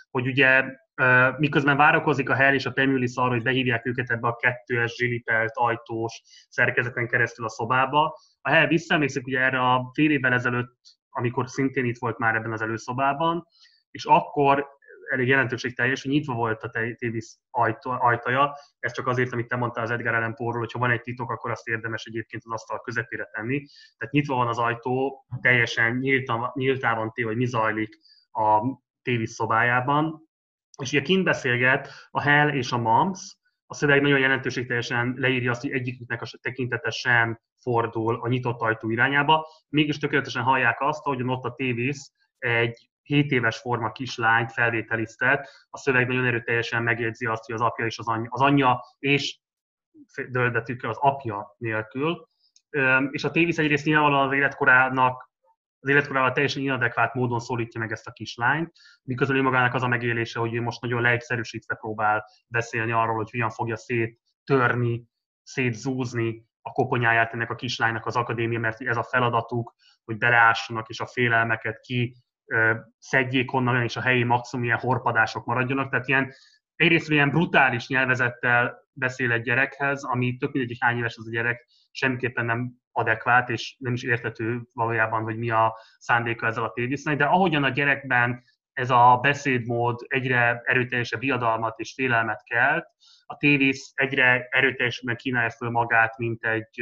hogy ugye miközben várakozik a Hell és a Pemulis arra, hogy behívják őket ebbe a kettős zsilipelt ajtós szerkezeten keresztül a szobába. A Hell visszaemlékszik ugye erre a fél évvel ezelőtt, amikor szintén itt volt már ebben az előszobában, és akkor elég jelentőségteljes, hogy nyitva volt a Tévis ajtaja. Ez csak azért, amit te mondtál az Edgar Allan Poe-ról, hogy ha van egy titok, akkor azt érdemes egyébként az asztal közepére tenni. Tehát nyitva van az ajtó, teljesen nyíltán van téve, hogy mi zajlik a Tévis szobájában. És ugye kint beszélget a Hell és a Moms, a szöveg nagyon jelentőségteljesen leírja azt, hogy egyiküknek a tekintete sem fordul a nyitott ajtó irányába. Mégis tökéletesen hallják azt, hogy ott a Tévis egy hét éves forma kislányt felvételiztet. A szöveg nagyon erőteljesen megjegyzi azt, hogy az apja és az anyja, az anyja és döldetükkel az apja nélkül. És a Tévis egyrészt nyilvánvalóan az életkorának az életkorával teljesen inadekvát módon szólítja meg ezt a kislányt, miközben ő magának az a megélése, hogy ő most nagyon leegyszerűsítve próbál beszélni arról, hogy hogyan fogja széttörni, szétzúzni a koponyáját ennek a kislánynak az akadémia, mert ez a feladatuk, hogy beleássanak és a félelmeket ki szedjék onnan, és a helyi maximum ilyen horpadások maradjanak. Tehát ilyen, egyrészt ilyen brutális nyelvezettel beszél egy gyerekhez, ami tök mindegy, hogy hány éves az a gyerek, semmiképpen nem adekvát, és nem is érthető valójában, hogy mi a szándéka ezzel a Tévisnek, de ahogyan a gyerekben ez a beszédmód egyre erőteljesebb riadalmat és félelmet kelt, a Tévis egyre erőteljesebben kínálja föl magát, mint egy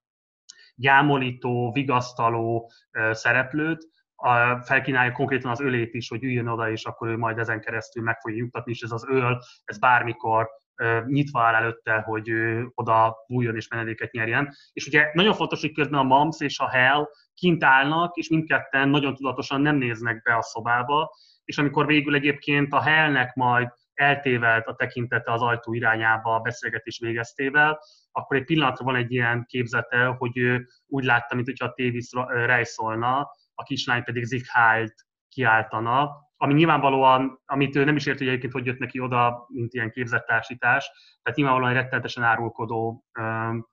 gyámolító, vigasztaló szereplőt, felkínálja konkrétan az ölét is, hogy üljön oda, és akkor ő majd ezen keresztül meg fogja juttatni, és ez az öl, ez bármikor nyitva áll előtte, hogy ő oda bújjon és menedéket nyerjen. És ugye nagyon fontos, hogy közben a Moms és a Hell kint állnak, és mindketten nagyon tudatosan nem néznek be a szobába, és amikor végül egyébként a Hellnek majd eltévelt a tekintete az ajtó irányába a beszélgetés végeztével, akkor egy pillanatra van egy ilyen képzete, hogy ő úgy látta, mintha a Tévis rejszolna, a kislány pedig Sieg Heil kiáltana, ami nyilvánvalóan, amit ő nem is ért, hogy egyébként hogy jött neki oda, mint ilyen képzettársítás, tehát nyilvánvalóan egy rettenetesen árulkodó um,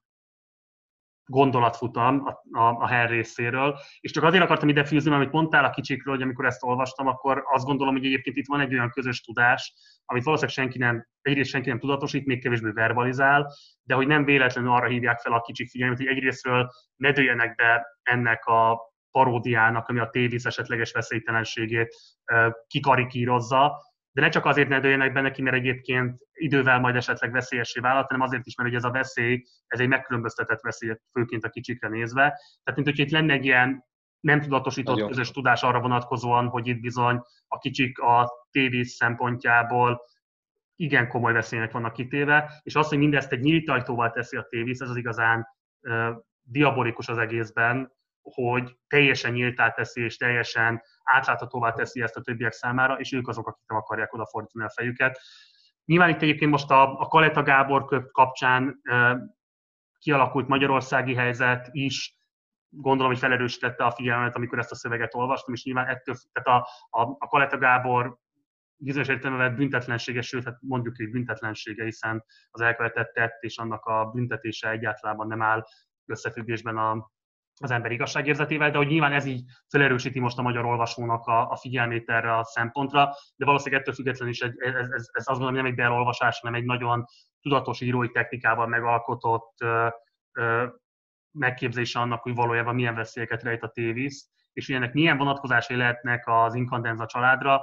gondolatfutam a, a, a Hell részéről. És csak azért akartam ide fűzni, amit mondtál a kicsikről, hogy amikor ezt olvastam, akkor azt gondolom, hogy egyébként itt van egy olyan közös tudás, amit valószínűleg senki nem, egyrészt senki nem tudatosít, még kevésbé verbalizál, de hogy nem véletlenül arra hívják fel a kicsik figyelmet, hogy egyrésztről ne dőljenek be ennek a paródiának, ami a Tévis esetleges veszélytelenségét kikarikírozza, de ne csak azért ne dőljenek be neki, mert egyébként idővel majd esetleg veszélyessé válhat, hanem azért is, mert hogy ez a veszély, ez egy megkülönböztetett veszély, főként a kicsikre nézve. Tehát, mint hogyha itt lenne egy ilyen nem tudatosított Nagyon. közös tudás arra vonatkozóan, hogy itt bizony a kicsik a Tévis szempontjából igen komoly veszélynek vannak kitéve, és az, hogy mindezt egy nyílt ajtóval teszi a Tévis, ez az igazán uh, diabolikus az egészben, hogy teljesen nyíltá teszi, és teljesen átláthatóvá teszi ezt a többiek számára, és ők azok, akik nem akarják odafordítani a fejüket. Nyilván itt egyébként most a, a Kaleta Gábor kapcsán e, kialakult magyarországi helyzet is, gondolom, hogy felerősítette a figyelmet, amikor ezt a szöveget olvastam, és nyilván ettől, tehát a, a, a Kaleta Gábor bizonyos értelemben büntetlensége, sőt, hát mondjuk egy büntetlensége, hiszen az elkövetett tett és annak a büntetése egyáltalán nem áll összefüggésben a az ember igazságérzetével, de hogy nyilván ez így felerősíti most a magyar olvasónak a, a figyelmét erre a szempontra, de valószínűleg ettől függetlenül is egy, ez, ez, ez azt gondolom, nem egy beelolvasás, hanem egy nagyon tudatos írói technikával megalkotott ö, ö, megképzése annak, hogy valójában milyen veszélyeket rejt a Tévis, és hogy ennek milyen vonatkozásai lehetnek az Incandenza családra,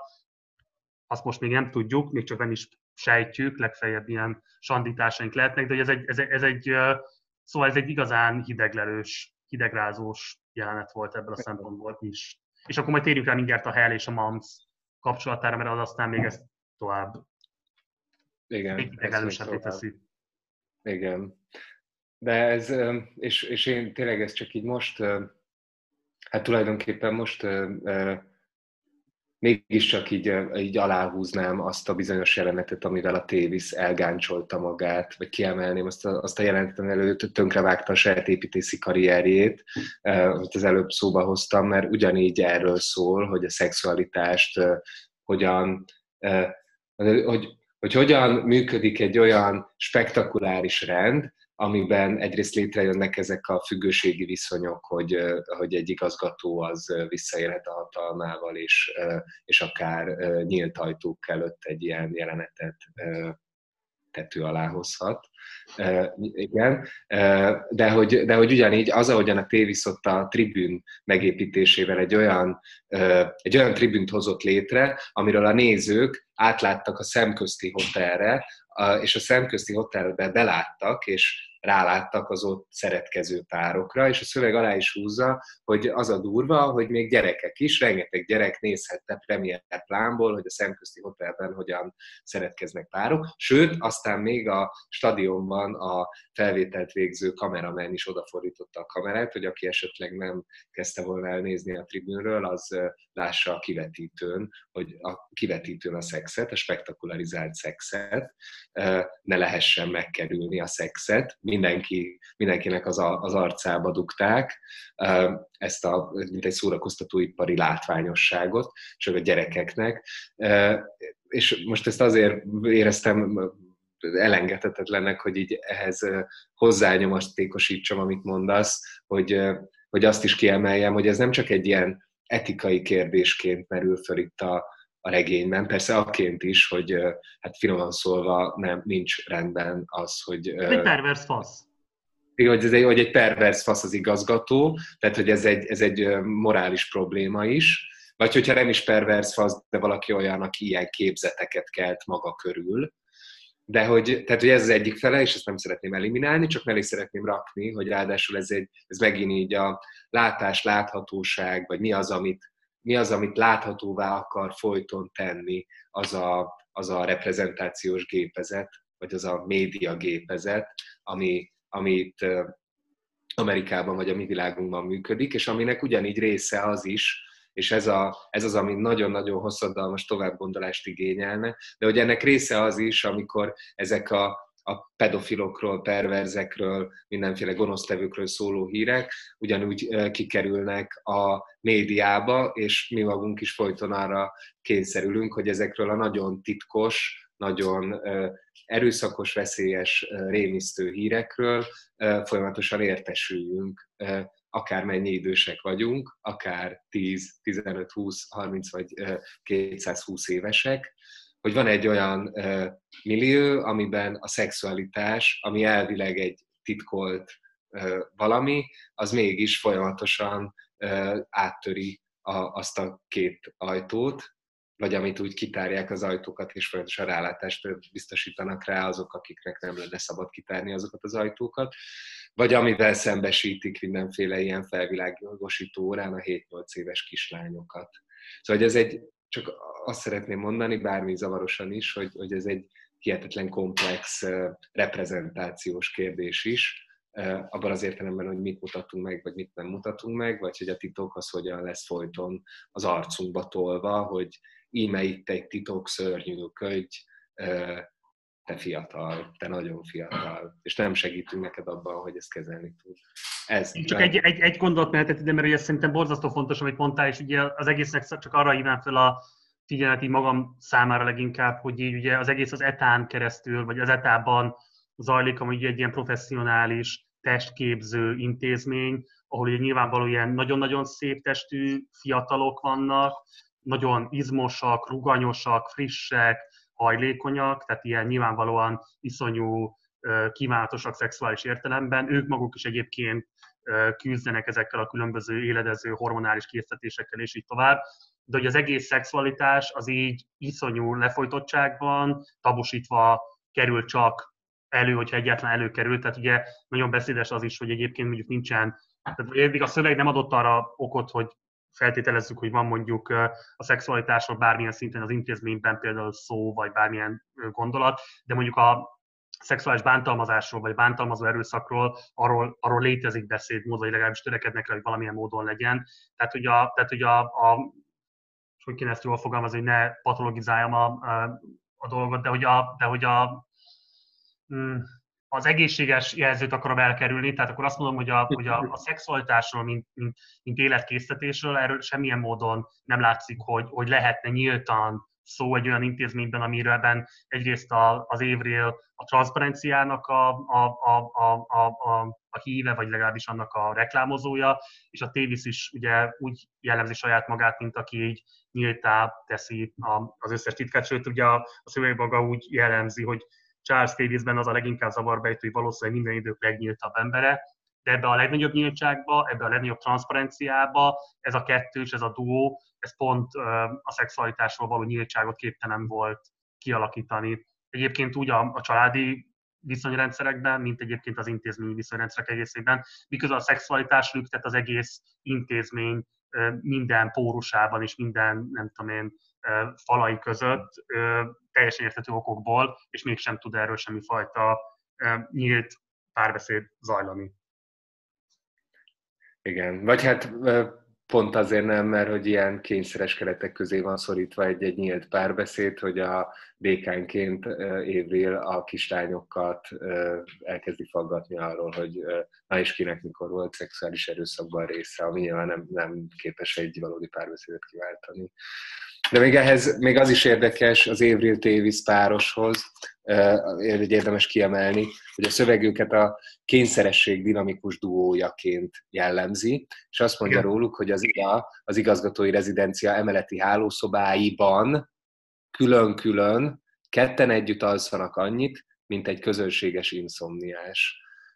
azt most még nem tudjuk, még csak nem is sejtjük, legfeljebb ilyen sandításaink lehetnek, de hogy ez egy, ez egy, ez egy, szóval ez egy igazán hideglelős, hidegrázós jelenet volt ebből a szempontból is. És akkor majd térjünk rá mindjárt a Hell és a Moms kapcsolatára, mert az aztán még ezt tovább Igen, még hideglelősebbé teszi. Igen. De ez, és, és én tényleg ez csak így most, hát tulajdonképpen most mégiscsak így, így aláhúznám azt a bizonyos jelenetet, amivel a Tévis elgáncsolta magát, vagy kiemelném azt a, azt a jelenetet, amivel tönkrevágta a saját építészi karrierjét, amit az előbb szóba hoztam, mert ugyanígy erről szól, hogy a szexualitást hogyan, hogy hogy hogyan működik egy olyan spektakuláris rend, amiben egyrészt létrejönnek ezek a függőségi viszonyok, hogy, hogy egy igazgató az visszaélhet a hatalmával, és, és akár nyílt ajtók előtt egy ilyen jelenetet tető alá hozhat. E, igen, e, de, hogy, de hogy ugyanígy az, ahogyan a téviszott a tribün megépítésével egy olyan, e, egy olyan tribünt hozott létre, amiről a nézők átláttak a Szemközti Hotelre, a, és a Szemközti Hotelbe beláttak, és ráláttak az ott szeretkező párokra, és a szöveg alá is húzza, hogy az a durva, hogy még gyerekek is, rengeteg gyerek nézhette premier plánból, hogy a Szemközti Hotelben hogyan szeretkeznek párok, sőt, aztán még a stadionban a felvételt végző kameramen is odafordította a kamerát, hogy aki esetleg nem kezdte volna elnézni a tribünről, az lássa a kivetítőn, hogy a kivetítőn a szexet, a spektakularizált szexet, ne lehessen megkerülni a szexet, Mindenki, mindenkinek az, a, az arcába dugták ezt a, mint egy szórakoztatóipari látványosságot, csak a gyerekeknek. És most ezt azért éreztem elengedhetetlennek, hogy így ehhez hozzányomatékosítsam, amit mondasz, hogy, hogy azt is kiemeljem, hogy ez nem csak egy ilyen etikai kérdésként merül föl itt a, a regényben, persze akként is, hogy hát finoman szólva nem, nincs rendben az, hogy... Egy pervers fasz. Hogy, ez egy, hogy egy pervers fasz az igazgató, tehát hogy ez egy, ez egy morális probléma is, vagy hogyha nem is pervers fasz, de valaki olyan, aki ilyen képzeteket kelt maga körül. De hogy, tehát, hogy ez az egyik fele, és ezt nem szeretném eliminálni, csak mellé szeretném rakni, hogy ráadásul ez, egy, ez megint így a látás, láthatóság, vagy mi az, amit mi az, amit láthatóvá akar folyton tenni az a, az a reprezentációs gépezet, vagy az a média gépezet, ami, amit Amerikában vagy a mi világunkban működik, és aminek ugyanígy része az is, és ez, a, ez az, ami nagyon-nagyon hosszadalmas továbbgondolást igényelne, de hogy ennek része az is, amikor ezek a a pedofilokról, perverzekről, mindenféle gonosztevőkről szóló hírek ugyanúgy kikerülnek a médiába, és mi magunk is folyton arra kényszerülünk, hogy ezekről a nagyon titkos, nagyon erőszakos, veszélyes, rémisztő hírekről folyamatosan értesüljünk, akármennyi idősek vagyunk, akár tíz, tizenöt, húsz, harminc vagy kétszázhúsz évesek, hogy van egy olyan uh, millió, amiben a szexualitás, ami elvileg egy titkolt uh, valami, az mégis folyamatosan uh, áttöri a, azt a két ajtót, vagy amit úgy kitárják az ajtókat, és folyamatosan rálátást biztosítanak rá azok, akiknek nem lenne szabad kitárni azokat az ajtókat, vagy amivel szembesítik mindenféle ilyen felvilágosító órán a hét-nyolc éves kislányokat. Szóval ez egy, csak azt szeretném mondani, bármi zavarosan is, hogy, hogy ez egy hihetetlen komplex reprezentációs kérdés is, abban az értelemben, hogy mit mutatunk meg, vagy mit nem mutatunk meg, vagy hogy a titok az hogyan lesz folyton az arcunkba tolva, hogy íme itt egy titok, szörnyű kögy, te fiatal, te nagyon fiatal, és nem segítünk neked abban, hogy ezt kezelni tud. Ez, csak egy, egy, egy gondolat mehetett ide, mert ugye szerintem borzasztó fontos, amit mondtál, és ugye az egésznek csak arra hívnám fel a figyelmet így magam számára leginkább, hogy így ugye az egész az etán keresztül, vagy az etában zajlik, ami egy ilyen professzionális testképző intézmény, ahol ugye nyilvánvalóan ilyen nagyon-nagyon szép testű fiatalok vannak, nagyon izmosak, ruganyosak, frissek, hajlékonyak, tehát ilyen nyilvánvalóan iszonyú kívánatosak szexuális értelemben. Ők maguk is egyébként küzdenek ezekkel a különböző éledező hormonális késztetésekkel, és így tovább. De hogy az egész szexualitás az így iszonyú lefolytottságban, tabusítva kerül csak elő, hogyha egyáltalán előkerül. Tehát ugye nagyon beszédes az is, hogy egyébként mondjuk nincsen, tehát eddig a szöveg nem adott arra okot, hogy feltételezzük, hogy van mondjuk a szexualitásról bármilyen szinten az intézményben például szó, vagy bármilyen gondolat, de mondjuk a szexuális bántalmazásról, vagy bántalmazó erőszakról, arról, arról létezik beszédmód, vagy legalábbis törekednek rá, hogy valamilyen módon legyen. Tehát, hogy a, tehát, hogy a, a hogy kéne ezt jól fogalmazni, hogy ne patologizáljam a, a, a dolgot, de hogy a, de hogy a az egészséges jelzőt akarom elkerülni, tehát akkor azt mondom, hogy a, hogy a, a szexualitásról, mint, mint, mint életkésztetésről, erről semmilyen módon nem látszik, hogy, hogy lehetne nyíltan szó egy olyan intézményben, amiben egyrészt a, az Avril a transzparenciának a, a, a, a, a, a, a híve, vagy legalábbis annak a reklámozója, és a Tévisz is ugye úgy jellemzi saját magát, mint aki így nyíltá teszi az összes titkát, sőt ugye a, a szöveg maga úgy jellemzi, hogy Charles Davisben az a leginkább zavarbejtő, hogy valószínűleg minden idők legnyíltabb embere, de ebbe a legnagyobb nyíltságba, ebbe a legnagyobb transzparenciába ez a kettős, ez a duó, ez pont a szexualitásról való nyíltságot képtelen volt kialakítani. Egyébként úgy a, a családi viszonyrendszerekben, mint egyébként az intézményi viszonyrendszerek egészében, miközben a szexualitás lüktet az egész intézmény minden pórusában és minden, nem tudom én, falai között teljesen érthető okokból, és mégsem tud erről semmifajta nyílt párbeszéd zajlani. Igen, vagy hát pont azért nem, mert hogy ilyen kényszeres keretek közé van szorítva egy-egy nyílt párbeszéd, hogy a dékánként Avril a kislányokat elkezdi faggatni arról, hogy na és kinek mikor volt szexuális erőszakban része, ami nyilván nem, nem képes egy valódi párbeszédet kiváltani. De még ehhez, még az is érdekes az Avril-Tévisz pároshoz, hogy érdemes kiemelni, hogy a szöveg őket a kényszeresség dinamikus duójaként jellemzi, és azt mondja Igen. róluk, hogy az, az igazgatói rezidencia emeleti hálószobáiban külön-külön ketten együtt alszanak annyit, mint egy közönséges inszomniás.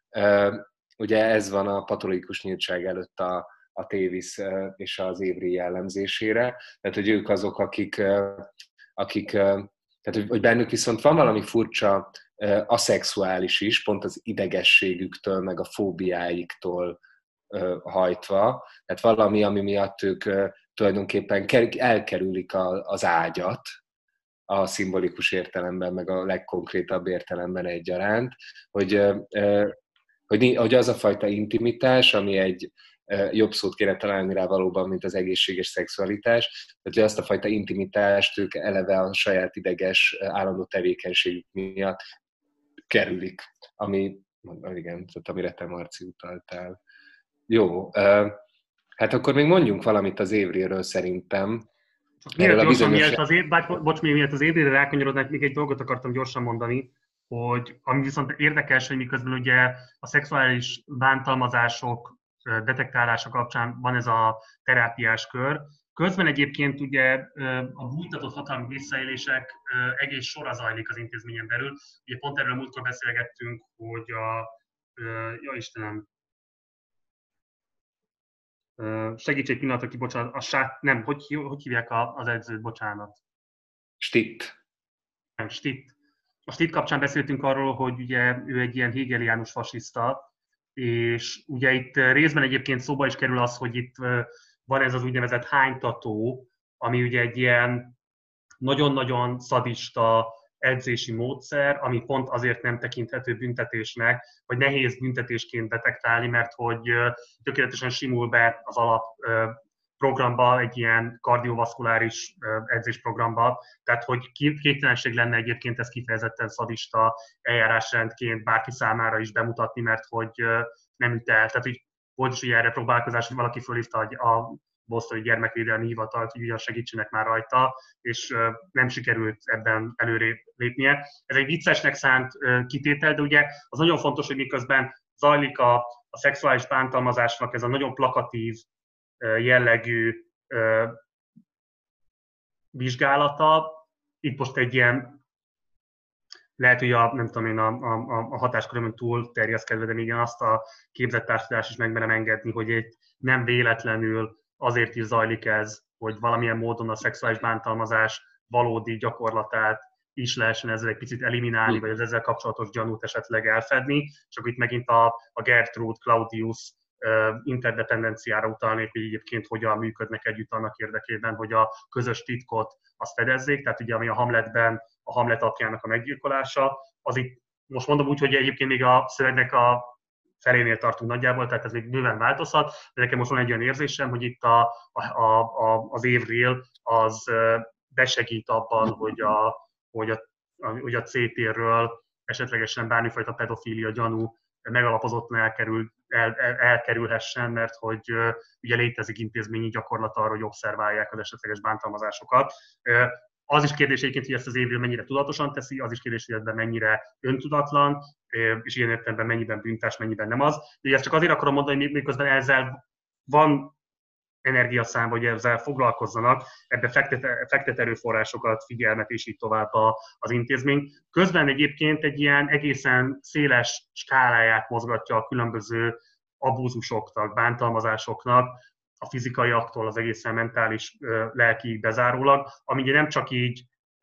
Ugye ez van a patológikus nyíltság előtt a a Tévisz és az Avril jellemzésére, tehát hogy ők azok, akik, akik tehát hogy bennük viszont van valami furcsa aszexuális is, pont az idegességüktől, meg a fóbiáiktól hajtva, tehát valami, ami miatt ők tulajdonképpen elkerülik az ágyat, a szimbolikus értelemben, meg a legkonkrétabb értelemben egyaránt, hogy, hogy, hogy az a fajta intimitás, ami egy jobb szót kéne találni rá valóban, mint az egészséges szexualitás. Tehát, hogy azt a fajta intimitást ők eleve a saját ideges állandó tevékenységük miatt kerülik, ami, igen, tehát amire te, Marci, utaltál. Jó, hát akkor még mondjunk valamit az Avrilről szerintem. Miért gyorsan, miért az év, bár, bocs, még miért az Avrilre rákanyarodnánk, még egy dolgot akartam gyorsan mondani, hogy ami viszont érdekes, hogy miközben ugye a szexuális bántalmazások detektálása kapcsán van ez a terápiás kör. Közben egyébként ugye a bújtatott hatalmi visszaélések egész sora zajlik az intézményen belül. Ugye pont erről múltkor beszélgettünk, hogy a... Ja Istenem! Segíts egy pillanat, aki bocsánat, a sát... Nem, hogy, hogy hívják az edzőt, bocsánat? Stitt. Nem, Stitt. A Stitt kapcsán beszéltünk arról, hogy ugye ő egy ilyen hegeliánus fasiszta, és ugye itt részben egyébként szóba is kerül az, hogy itt van ez az úgynevezett hánytató, ami ugye egy ilyen nagyon-nagyon szadista edzési módszer, ami pont azért nem tekinthető büntetésnek, vagy nehéz büntetésként detektálni, mert hogy tökéletesen simul be az alap programba, egy ilyen kardiovaszkuláris edzésprogramba, tehát hogy képtelenség lenne egyébként ez kifejezetten szadista eljárásrendként bárki számára is bemutatni, mert hogy nem üt el. Tehát hogy volt is ugye erre próbálkozás, hogy valaki fölhívta a bosztoni gyermekvédelmi hivatalt, hogy ugyan segítsenek már rajta, és nem sikerült ebben előre lépnie. Ez egy viccesnek szánt kitétel, de ugye az nagyon fontos, hogy miközben zajlik a, a szexuális bántalmazásnak ez a nagyon plakatív jellegű vizsgálata, itt most egy ilyen, lehet, hogy a, nem tudom én, a, a, a hatáskörömön túl terjeszkedve, de igen, azt a képzett társadalmat is megmerem engedni, hogy egy nem véletlenül azért is zajlik ez, hogy valamilyen módon a szexuális bántalmazás valódi gyakorlatát is lehessen ezzel egy picit eliminálni, vagy az ezzel kapcsolatos gyanút esetleg elfedni. Csak itt megint a, a Gertrude Claudius uh, interdependenciára utalnék, hogy egyébként hogyan működnek együtt annak érdekében, hogy a közös titkot azt fedezzék. Tehát ugye ami a Hamletben a Hamlet apjának a meggyilkolása, az itt most mondom úgy, hogy egyébként még a szövegnek a felénél tartunk nagyjából, tehát ez még bőven változhat, de nekem most van egy olyan érzésem, hogy itt a, a, a, az Avril az besegít abban, hogy a, hogy a, hogy a cé té-ről esetlegesen bármifajta pedofília gyanú megalapozottan elkerül, el, el, elkerülhessen, mert hogy ugye létezik intézményi gyakorlat arra, hogy obszerválják az esetleges bántalmazásokat. Az is kérdés egyébként, hogy ezt az Avril mennyire tudatosan teszi, az is kérdés, hogy ebben mennyire öntudatlan, és ilyen értelemben mennyiben bűntás, mennyiben nem az. De ezt csak azért akarom mondani, hogy miközben ezzel van energiaszám, hogy ezzel foglalkozzanak, ebbe fektet, fektet erőforrásokat, figyelmet és így tovább az intézmény. Közben egyébként egy ilyen egészen széles skáláját mozgatja a különböző abúzusoknak, bántalmazásoknak, a fizikai aktól az egészen mentális, lelkiig bezárólag, ami ugye nem csak így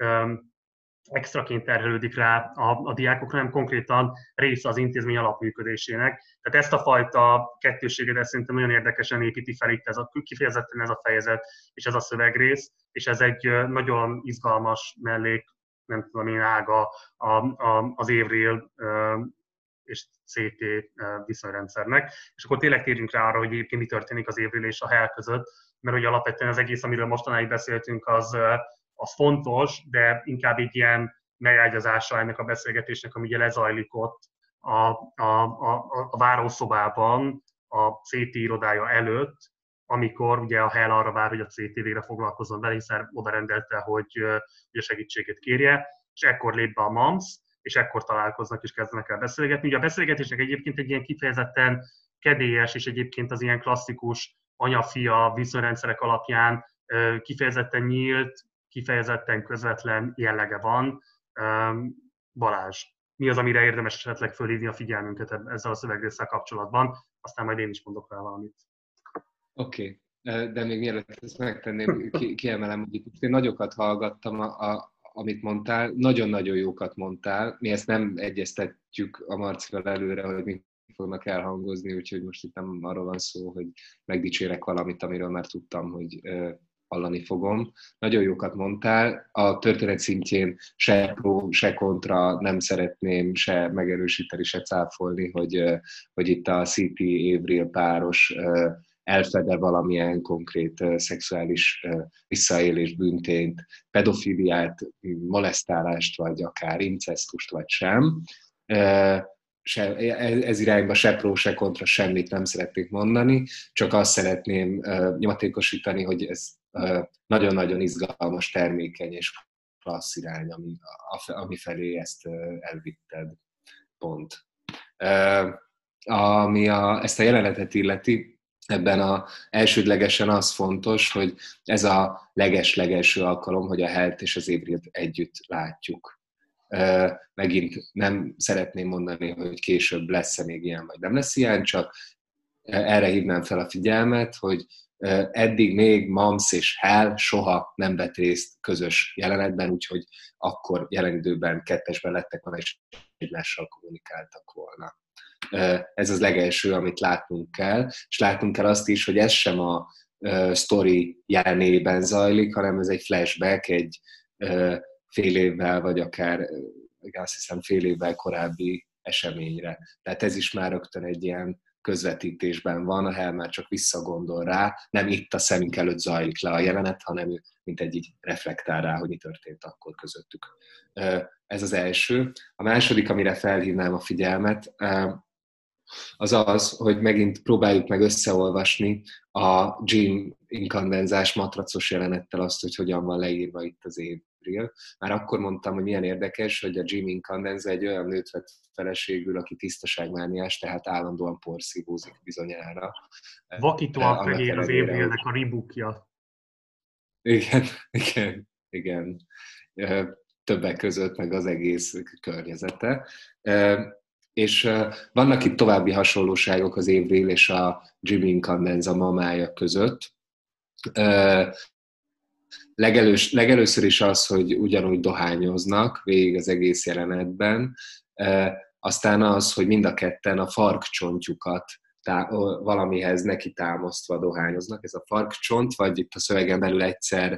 extraként terhelődik rá a, a diákokra, hanem konkrétan része az intézmény alapműködésének. Tehát ezt a fajta kettőséget szerintem nagyon érdekesen építi fel itt ez a, kifejezetten ez a fejezet és ez a szövegrész, és ez egy nagyon izgalmas mellék, nem tudom én, ága a, a, az Avril és cé té viszonyrendszernek. És akkor tényleg térjünk rá arra, hogy egyébként mi történik az Avril és a Hell között, mert hogy alapvetően az egész, amiről mostanáig beszéltünk, az az fontos, de inkább egy ilyen megágyazása ennek a beszélgetésnek, ami ugye lezajlik ott a, a, a, a várószobában, a cé té irodája előtt, amikor ugye a Hell arra vár, hogy a cé té végre foglalkozzon vele, hiszen oda rendelte, hogy, hogy a segítséget kérje, és ekkor lép be a MAMS, és ekkor találkoznak és kezdenek el beszélgetni. Ugye a beszélgetésnek egyébként egy ilyen kifejezetten kedélyes, és egyébként az ilyen klasszikus anya-fia viszonyrendszerek alapján kifejezetten nyílt, kifejezetten közvetlen jellege van. Balázs, mi az, amire érdemes esetleg fölhívni a figyelmünket ezzel a szövegrésszel kapcsolatban? Aztán majd én is mondok rá valamit. Oké, okay. De még mielőtt ezt megtenném, ki, kiemelem, hogy itt én nagyokat hallgattam, a, a, amit mondtál, nagyon-nagyon jókat mondtál. Mi ezt nem egyeztetjük a Marcival előre, hogy mi fognak elhangozni, úgyhogy most itt nem arról van szó, hogy megdicsérek valamit, amiről már tudtam, hogy hallani fogom. Nagyon jókat mondtál. A történet szintjén se pro, se kontra nem szeretném se megerősíteni, se cáfolni, hogy, hogy itt a cé té Avril páros elfede valamilyen konkrét szexuális visszaélés, bűntényt, pedofiliát, molesztálást, vagy akár incesztust, vagy sem. Se, ez irányba se pró, se kontra semmit nem szeretnék mondani, csak azt szeretném uh, nyomatékosítani, hogy ez uh, nagyon-nagyon izgalmas, termékeny és klassz irány, ami, ami felé ezt uh, elvitted. Pont. Uh, ami a, ezt a jelenetet illeti, ebben a elsődlegesen az fontos, hogy ez a leges-legelső alkalom, hogy a Hellt és az Avrilt együtt látjuk. Megint nem szeretném mondani, hogy később lesz-e még ilyen, vagy nem lesz ilyen, csak erre hívnám fel a figyelmet, hogy eddig még MAMS és Hell soha nem vett részt közös jelenetben, úgyhogy akkor jelen időben kettesben lettek volna, és egymással kommunikáltak volna. Ez az legelső, amit látnunk kell, és látnunk kell azt is, hogy ez sem a sztori jelenében zajlik, hanem ez egy flashback, egy fél évvel, vagy akár azt hiszem fél évvel korábbi eseményre. Tehát ez is már rögtön egy ilyen közvetítésben van, a Hell már csak visszagondol rá, nem itt a szemünk előtt zajlik le a jelenet, hanem ő mint egy így reflektál rá, hogy mi történt akkor közöttük. Ez az első. A második, amire felhívnám a figyelmet, az az, hogy megint próbáljuk meg összeolvasni a Jim inkandenzás matracos jelenettel azt, hogy hogyan van leírva itt az Avril. Már akkor mondtam, hogy milyen érdekes, hogy a Jim Incandenza egy olyan nőt vett feleségül, aki tisztaságmániás, tehát állandóan porszívózik bizonyára. Vakítóan fehér az Avrilnek a ribukja. Igen, igen, igen. Többek között meg az egész környezete. És vannak itt további hasonlóságok az Avril és a Jim Incandenza mamája között. Legelős, legelőször is az, hogy ugyanúgy dohányoznak végig az egész jelenetben, aztán az, hogy mind a ketten a farkcsontjukat tá- valamihez neki támasztva dohányoznak. Ez a farkcsont, vagy itt a szövegen belül egyszer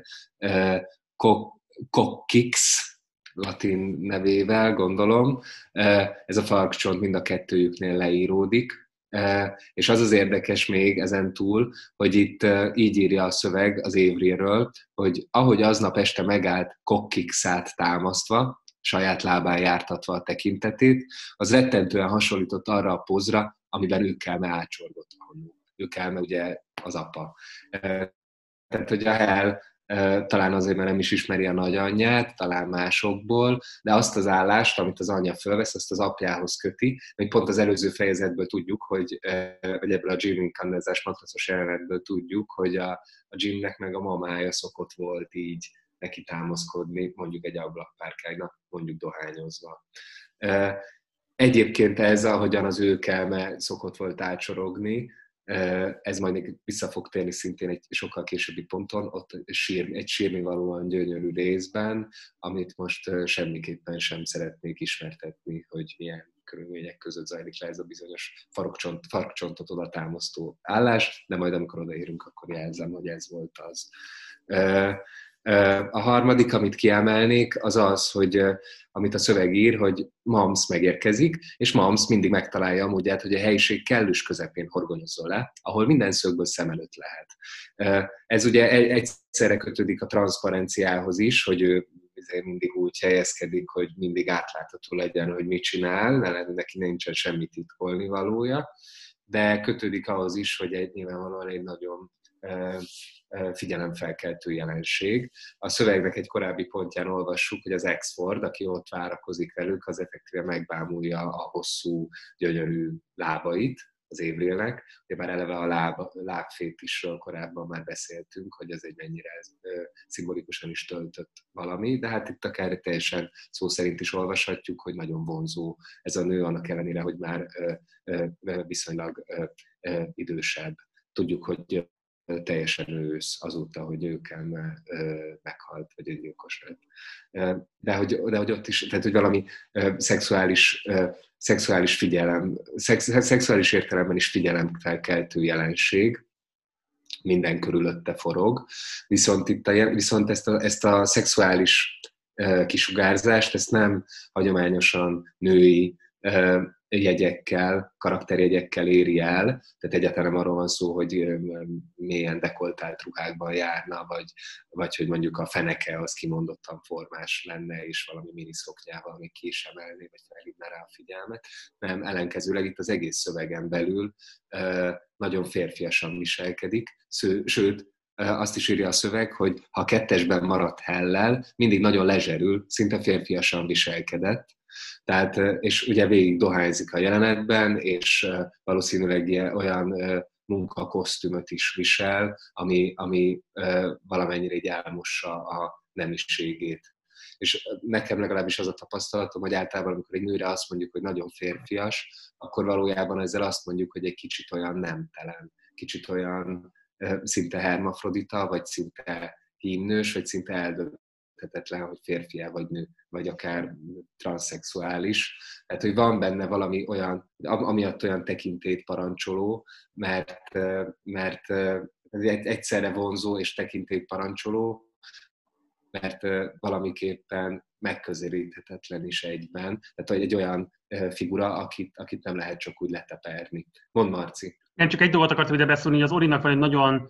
kokkix, latin nevével, gondolom. Ez a farkcsont mind a kettőjüknél leíródik. És az az érdekes még ezen túl, hogy itt így írja a szöveg az Avrilről, hogy ahogy aznap este megállt kokkixát támasztva, saját lábán jártatva a tekintetét, az rettentően hasonlított arra a pozra, amiben Őkelme ácsorgott annó. Őkelme ugye az apa. Tehát, hogy a Hell talán azért, mert nem is ismeri a nagyanyját, talán másokból, de azt az állást, amit az anyja fölvesz, azt az apjához köti, hogy pont az előző fejezetből tudjuk, hogy, vagy ebből a Jim incandescens matracos jelenetből tudjuk, hogy a, a Jimnek meg a mamája szokott volt így neki támaszkodni, mondjuk egy ablakpárkánynak, mondjuk dohányozva. Egyébként ez, ahogyan az ő kelme szokott volt átsorogni, ez majd vissza fog térni szintén egy sokkal későbbi ponton, ott sír, egy sírnivalóan gyönyörű részben, amit most semmiképpen sem szeretnék ismertetni, hogy milyen körülmények között zajlik le ez a bizonyos farokcsont, farokcsontot oda támasztó állás, de majd amikor odaérünk, akkor jelzem, hogy ez volt az. A harmadik, amit kiemelnék, az az, hogy amit a szöveg ír, hogy Mams megérkezik, és Mams mindig megtalálja a módját, hogy a helyiség kellős közepén horgonyozzon le, ahol minden szögből szem előtt lehet. Ez ugye egyszerre kötődik a transzparenciához is, hogy ő mindig úgy helyezkedik, hogy mindig átlátható legyen, hogy mit csinál, neki nincsen semmi titkolni valója, de kötődik ahhoz is, hogy egy nyilvánvalóan egy nagyon figyelemfelkeltő jelenség. A szövegnek egy korábbi pontján olvassuk, hogy az ex-Ford, aki ott várakozik velük, az effektíve megbámulja a hosszú, gyönyörű lábait az Avrilnek. Ugye már eleve a láb, lábfétisről korábban már beszéltünk, hogy ez egy mennyire ez, ö, szimbolikusan is töltött valami, de hát itt akár teljesen szó szerint is olvashatjuk, hogy nagyon vonzó ez a nő, annak ellenére, hogy már ö, ö, viszonylag ö, ö, idősebb. Tudjuk, hogy teljesen ősz azóta, hogy őken meghalt, vagy öngyilkos lett. De hogy, de hogy ott is, tehát hogy valami szexuális, szexuális figyelem, szex, szexuális értelemben is figyelemfelkeltő jelenség, minden körülötte forog, viszont, itt a, viszont ezt, a, ezt a szexuális kisugárzást, ezt nem hagyományosan női jegyekkel, karakterjegyekkel éri el, tehát egyáltalán nem arról van szó, hogy mélyen dekoltált ruhákban járna, vagy, vagy hogy mondjuk a feneke az kimondottan formás lenne, és valami miniszoknyával még ki is emelné, vagy felhívná rá a figyelmet. Nem, ellenkezőleg itt az egész szövegen belül nagyon férfiasan viselkedik, sőt, azt is írja a szöveg, hogy ha kettesben maradt Hellel, mindig nagyon lezserül, szinte férfiasan viselkedett. Tehát, és ugye végig dohányzik a jelenetben, és valószínűleg olyan munkakosztümöt is visel, ami, ami valamennyire így elmossa a nemiségét. És nekem legalábbis az a tapasztalatom, hogy általában, amikor egy nőre azt mondjuk, hogy nagyon férfias, akkor valójában ezzel azt mondjuk, hogy egy kicsit olyan nemtelen, kicsit olyan szinte hermafrodita, vagy szinte hímnős, vagy szinte eldönthetetlen, hogy férfi vagy nő, vagy akár transzexuális. Tehát, hogy van benne valami olyan, amiatt olyan tekintélyt parancsoló, mert, mert egyszerre vonzó és tekintélyt parancsoló, mert valamiképpen megközelíthetetlen is egyben. Tehát egy olyan figura, akit, akit nem lehet csak úgy leteperni. Mondd, Marci. Nem, csak egy dolgot akartam ide beszélni, hogy az Orinak van egy nagyon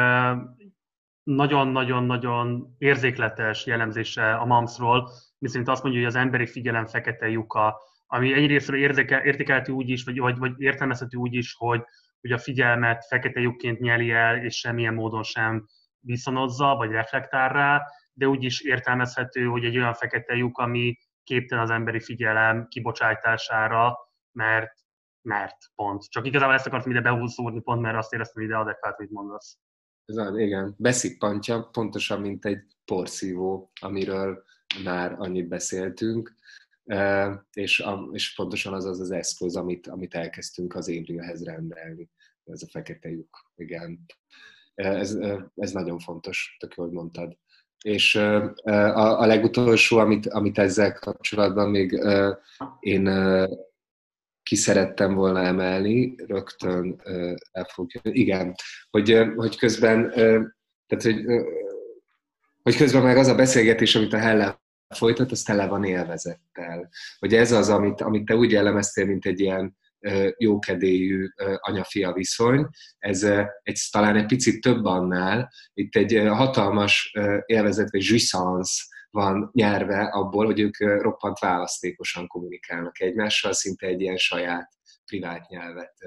nagyon-nagyon-nagyon érzékletes jellemzése a Mamsról, miszerint azt mondja, hogy az emberi figyelem fekete lyuka, ami egyrésztről értékelhető úgy is, vagy, vagy, vagy értelmezhető úgy is, hogy, hogy a figyelmet fekete lyukként nyeli el, és semmilyen módon sem viszonozza, vagy reflektál rá, de úgy is értelmezhető, hogy egy olyan fekete lyuk, ami képtelen az emberi figyelem kibocsátására, mert, mert pont. Csak igazából ezt akartam ide behúzódni, pont mert azt éreztem, hogy ide adekvát, mit mondasz. Ez, igen, beszippantja, pontosan, mint egy porszívó, amiről már annyit beszéltünk, és, és pontosan az az az eszköz, amit, amit elkezdtünk az Avrilhez rendelni. Ez a fekete lyuk, igen. Ez, ez nagyon fontos, tök jól mondtad. És a, a legutolsó, amit, amit ezzel kapcsolatban még én ki szerettem volna emelni, rögtön el fog jönni. Igen, hogy, hogy közben, tehát, hogy, hogy közben meg az a beszélgetés, amit a Hellel folytat, az tele van élvezettel. Hogy ez az, amit, amit te úgy jellemeztél, mint egy ilyen jókedélyű anya-fia viszony, ez egy, talán egy picit több annál, itt egy hatalmas élvezet, vagy jouissance van nyerve abból, hogy ők roppant választékosan kommunikálnak egymással, szinte egy ilyen saját privát nyelvet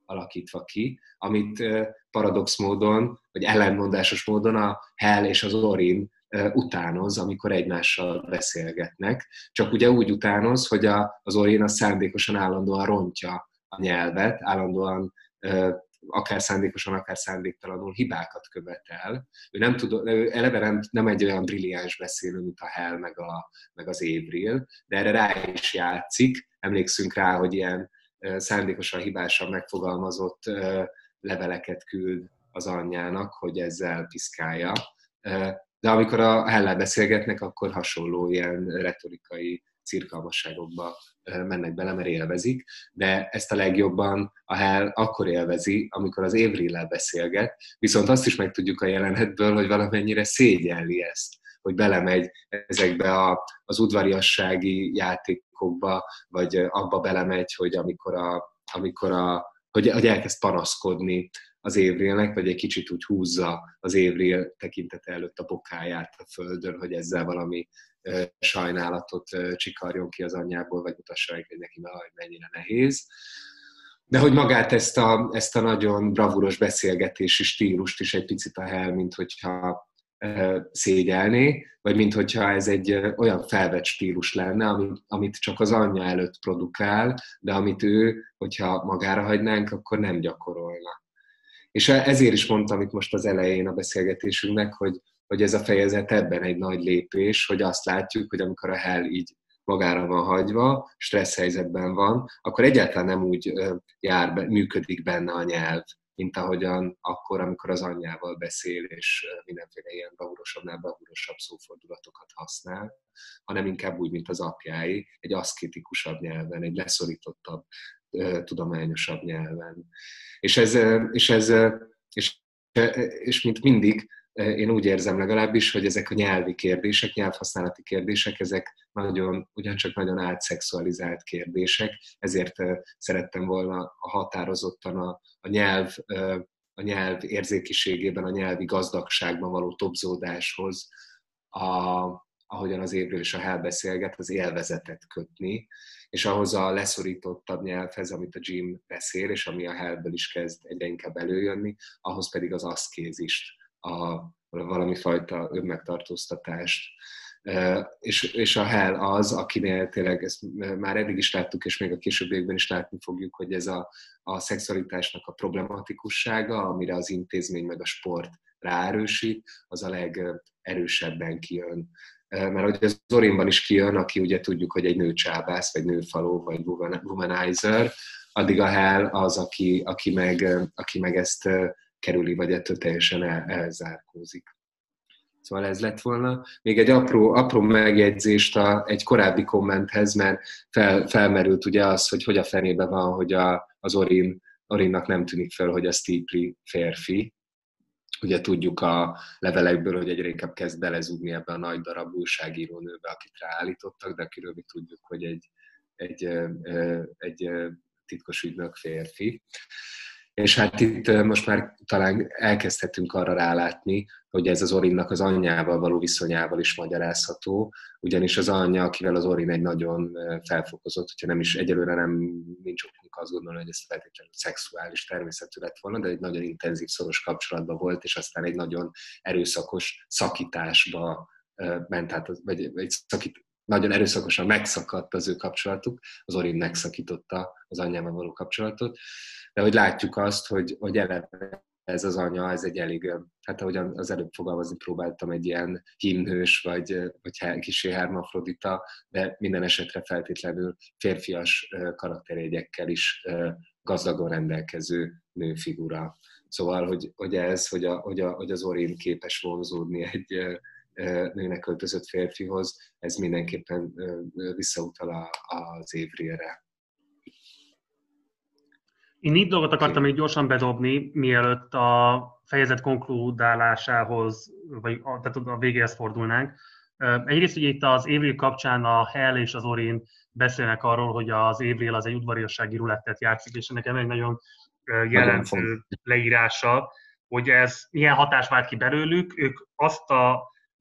alakítva ki, amit paradox módon, vagy ellenmondásos módon a Hell és az Orin utánoz, amikor egymással beszélgetnek. Csak ugye úgy utánoz, hogy a, az Orin az szándékosan állandóan rontja a nyelvet, állandóan akár szándékosan, akár szándéktalanul hibákat követel. Ő, nem tud, ő eleve nem, nem egy olyan brilliáns beszélő, mint a Hell meg, a, meg az Avril, de erre rá is játszik. Emlékszünk rá, hogy ilyen szándékosan hibásan megfogalmazott leveleket küld az anyjának, hogy ezzel piszkálja. De amikor a Hell-lel beszélgetnek, akkor hasonló ilyen retorikai cirkalmasságokba mennek bele, mert élvezik, de ezt a legjobban a Hell akkor élvezi, amikor az Avril-lel beszélget, viszont azt is megtudjuk a jelenetből, hogy valamennyire szégyelli ezt, hogy belemegy ezekbe a, az udvariassági játékokba, vagy abba belemegy, hogy amikor a, amikor a hogy, hogy elkezd panaszkodni az Avrilnek, vagy egy kicsit úgy húzza az Avril tekintete előtt a bokáját a földön, hogy ezzel valami uh, sajnálatot uh, csikarjon ki az anyjából, vagy mutassa meg, hogy neki hogy mennyire nehéz. De hogy magát ezt a, ezt a nagyon bravúros beszélgetési stílust is egy picit a Hell, mint hogyha uh, szégyelné, vagy mint hogyha ez egy uh, olyan felvett stílus lenne, amit, amit csak az anyja előtt produkál, de amit ő, hogyha magára hagynánk, akkor nem gyakorolna. És ezért is mondtam itt most az elején a beszélgetésünknek, hogy, hogy ez a fejezet ebben egy nagy lépés, hogy azt látjuk, hogy amikor a Hell így magára van hagyva, stressz helyzetben van, akkor egyáltalán nem úgy jár, működik benne a nyelv, mint ahogyan akkor, amikor az anyjával beszél, és mindenféle ilyen bravúrosabbnál bravúrosabb szófordulatokat használ, hanem inkább úgy, mint az apjái, egy aszkétikusabb nyelven, egy leszorítottabb, tudományosabb nyelven. És ez, és ez, és, és mint mindig, én úgy érzem legalábbis, hogy ezek a nyelvi kérdések, nyelvhasználati kérdések, ezek nagyon, ugyancsak nagyon átszexualizált kérdések, ezért szerettem volna a határozottan a, a nyelv, a nyelv érzékiségében, a nyelvi gazdagságban való tobzódáshoz, a, ahogyan az Avril és a Hell beszélget, az élvezetet kötni, és ahhoz a leszorítottabb nyelvhez, amit a Jim beszél, és ami a Hellből is kezd egyre inkább előjönni, ahhoz pedig az aszkézist, a valami fajta önmegtartóztatást. És, és a Hell az, akinél tényleg ezt már eddig is láttuk, és még a későbbiekben is látni fogjuk, hogy ez a, a szexualitásnak a problematikussága, amire az intézmény meg a sport ráerősít, az a legerősebben kijön. Mert hogy az Orinban is kijön, aki ugye tudjuk, hogy egy nőcsábász, vagy nőfaló, vagy womanizer, addig a Hell az, aki, aki, meg, aki meg ezt kerüli, vagy ettől teljesen el, elzárkózik. Szóval ez lett volna. Még egy apró, apró megjegyzést a, egy korábbi kommenthez, mert fel, felmerült ugye az, hogy hogy a fenébe van, hogy a, az Orin, Orinnak nem tűnik fel, hogy a Steeply férfi. Ugye tudjuk a levelekből, hogy egyre inkább kezd belezúgni ebbe a nagy darab újságírónőbe, akit ráállítottak, de akiről mi tudjuk, hogy egy, egy, egy, egy titkos ügynök férfi. És hát itt most már talán elkezdhetünk arra rálátni, hogy ez az Orinnak az anyjával való viszonyával is magyarázható, ugyanis az anyja, akivel az Orin egy nagyon felfokozott, hogyha nem is egyelőre nem nincs okunk azt gondolni, hogy ez feltétlenül szexuális természetű lett volna, de egy nagyon intenzív, szoros kapcsolatban volt, és aztán egy nagyon erőszakos szakításba ment, hát, vagy egy szakít, nagyon erőszakosan megszakadt az ő kapcsolatuk, az Orin megszakította az anyjával való kapcsolatot, de hogy látjuk azt, hogy, hogy eleve ez az anya, ez egy elég, hát ahogyan az előbb fogalmazni próbáltam, egy ilyen hímhős, vagy, vagy kissé hermafrodita, de minden esetre feltétlenül férfias karakterjegyekkel is gazdagon rendelkező nőfigura. Szóval, hogy, hogy ez, hogy, a, hogy, a, hogy az Orin képes vonzódni egy nőnek öltözött férfihoz, ez mindenképpen visszautal az Avrilre. Én itt dolgot akartam még gyorsan bedobni, mielőtt a fejezet konkludálásához, vagy a, tehát a végéhez fordulnánk. Egyrészt ugye itt az Avril kapcsán a Hell és az Orin beszélnek arról, hogy az Avril az egy udvariassági rulettet játszik, és ennek egy nagyon jelentő leírása, hogy ez milyen hatás vált ki belőlük. Ők azt a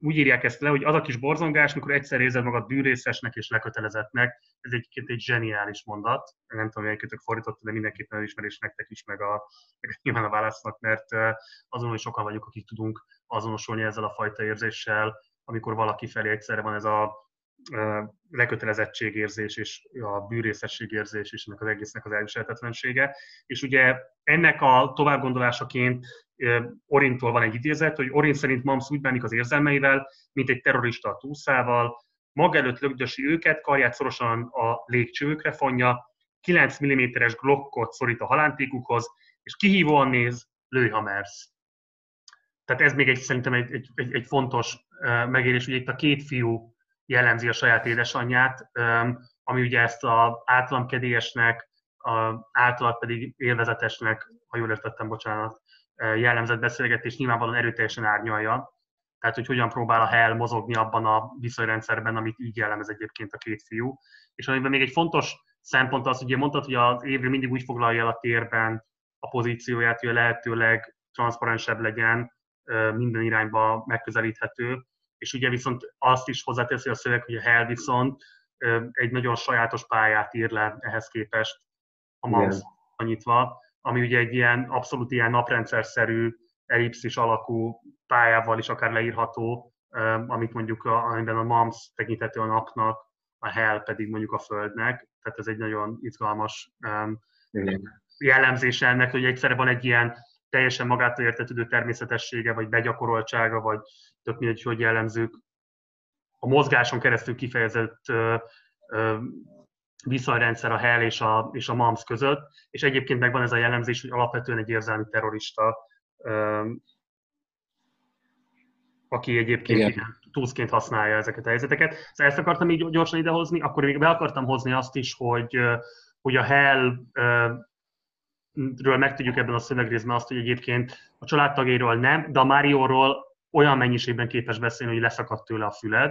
úgy írják ezt le, hogy az a kis borzongás, mikor egyszer érzed magad bűrészesnek és lekötelezettnek. Ez egyébként egy zseniális mondat. Nem tudom, melyikötök fordította, de mindenképpen elismerés nektek is, meg, a, meg nyilván a válasznak, mert azon, hogy sokan vagyunk, akik tudunk azonosulni ezzel a fajta érzéssel, amikor valaki felé egyszerre van ez a lekötelezettségérzés és a bűrészességérzés és ennek az egésznek az elviselhetetlensége. És ugye ennek a továbbgondolásaként Orintól van egy idézet, hogy Orint szerint Mams úgy bánik az érzelmeivel, mint egy terrorista a túszával, maga előtt lögdösi őket, karját szorosan a légcsőkre fonja, kilenc milliméteres glokkot szorít a halántékukhoz, és kihívóan néz, lőj, ha mersz. Tehát ez még egy, szerintem egy, egy, egy, egy fontos megérés, ugye itt a két fiú jellemzi a saját édesanyját, ami ugye ezt az általamkedélyesnek, általad pedig élvezetesnek, ha jól értettem, bocsánat, jellemzett beszélgetés nyilvánvalóan erőteljesen árnyalja. Tehát, hogy hogyan próbál a Hell mozogni abban a viszonyrendszerben, amit így jellemez egyébként a két fiú. És amiben még egy fontos szempont az, ugye mondtad, hogy az Avery mindig úgy foglalja el a térben a pozícióját, hogy a lehetőleg transzparensebb legyen, minden irányba megközelíthető. És ugye viszont azt is hozzáteszi a szöveg, hogy a Hell viszont egy nagyon sajátos pályát ír le ehhez képest a Mams nyitva, ami ugye egy ilyen abszolút ilyen naprendszerszerű, ellipszis alakú pályával is akár leírható, amit mondjuk a, amiben a Mams tekintető a napnak, a Hell pedig mondjuk a Földnek. Tehát ez egy nagyon izgalmas igen. jellemzése ennek, hogy egyszerre van egy ilyen teljesen magától értetődő természetessége, vagy begyakoroltsága, vagy tök mindegy, hogy jellemzők a mozgáson keresztül kifejezett ö, ö, viszonyrendszer a Hell és a, és a Mams között, és egyébként megvan ez a jellemzés, hogy alapvetően egy érzelmi terrorista, ö, aki egyébként túlszként használja ezeket a helyzeteket. Szóval ezt akartam így gyorsan idehozni, akkor még be akartam hozni azt is, hogy, hogy a Hell ö, ről megtudjuk ebben a szövegrészben azt, hogy egyébként a családtagjairól nem, de a Márióról olyan mennyiségben képes beszélni, hogy leszakadt tőle a füled.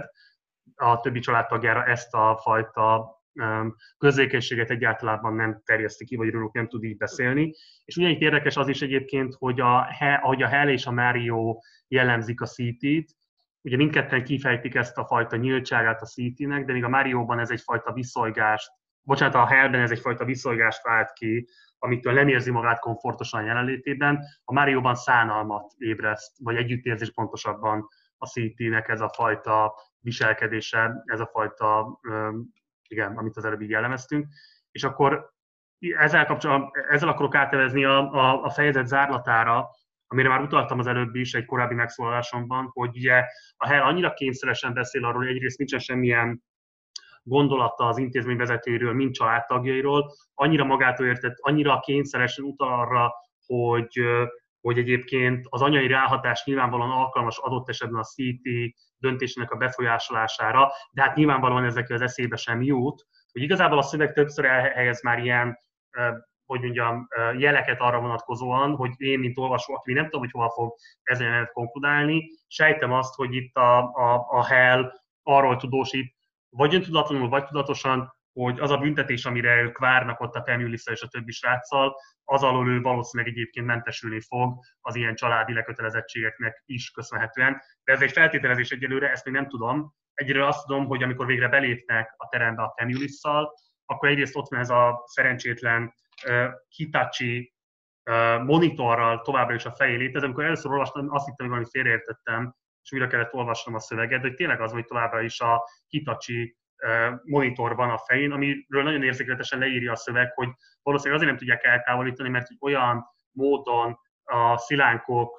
A többi családtagjára ezt a fajta közékenységet egyáltalán nem terjeszti ki, vagy róluk nem tud így beszélni. És ugyanígy érdekes az is egyébként, hogy a, ahogy a Hell és a Mário jellemzik a City-t, ugye mindketten kifejtik ezt a fajta nyíltságát a City-nek, de még a Márióban ez egyfajta viszonygást, bocsánat, a Hellben ez egyfajta viszonygást vált ki, amitől nem érzi magát komfortosan jelenlétében, a Márióban szánalmat ébreszt, vagy együttérzés pontosabban a City-nek ez a fajta viselkedése, ez a fajta, igen, amit az előbb így jellemeztünk. És akkor ezzel, kapcsolatban, ezzel akarok átevezni a, a, a fejezet zárlatára, amire már utaltam az előbb is egy korábbi megszólalásomban, hogy ugye a Hell annyira kényszeresen beszél arról, hogy egyrészt nincsen semmilyen gondolata az intézmény vezetőiről, mint családtagjairól, annyira magától értett, annyira kényszeresen utal arra, hogy, hogy egyébként az anyai ráhatás nyilvánvalóan alkalmas adott esetben a City döntésének a befolyásolására, de hát nyilvánvalóan ezek az eszébe sem jut, hogy igazából a szöveg többször elhelyez már ilyen, hogy mondjam, jeleket arra vonatkozóan, hogy én, mint olvasó, aki nem tudom, hogy hova fog ezen lehet konkludálni, sejtem azt, hogy itt a, a, a Hell arról tudósít, vagy öntudatlanul, vagy tudatosan, hogy az a büntetés, amire ők várnak ott a Camulissa és a többi sráccal, az alól ő valószínűleg egyébként mentesülni fog az ilyen családi lekötelezettségeknek is köszönhetően. De ez egy feltételezés egyelőre, ezt még nem tudom. Egyelőre azt tudom, hogy amikor végre belépnek a terembe a Camulissal, akkor egyrészt ott van ez a szerencsétlen uh, Hitachi uh, monitorral továbbra is a fejé létez. Amikor először olvastam, azt hittem, hogy valami félreértettem, és újra kellett olvasnom a szöveget, de hogy tényleg az, hogy továbbra is a Hitachi monitor van a fején, amiről nagyon érzékletesen leírja a szöveg, hogy valószínűleg azért nem tudják eltávolítani, mert olyan módon a szilánkok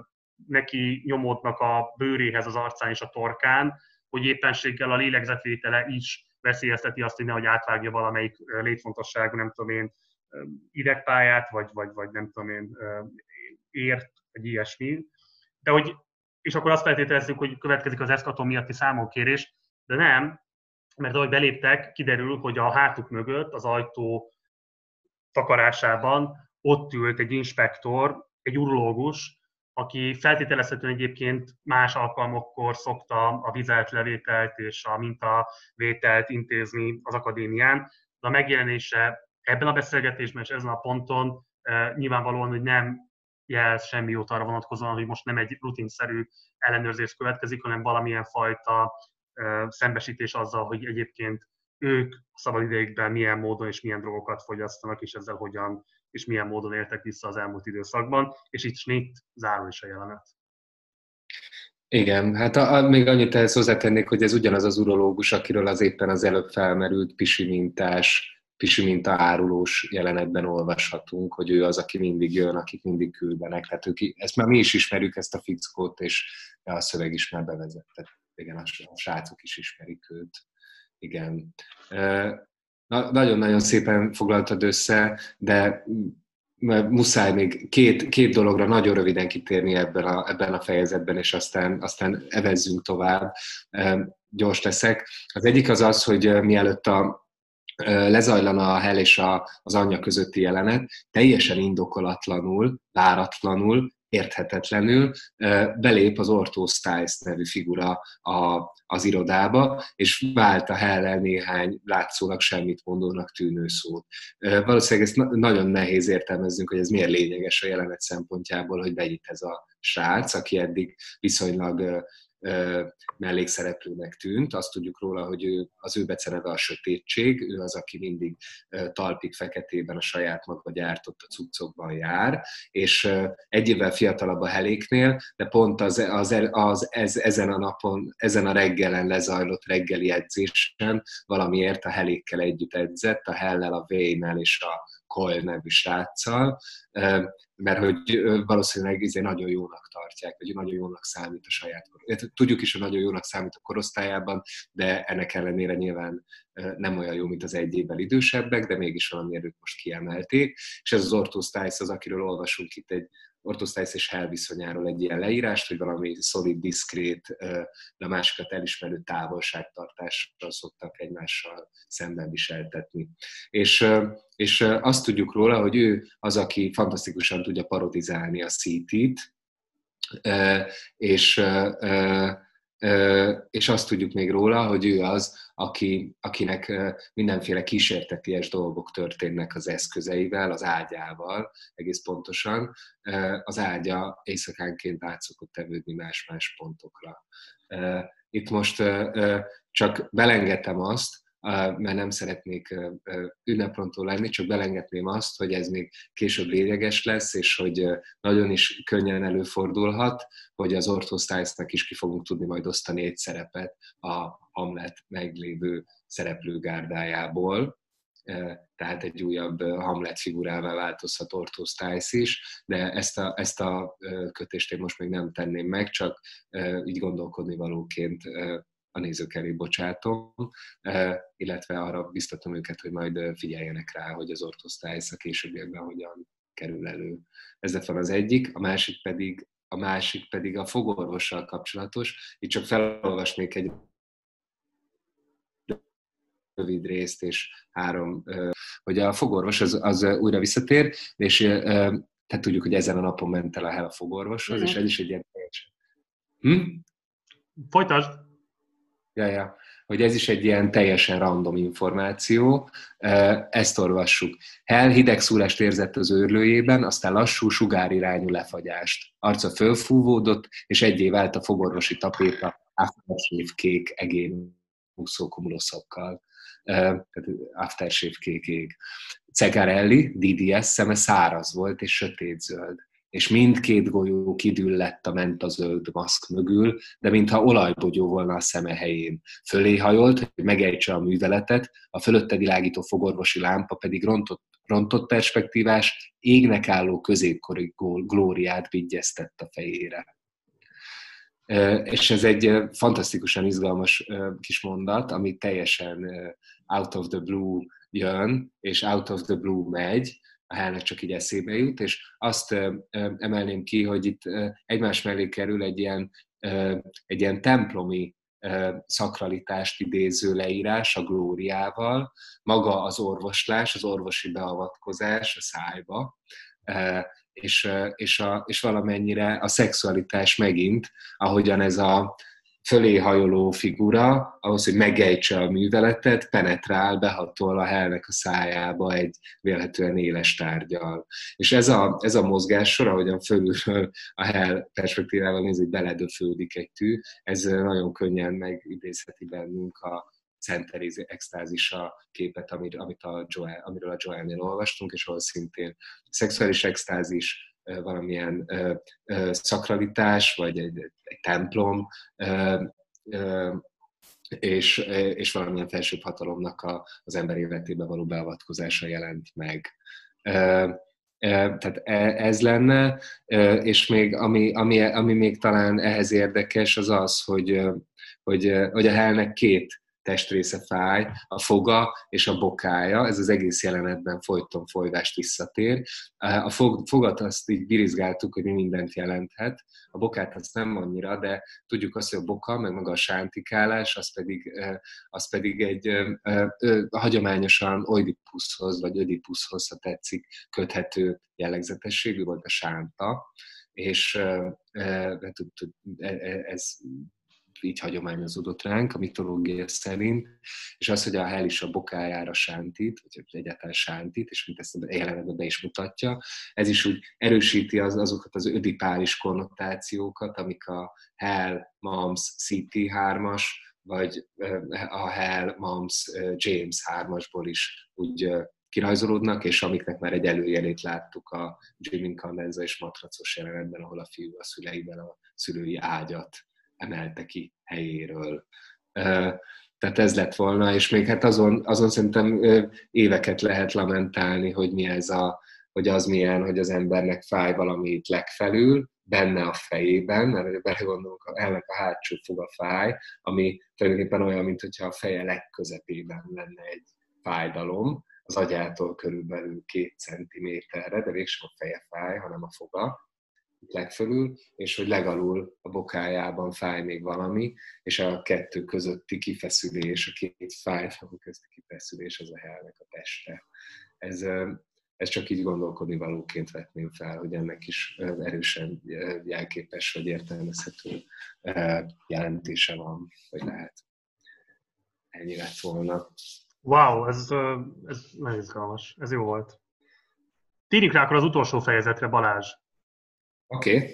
neki nyomódnak a bőréhez, az arcán és a torkán, hogy éppenséggel a lélegzetvétele is veszélyezteti azt, hogy nehogy átvágja valamelyik létfontosságú, nem tudom én, idegpályát, vagy, vagy, vagy nem tudom én, ért, vagy ilyesmi. De hogy és akkor azt feltételezzük, hogy következik az eszkaton miatti számonkérés, de nem, mert ahogy beléptek, kiderül, hogy a hátuk mögött, az ajtó takarásában ott ült egy inspektor, egy urológus, aki feltételezhetően egyébként más alkalmakkor szokta a vizelt levételt és a mintavételt intézni az akadémián, de a megjelenése ebben a beszélgetésben és ezen a ponton nyilvánvalóan, hogy nem jelz semmi jót arra vonatkozóan, hogy most nem egy rutinszerű ellenőrzés következik, hanem valamilyen fajta szembesítés azzal, hogy egyébként ők a szabadidejükben milyen módon és milyen drogokat fogyasztanak, és ezzel hogyan és milyen módon éltek vissza az elmúlt időszakban, és itt snit zárul is a jelenet. Igen, hát a, a, még annyit ehhez hozzátennék, hogy ez ugyanaz az urológus, akiről az éppen az előbb felmerült pisimintás, pisiminta árulós jelenetben olvashatunk, hogy ő az, aki mindig jön, akik mindig küldenek. Tehát ők, ezt már mi is ismerjük, ezt a fickót, és a szöveg is már bevezetett. Igen, a srácok is ismerik őt. Igen. Na, nagyon-nagyon szépen foglaltad össze, de muszáj még két, két dologra nagyon röviden kitérni ebben a, ebben a fejezetben, és aztán, aztán evezzünk tovább. Gyors leszek. Az egyik az az, hogy mielőtt a lezajlana a Hal és a, az anyja közötti jelenet, teljesen indokolatlanul, váratlanul, érthetetlenül belép az Ortho Styles nevű figura a, az irodába, és vált a Hal-el néhány látszólag semmit mondónak tűnő szót. Valószínűleg ezt nagyon nehéz értelmeznünk, hogy ez miért lényeges a jelenet szempontjából, hogy benyit ez a srác, aki eddig viszonylag mellékszereplőnek tűnt. Azt tudjuk róla, hogy ő, az ő beceneve a sötétség, ő az, aki mindig talpig feketében a saját maga gyártott a cuccokban jár, és egy évvel fiatalabb a Haléknél, de pont az, az, az, ez, ezen a napon, ezen a reggelen lezajlott reggeli edzésen valamiért a Halékkel együtt edzett, a Hal-lel, a Wayne-nel és a Cole nevű sráccal, mert hogy valószínűleg ezért nagyon jónak tartják, vagy nagyon jónak számít a saját korosztályában. Tudjuk is, hogy nagyon jónak számít a korosztályában, de ennek ellenére nyilván nem olyan jó, mint az egy évvel idősebbek, de mégis valamiért ők most kiemelték. És ez az Ortho Styles az, akiről olvasunk itt egy Ortho Styles és Hal viszonyáról egy ilyen leírást, hogy valami szolid, diszkrét, de a másikat elismerő távolságtartással szoktak egymással szemben viseltetni. És, és azt tudjuk róla, hogy ő az, aki fantasztikusan tudja parodizálni a cé té-t, és, és azt tudjuk még róla, hogy ő az, aki, akinek mindenféle kísérteties dolgok történnek az eszközeivel, az ágyával, egész pontosan. Az ágya éjszakánként át szokott tevődni más-más pontokra. Itt most csak belengedtem azt, mert nem szeretnék ünneprontó lenni, csak belengedném azt, hogy ez még később lényeges lesz, és hogy nagyon is könnyen előfordulhat, hogy az Ortho Stylesnek is ki fogunk tudni majd osztani egy szerepet a Hamlet meglévő szereplőgárdájából, tehát egy újabb Hamlet figurává változhat Ortho Styles is, de ezt a, ezt a kötést én most még nem tenném meg, csak így gondolkodni valóként a nézők elé bocsátom, illetve arra biztatom őket, hogy majd figyeljenek rá, hogy az Ortho Styles a későbbiekben hogyan kerül elő. Ez lett van az egyik, a másik pedig a másik pedig a fogorvossal kapcsolatos. Itt csak felolvasnék egy rövid részt, és három, hogy a fogorvos az, az újra visszatér, és tehát tudjuk, hogy ezen a napon ment el a Hal a fogorvoshoz, mm. és ez is egy ilyen teljesen... Hm? Folytasd! Ja, ja. Hogy ez is egy ilyen teljesen random információ. Ezt olvassuk. Hal hidegszúrást érzett az őrlőjében, aztán lassú, sugárirányú lefagyást. Arca fölfúvódott, és egyé vált a fogorvosi tapéta aftershave kék egén úszó kumuluszokkal. Tehát aftershave kék ég. Cegarelli, dé dé es szeme száraz volt és sötétzöld, és mindkét golyó kidüllett a mentazöld maszk mögül, de mintha olajbogyó volna a szeme helyén. Fölé hajolt, hogy megejtse a műveletet, a fölötte világító fogorvosi lámpa pedig rontott, rontott perspektívás, égnek álló középkori glóriát vigyeztett a fejére. És ez egy fantasztikusan izgalmas kis mondat, ami teljesen out of the blue jön, és out of the blue megy, a Halnek csak így eszébe jut, és azt emelném ki, hogy itt egymás mellé kerül egy ilyen, egy ilyen templomi szakralitást idéző leírás a glóriával, maga az orvoslás, az orvosi beavatkozás a szájba, és, és, a, és valamennyire a szexualitás megint, ahogyan ez a fölé hajoló figura, ahhoz, hogy megejtse a műveletet, penetrál, behatol a Hellnek a szájába egy vélhetően éles tárgyal. És ez a, ez a mozgássor, ahogyan fölülről a Hell perspektívával néz, hogy beledöfődik egy tű, ez nagyon könnyen megidézheti bennünk a Szent Teréz extázisa képet, amit a Joel, amiről a Joelnél olvastunk, és ahol szintén szexuális extázis, valamilyen ö, ö, szakralitás, vagy egy, egy templom, ö, ö, és, és valamilyen felsőbb hatalomnak a, az ember életébe való beavatkozása jelent meg. Ö, ö, tehát ez lenne, ö, és még ami, ami, ami még talán ehhez érdekes, az az, hogy, hogy, hogy a Hellnek két testrésze fáj, a foga és a bokája, ez az egész jelenetben folyton folyvást visszatér. A fogat azt így birizgáltuk, hogy mi mindent jelenthet, a bokát azt nem annyira, de tudjuk azt, hogy a boka, meg maga a sántikálás, az pedig, az pedig egy ö, ö, hagyományosan Oidipuszhoz, vagy Ödipuszhoz, ha tetszik, köthető jellegzetességű volt a sánta, és ö, ö, ez így hagyományozódott ránk a mitológia szerint, és az, hogy a Hell is a bokájára sántít, vagy egyáltalán sántít, és mint ezt a jelenetben be is mutatja, ez is úgy erősíti az, azokat az ödipális konnotációkat, amik a Hell, Moms, City hármas, vagy a Hell, Moms, James hármasból is úgy kirajzolódnak, és amiknek már egy előjelét láttuk a Jimmy Condenza és Matracos jelenetben, ahol a fiú a szüleivel a szülői ágyat emelte ki helyéről. Tehát ez lett volna, és még hát azon, azon szerintem éveket lehet lamentálni, hogy mi ez a, hogy az milyen, hogy az embernek fáj valamit legfelül, benne a fejében, mert ha belegondolunk, ennek a hátsó foga fáj, ami tulajdonképpen olyan, mintha a feje legközepében lenne egy fájdalom, az agyától körülbelül két centiméterre, de mégsem a feje fáj, hanem a foga legfölül, és hogy legalul a bokájában fáj még valami, és a kettő közötti kifeszülés, a két fájdalom közti kifeszülés az a Hellnek a teste. Ez, ez csak így gondolkodni valóként vetném fel, hogy ennek is erősen jelképes vagy értelmezhető jelentése van, vagy lehet. Ennyi lett volna. Wow, ez, ez nagyon izgalmas, ez jó volt. Térjünk rá akkor az utolsó fejezetre, Balázs. Oké. Okay.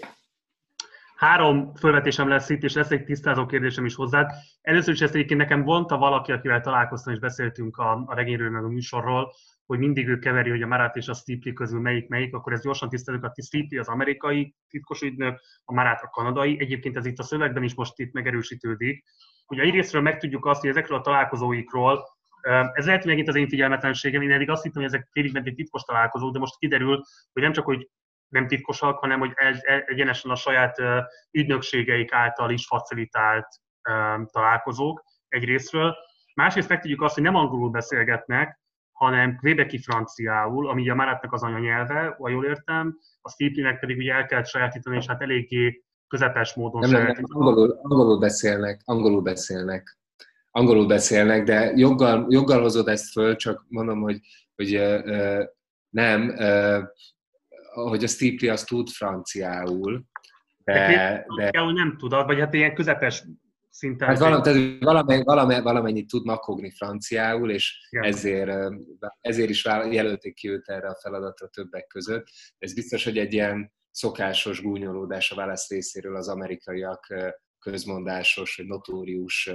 Három fölvetésem lesz itt, és lesz egy tisztázó kérdésem is hozzád. Először is ezt egyébként nekem mondta valaki, akivel találkoztam, és beszéltünk a, a regényről, meg a műsorról, hogy mindig ő keveri, hogy a Marat és a Stipley közül melyik melyik, akkor ezt gyorsan tisztázunk, a Stipley az amerikai titkos ügynök, a Marat a kanadai. Egyébként ez itt a szövegben is most itt megerősítődik. Ugye egyrésztről megtudjuk azt, hogy ezekről a találkozóikról, ez lehet, hogy megint az én figyelmetlenségem, én eddig azt hittem, hogy ezek félig meddig titkos találkozók, de most kiderül, hogy nem csak, hogy nem titkosak, hanem hogy egyenesen a saját ügynökségeik által is facilitált találkozók egyrésztről. Másrészt megtudjuk azt, hogy nem angolul beszélgetnek, hanem québeci franciául, ami a Maratnak az anyanyelve, ha jól értem, a Stipleynek pedig ugye el kellett sajátítani, és hát eléggé közepes módon nem, nem, nem, angolul, angolul beszélnek, angolul beszélnek. Angolul beszélnek, de joggal, joggal hozod ezt föl, csak mondom, hogy, hogy uh, nem, uh, hogy a Stipley az tud franciául, de... de franciául nem tud, vagy hát ilyen közepes szinten... Hát valamennyi, valamennyi, valamennyi, valamennyit tud makogni franciául, és igen. ezért, ezért is jelölték ki őt erre a feladatra többek között. Ez biztos, hogy egy ilyen szokásos gúnyolódás a válasz részéről az amerikaiak közmondásos, vagy notórius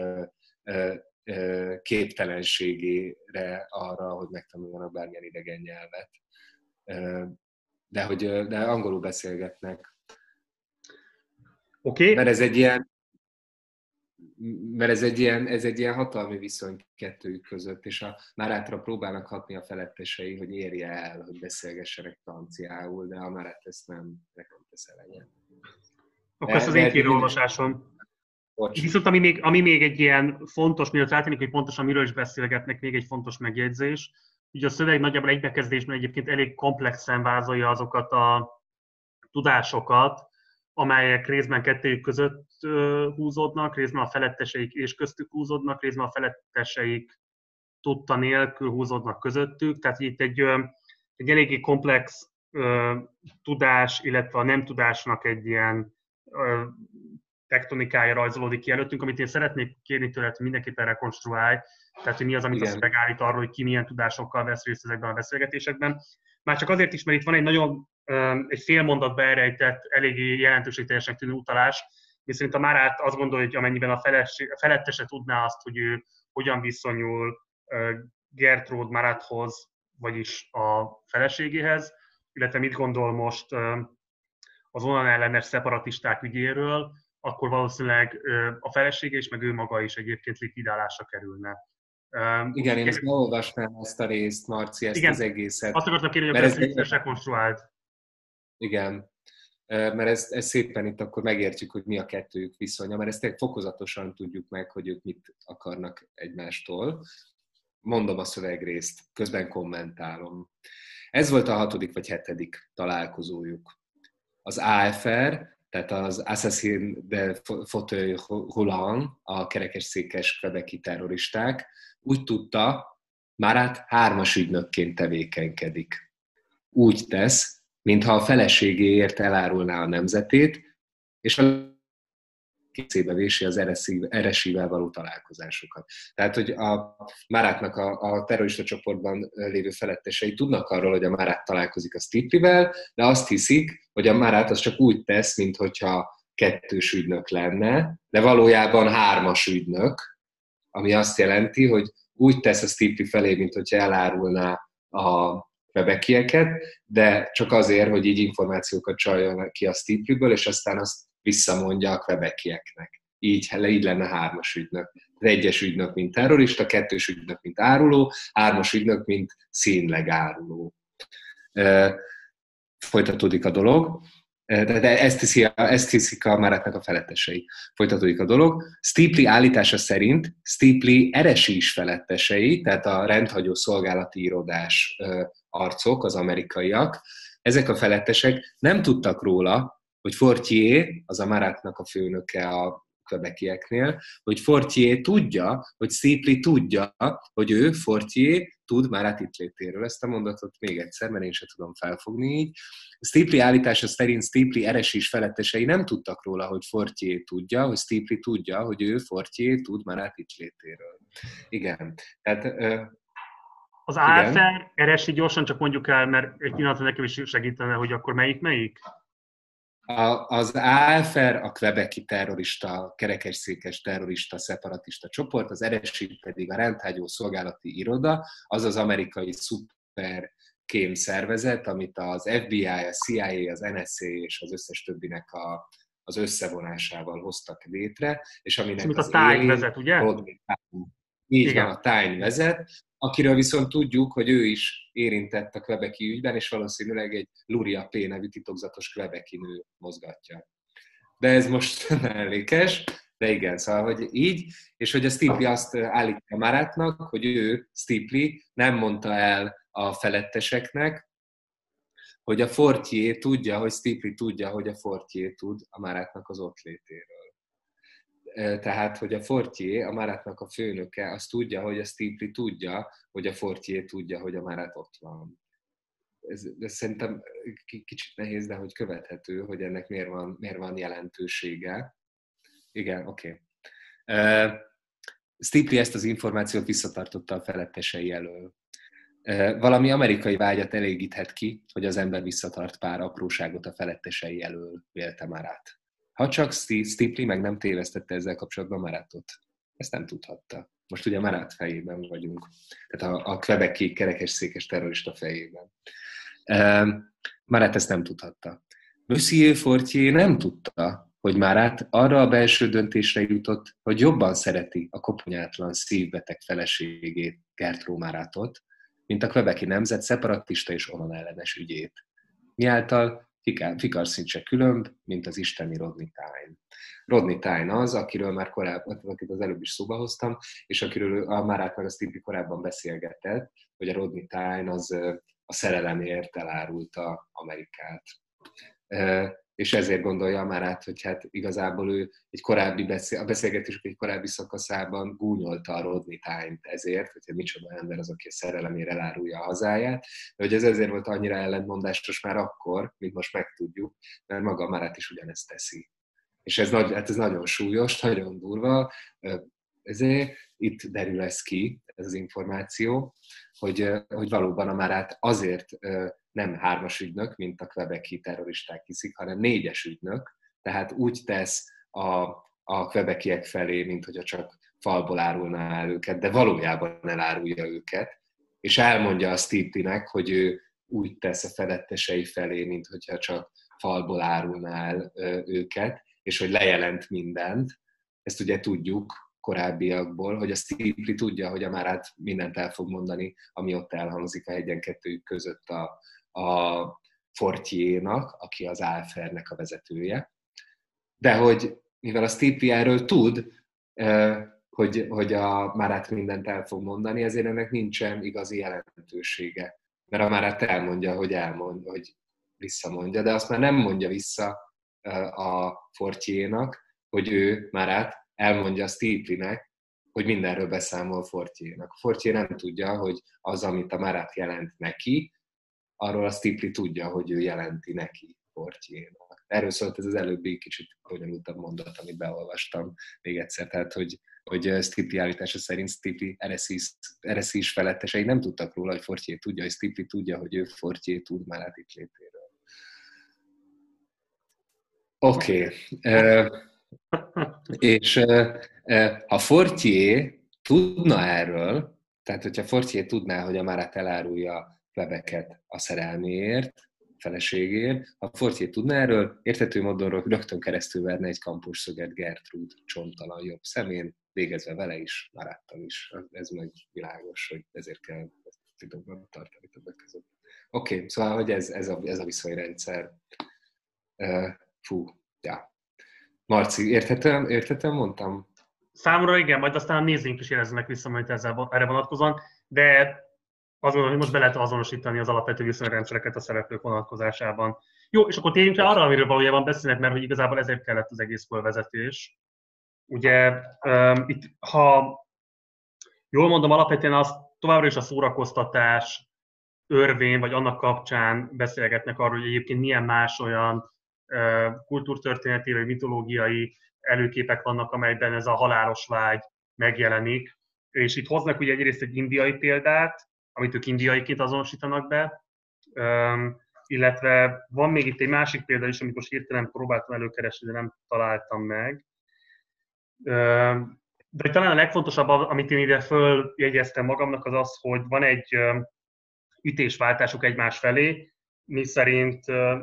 képtelenségére arra, hogy megtanuljanak bármilyen idegen nyelvet. De, hogy, de angolul beszélgetnek. Oké. Okay. Mert ez egy ilyen mert ez egy ilyen, ez egy ilyen hatalmi viszony kettőjük között, és a Marátra próbálnak hatni a felettesei, hogy érje el, hogy beszélgessenek franciául, de a Marat ezt nem, nem tesz eleget. Akkor ezt az én kézolvasásom. Viszont ami még, ami még egy ilyen fontos, mielőtt rátérnék, hogy pontosan miről is beszélgetnek, még egy fontos megjegyzés. Ugye a szöveg nagyjából egy bekezdésben egyébként elég komplexen vázolja azokat a tudásokat, amelyek részben kettőjük között húzódnak, részben a feletteseik és köztük húzódnak, részben a feletteseik tudta nélkül húzódnak közöttük. Tehát itt egy, egy eléggé komplex tudás, illetve a nem tudásnak egy ilyen tektonikája rajzolódik ki előttünk, amit én szeretnék kérni tőled, hogy mindenképpen rekonstruálj, tehát hogy mi az, amit a szöveg állít arról, hogy ki milyen tudásokkal vesz részt ezekben a beszélgetésekben. Már csak azért is, mert itt van egy nagyon, egy fél mondatba elrejtett, eléggé jelentőségteljesen tűnő utalás, viszont a Márát azt gondolja, hogy amennyiben a, feleség, a felettese tudná azt, hogy ő hogyan viszonyul Gertrude Marathoz, vagyis a feleségéhez, illetve mit gondol most az onnan ellenes szeparatisták ügyéről, akkor valószínűleg a felesége is, meg ő maga is egyébként likvidálásra kerülne. Igen, én ezt olvasnám ezt a részt, Marci, ezt igen, az egészet. Azt akartam kérni, hogy ezt ez rekonstruáld. Igen, mert ez, ez szépen itt akkor megértjük, hogy mi a kettőjük viszonya, mert ezt fokozatosan tudjuk meg, hogy ők mit akarnak egymástól. Mondom a szövegrészt, közben kommentálom. Ez volt a hatodik vagy hetedik találkozójuk. Az á ef er, tehát az Assassin de Fauteuil Roulant, a kerekesszékes quebeci terroristák, úgy tudta, Marat hármas ügynökként tevékenykedik. Úgy tesz, mintha a feleségéért elárulná a nemzetét, és a készébe vési az er es i-vel való találkozásokat. Tehát, hogy a Maratnak a, a terrorista csoportban lévő felettesei tudnak arról, hogy a Marat találkozik a Stiplivel, de azt hiszik, hogy a Marat az csak úgy tesz, mintha kettős ügynök lenne, de valójában hármas ügynök, ami azt jelenti, hogy úgy tesz a Stipli felé, mintha elárulná a quebecieket, de csak azért, hogy így információkat csaljon ki a Stipliből, és aztán azt visszamondja a quebecieknek. Így, így lenne hármas ügynök. Egyes ügynök, mint terrorista, kettős ügynök, mint áruló, hármas ügynök, mint színleg áruló. Folytatódik a dolog. De ezt, hiszi, ezt hiszik a Maratnak a felettesei. Folytatódik a dolog. Stipli állítása szerint Stipli er es i is felettesei, tehát a rendhagyó szolgálati irodás arcok, az amerikaiak, ezek a felettesek nem tudtak róla, hogy Fortier, az a Maratnak a főnöke a quebecieknél, hogy Fortier tudja, hogy Stipli tudja, hogy ő, Fortier, tud Marat itt létéről. Ezt a mondatot még egyszer, mert én sem tudom felfogni így. Stipli állítása szerint Stipli er es i-s felettesei nem tudtak róla, hogy Fortier tudja, hogy Stipli tudja, hogy ő, Fortier, tud Marat itt létéről. Igen. Tehát, uh, az á ef er, er es i gyorsan csak mondjuk el, mert egy pillanatra nekem is segítene, hogy akkor melyik melyik? A, az á ef er a quebeci terrorista, kerekesszékes terrorista, szeparatista csoport, az er es i pedig a rendhagyó szolgálati iroda, az az amerikai szuper kém szervezet, amit az ef bé i, a cé i á, az en es á és az összes többinek a, az összevonásával hoztak létre, és aminek és az a Tyne vezet, ugye? Rodney Tyne, így van, a Tyne vezet, akiről viszont tudjuk, hogy ő is érintett a quebeci ügyben, és valószínűleg egy Luria P. nevű titokzatos quebeci nő mozgatja. De ez most mellékes, de igen, szóval, hogy így, és hogy a Stipli azt állítja Maratnak, hogy ő, Stipli, nem mondta el a feletteseknek, hogy a Fortier tudja, hogy Stipli tudja, hogy a Fortier tud a Maratnak az ott létéről. Tehát, hogy a Fortier, a Maratnak a főnöke, az tudja, hogy a Stipli tudja, hogy a Fortier tudja, hogy a Marat ott van. Ez, ez szerintem kicsit nehéz, de hogy követhető, hogy ennek miért van, miért van jelentősége. Igen, oké. Okay. Uh, Stipli ezt az információt visszatartotta a felettesei elől. Uh, valami amerikai vágyat elégíthet ki, hogy az ember visszatart pár apróságot a felettesei elől, vélte Marat. Ha csak Stipli meg nem tévesztette ezzel kapcsolatban Maratot. Ezt nem tudhatta. Most ugye Marat fejében vagyunk. Tehát a, a quebeci kerekesszékes terrorista fejében. Uh, Marat ezt nem tudhatta. Monsieur Fortier nem tudta, hogy Marat arra a belső döntésre jutott, hogy jobban szereti a koponyátlan szívbeteg feleségét, Gertrude Maratot, mint a quebeci nemzet szeparatista és onnan-ellenes ügyét. Miáltal fikarszint se különb, mint az isteni Rodney Tyne. Rodney Tyne az, akiről már korábban, akit az előbb is szóba hoztam, és akiről a Marat meg a Stipli korábban beszélgetett, hogy a Rodney Tyne az a szerelemért elárulta Amerikát. És ezért gondolja Marat, hogy hát igazából ő egy korábbi beszél, a beszélgetésük egy korábbi szakaszában gúnyolta a Rodney Tyne-t ezért, hogy micsoda ember az, aki a szerelemért elárulja a hazáját, de hogy ez ezért volt annyira ellentmondásos már akkor, mint most megtudjuk, mert maga Marat is ugyanezt teszi. és ez, nagy, hát ez nagyon súlyos, nagyon durva, ezért itt derül ez ki, ez az információ, hogy, hogy valóban a Marát azért nem hármas ügynök, mint a quebeci terroristák hiszik, hanem négyes ügynök, tehát úgy tesz a, a quebeciek felé, mint hogyha csak falból árulná el őket, de valójában elárulja őket, és elmondja a Stipleynek, hogy ő úgy tesz a fedettesei felé, mint hogyha csak falból árulná el őket, és hogy lejelent mindent. Ezt ugye tudjuk korábbiakból, hogy a Stipley tudja, hogy a Marat mindent el fog mondani, ami ott elhangzik a egyenkettőjük között a, a Fortier-nak, aki az Alfernek a vezetője. De hogy mivel a Stipley erről tud, hogy, hogy a Marat mindent el fog mondani, ezért ennek nincsen igazi jelentősége. Mert a Marat elmondja, hogy elmond, hogy visszamondja, de azt már nem mondja vissza a Fortier-nak, hogy ő Marat elmondja a Stipleynek, hogy mindenről beszámol Fortier-nak. A Fortier nem tudja, hogy az, amit a Marat jelent neki, arról a Stipley tudja, hogy ő jelenti neki Fortier-nak. Erről szólt ez az előbbi kicsit bonyolultabb mondat, amit beolvastam még egyszer. Tehát, hogy, hogy Stipley állítása szerint Stipley er es i-s felettesei nem tudtak róla, hogy Fortier tudja, hogy Stipley tudja, hogy ő Fortier tud Marat itt létéről. Oké. Okay. Uh, és uh, uh, ha Fortier tudna erről, tehát hogyha Fortier tudná, hogy a Marat elárulja Quebecet a szerelméért, feleségért, ha Fortier tudná erről, érthető módon rögtön keresztül verne egy kampusszöget Gertrude csonttalan jobb szemén, végezve vele is, Marattal is. Ez meg világos, hogy ezért kell ezt titokban tartani többek között. Oké, okay, szóval, hogy ez, ez, a, ez a viszonyrendszer. Uh, fú, ja. Marci, érthetem, érthetem mondtam? Számomra igen, majd aztán a nézőink is éreznek vissza majd ezzel, erre vonatkozóan, de azt gondolom, hogy most be lehet azonosítani az alapvető viszonyrendszereket a szereplők vonatkozásában. Jó, és akkor térjünk rá arra, amiről valójában beszélnek, mert hogy igazából ezért kellett az egész fölvezetés. Ugye um, itt, ha jól mondom, alapvetően az továbbra is a szórakoztatás örvén, vagy annak kapcsán beszélgetnek arról, hogy egyébként milyen más olyan uh, kultúrtörténeti, vagy mitológiai előképek vannak, amelyben ez a halálos vágy megjelenik. És itt hoznak ugye egyrészt egy indiai példát, amit ők indiaiként azonosítanak be, um, illetve van még itt egy másik példa is, amit most hirtelen próbáltam előkeresni, de nem találtam meg. Um, de talán a legfontosabb, amit én ide följegyeztem magamnak, az az, hogy van egy um, ütésváltásuk egymás felé, miszerint uh,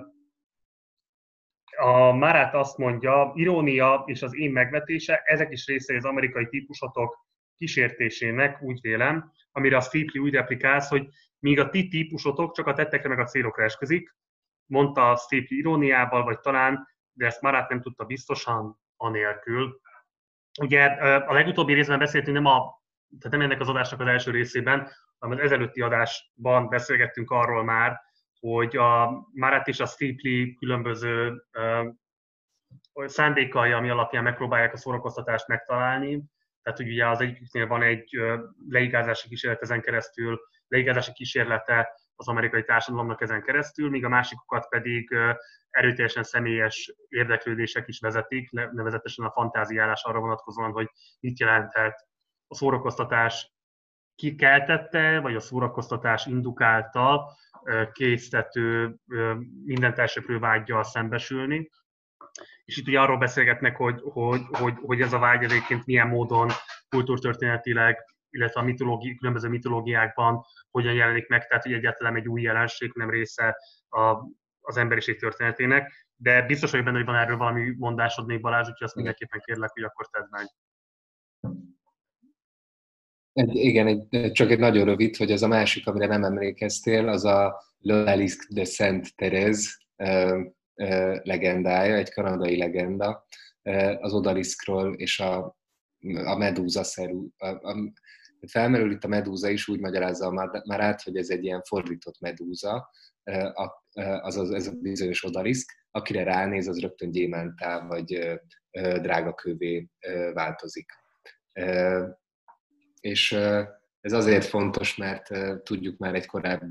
a Marat azt mondja, irónia és az én megvetése, ezek is részei az amerikai típusotok kísértésének, úgy vélem, amire a Stipley úgy replikálsz, hogy míg a ti típusotok csak a tettekre meg a célokra esküzik, mondta a Stipley iróniával, vagy talán, de ezt Marat nem tudta biztosan anélkül. Ugye a legutóbbi részben beszéltünk, nem, a, tehát nem ennek az adásnak az első részében, hanem az ezelőtti adásban beszélgettünk arról már, hogy a Marat és a Stipley különböző uh, szándékai, ami alapján megpróbálják a szórakoztatást megtalálni. Tehát hogy ugye az egyiküknél van egy uh, leigázási kísérlet ezen keresztül, leigázási kísérlete az amerikai társadalomnak ezen keresztül, míg a másikokat pedig uh, erőteljesen személyes érdeklődések is vezetik, nevezetesen a fantáziálás arra vonatkozóan, hogy mit jelenthet a szórakoztatás kikeltette, vagy a szórakoztatás indukálta késztető, mindent elsöprő vággyal szembesülni. És itt ugye arról beszélgetnek, hogy, hogy, hogy, hogy ez a vágy egyébként milyen módon kultúrtörténetileg, illetve a mitológi, különböző mitológiákban hogyan jelenik meg, tehát hogy egyáltalán egy új jelenség, nem része a, az emberiség történetének. De biztos vagyok benne, hogy van erről valami mondásod még, Balázs, úgyhogy azt mindenképpen kérlek, hogy akkor tedd meg. Egy, igen, egy, csak egy nagyon rövid, hogy az a másik, amire nem emlékeztél, az a L'Odalisque de Sainte-Thérèse uh, uh, legendája, egy kanadai legenda, uh, az Odaliskról és a, a medúza-szerű. A, a, felmerül itt a medúza is, úgy magyarázza a Marat, hogy ez egy ilyen fordított medúza, uh, a, uh, azaz ez a bizonyos Odalisk, akire ránéz, az rögtön gyémántá vagy uh, uh, drágakővé uh, változik. Uh, És ez azért fontos, mert tudjuk már egy korábbi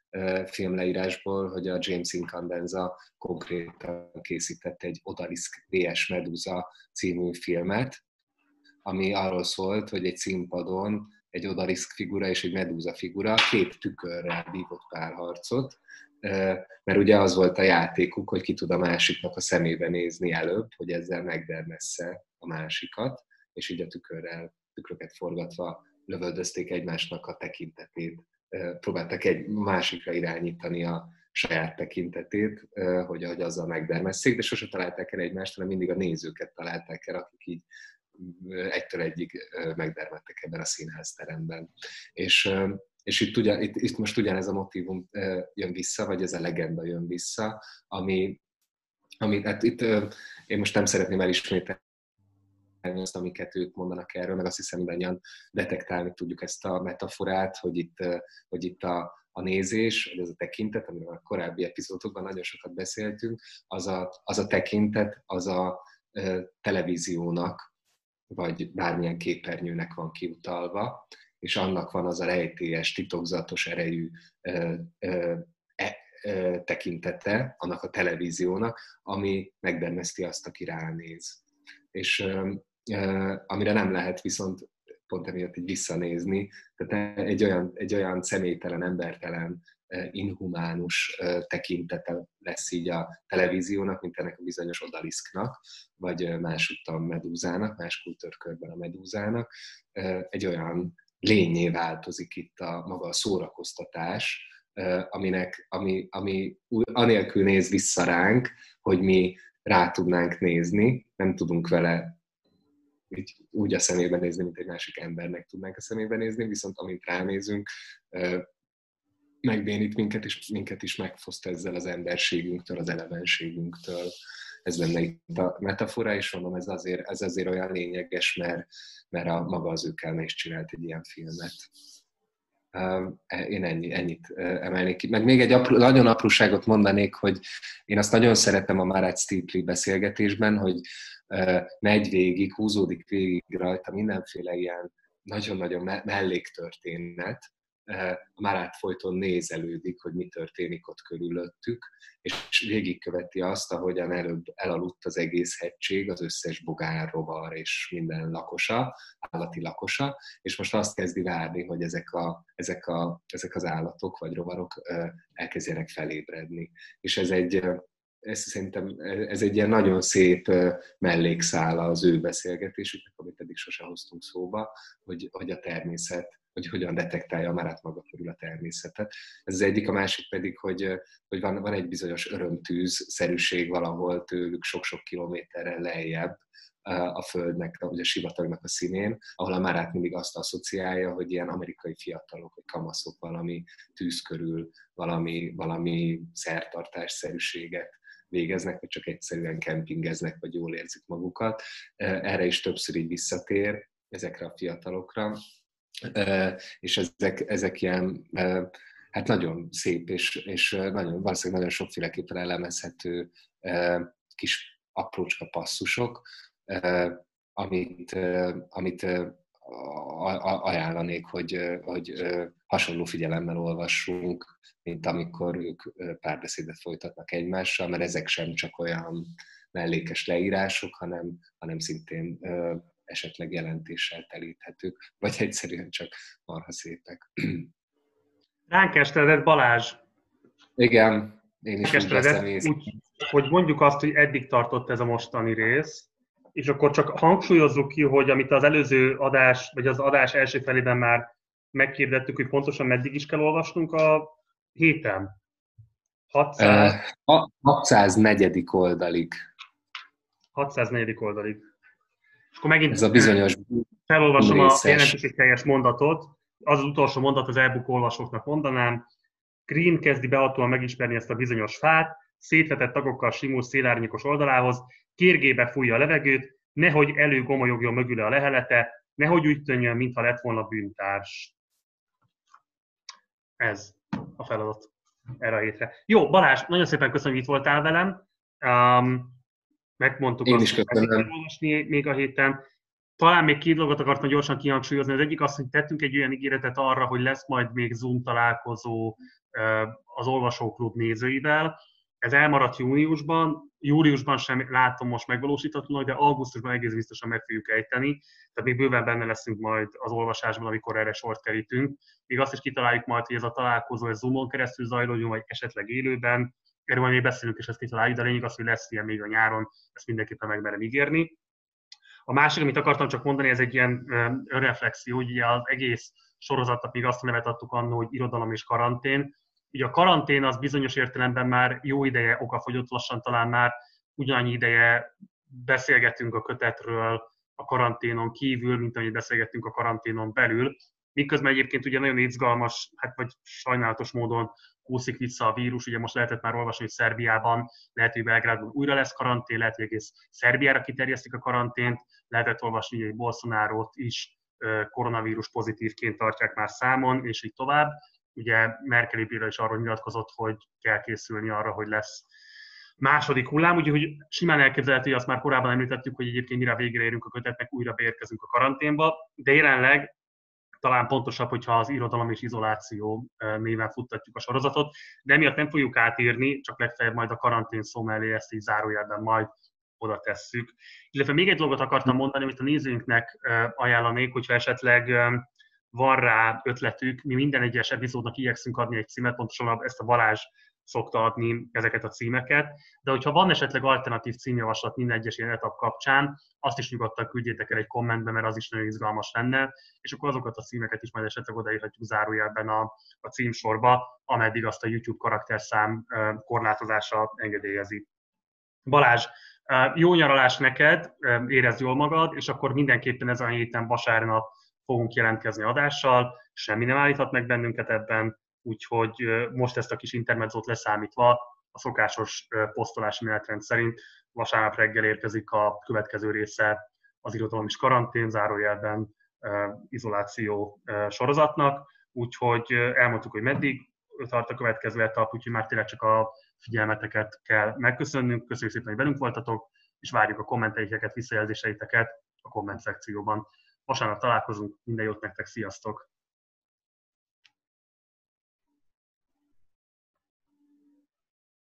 filmleírásból, hogy a James Incandenza konkrétan készített egy Odalisk versus Medusa című filmet, ami arról szólt, hogy egy színpadon egy Odalisk figura és egy Medusa figura két tükörrel vívott párharcot, mert ugye az volt a játékuk, hogy ki tud a másiknak a szemébe nézni előbb, hogy ezzel megdermessze a másikat, és így a tükörrel, tükröket forgatva lövöldözték egymásnak a tekintetét, próbáltak egy másikra irányítani a saját tekintetét, hogy, hogy azzal megdermesszék, de sose találták el egymást, hanem mindig a nézőket találták el, akik így egytől egyig megdermettek ebben a színházteremben. És, és itt, ugyan, itt, itt most ugyanez a motívum jön vissza, vagy ez a legenda jön vissza, ami, ami hát itt én most nem szeretném elismételni azt, amiket ők mondanak erről, meg azt hiszem, mindannyian detektálni tudjuk ezt a metaforát, hogy itt, hogy itt a, a nézés, vagy ez a tekintet, amiről a korábbi epizódokban nagyon sokat beszéltünk, az a, az a tekintet, az a televíziónak, vagy bármilyen képernyőnek van kiutalva, és annak van az a rejtélyes, titokzatos erejű ö, ö, e, ö, tekintete, annak a televíziónak, ami megdermeszti azt, aki ránéz. És ö, ö, amire nem lehet viszont pont emiatt így visszanézni, tehát egy olyan, egy olyan személytelen, embertelen, inhumánus tekintete lesz így a televíziónak, mint ennek a bizonyos Odalisknak, vagy másútt a Medúzának, más kultúrkörben a Medúzának. Egy olyan lényé változik itt a maga a szórakoztatás, aminek, ami, ami anélkül néz vissza ránk, hogy mi rá tudnánk nézni, nem tudunk vele így úgy a szemébe nézni, mint egy másik embernek tudnánk a szemébe nézni, viszont amint ránézünk, megbénít minket, és minket is megfoszt ezzel az emberségünktől, az elevenségünktől. Ez lenne itt a metafora, és mondom, ez azért, ez azért olyan lényeges, mert, mert a, maga az őkelme is csinált egy ilyen filmet. Én ennyi, ennyit emelnék ki. Meg még egy apró, nagyon apróságot mondanék, hogy én azt nagyon szeretem a Marat Stipley beszélgetésben, hogy megy végig, húzódik végig rajta mindenféle ilyen nagyon-nagyon melléktörténet. A Marat folyton nézelődik, hogy mi történik ott körülöttük, és végigköveti azt, ahogyan előbb elaludt az egész hegység, az összes bogár, rovar és minden lakosa, állati lakosa, és most azt kezdi várni, hogy ezek, a, ezek, a, ezek az állatok vagy rovarok elkezdjenek felébredni. És ez egy, ez szerintem ez egy ilyen nagyon szép mellékszála az ő beszélgetésüknek, amit eddig sose hoztunk szóba, hogy, hogy a természet, hogy hogyan detektálja a Marat maga körül a természetet. Ez az egyik, a másik pedig, hogy, hogy van, van egy bizonyos örömtűz-szerűség valahol tőlük sok-sok kilométerrel lejjebb a Földnek, vagy a sivatagnak a színén, ahol a Marat mindig azt asszociálja, hogy ilyen amerikai fiatalok, vagy kamaszok valami tűz körül, valami, valami szertartásszerűséget végeznek, vagy csak egyszerűen kempingeznek, vagy jól érzik magukat. Erre is többször így visszatér, ezekre a fiatalokra. És ezek, ezek ilyen, hát nagyon szép, és, és nagyon, valószínűleg nagyon sokféleképpen elemezhető kis aprócska passzusok, amit, amit ajánlanék, hogy, hogy hasonló figyelemmel olvassunk, mint amikor ők párbeszédet folytatnak egymással, mert ezek sem csak olyan mellékes leírások, hanem, hanem szintén esetleg jelentéssel telíthetők, vagy egyszerűen csak marha szépek. Ránk esteledett Balázs. Igen, én is úgy veszem észre. Úgy, hogy mondjuk azt, hogy eddig tartott ez a mostani rész, és akkor csak hangsúlyozzuk ki, hogy amit az előző adás, vagy az adás első felében már megkérdettük, hogy pontosan meddig is kell olvasnunk a héten. hatszáz hatszáznegyedik oldalig. hatszáznegyedik oldalig. És akkor megint ez a bizonyos felolvasom a jelentőségteljes mondatot. Az az utolsó mondat az e-book olvasóknak mondanám. Green kezdi behatóan megismerni ezt a bizonyos fát, szétvetett tagokkal simul szélárnyékos oldalához, kérgébe fújja a levegőt, nehogy előgomolyogjon mögüle a lehelete, nehogy úgy tűnjön, mintha lett volna bűntárs. Ez a feladat erre a hétre. Jó, Balázs, nagyon szépen köszönöm, hogy itt voltál velem. Um, megmondtuk Én azt, is köszönöm. hogy olvasni még a héten. Talán még két dolgot akartam gyorsan kihangsúlyozni. Az egyik az, hogy tettünk egy olyan ígéretet arra, hogy lesz majd még Zoom találkozó az Olvasóklub nézőivel. Ez elmaradt júniusban, júliusban sem látom most megvalósíthatónak, de augusztusban egész biztosan meg fogjuk ejteni. Tehát még bőven benne leszünk majd az olvasásban, amikor erre sort kerítünk. Még azt is kitaláljuk majd, hogy ez a találkozó ez Zoomon keresztül zajlódjon, vagy esetleg élőben. Erről majd még beszélünk, és ezt kitaláljuk, de lényeg az, hogy lesz ilyen még a nyáron, ezt mindenképpen megmerem ígérni. A másik, amit akartam csak mondani, ez egy ilyen önreflexió, hogy ugye az egész sorozatnak még azt a nevet adtuk annó, hogy irodalom és karantén. Ugye a karantén az bizonyos értelemben már jó ideje okafogyott, lassan talán már ugyanannyi ideje beszélgetünk a kötetről a karanténon kívül, mint amit beszélgettünk a karanténon belül. Miközben egyébként ugye nagyon izgalmas, hát vagy sajnálatos módon kúszik vissza a vírus, ugye most lehetett már olvasni, hogy Szerbiában, lehet, hogy Belgrádban újra lesz karantén, lehet, hogy egész Szerbiára kiterjesztik a karantént, lehetett olvasni, hogy Bolsonarót is koronavírus pozitívként tartják már számon, és így tovább. Ugye Merkel például is arról nyilatkozott, hogy kell készülni arra, hogy lesz második hullám, úgyhogy simán elképzelhető, hogy azt már korábban említettük, hogy egyébként mire végre érünk a kötetnek, újra beérkezünk a karanténba, de jelenleg talán pontosabb, hogyha az irodalom és izoláció néven futtatjuk a sorozatot, de emiatt nem fogjuk átírni, csak legfeljebb majd a karantén szó mellé ezt így zárójelben majd oda tesszük. Illetve még egy dolgot akartam mondani, amit a nézőinknek ajánlanék, hogyha esetleg van rá ötletük, mi minden egyes epizódnak igyekszünk adni egy címet, pontosan ezt a Balázs szokta adni ezeket a címeket, de hogyha van esetleg alternatív címjavaslat minden egyes ilyen etap kapcsán, azt is nyugodtan küldjétek el egy kommentbe, mert az is nagyon izgalmas lenne, és akkor azokat a címeket is majd esetleg odaírhatjuk zárójelben a, a címsorba, ameddig azt a YouTube karakterszám korlátozása engedélyezi. Balázs, jó nyaralás neked, érezd jól magad, és akkor mindenképpen ezen a héten vasárnap fogunk jelentkezni adással, semmi nem állíthat meg bennünket ebben, úgyhogy most ezt a kis intermedzót leszámítva a szokásos posztolási menetrend szerint vasárnap reggel érkezik a következő része az irodalom és karantén, zárójelben izoláció sorozatnak, úgyhogy elmondtuk, hogy meddig tart a következő etap, úgyhogy már tényleg csak a figyelmeteket kell megköszönnünk. Köszönjük szépen, hogy velünk voltatok, és várjuk a kommenteiteket, visszajelzéseiteket a komment szekcióban. Vasárnap találkozunk, minden jót nektek, sziasztok!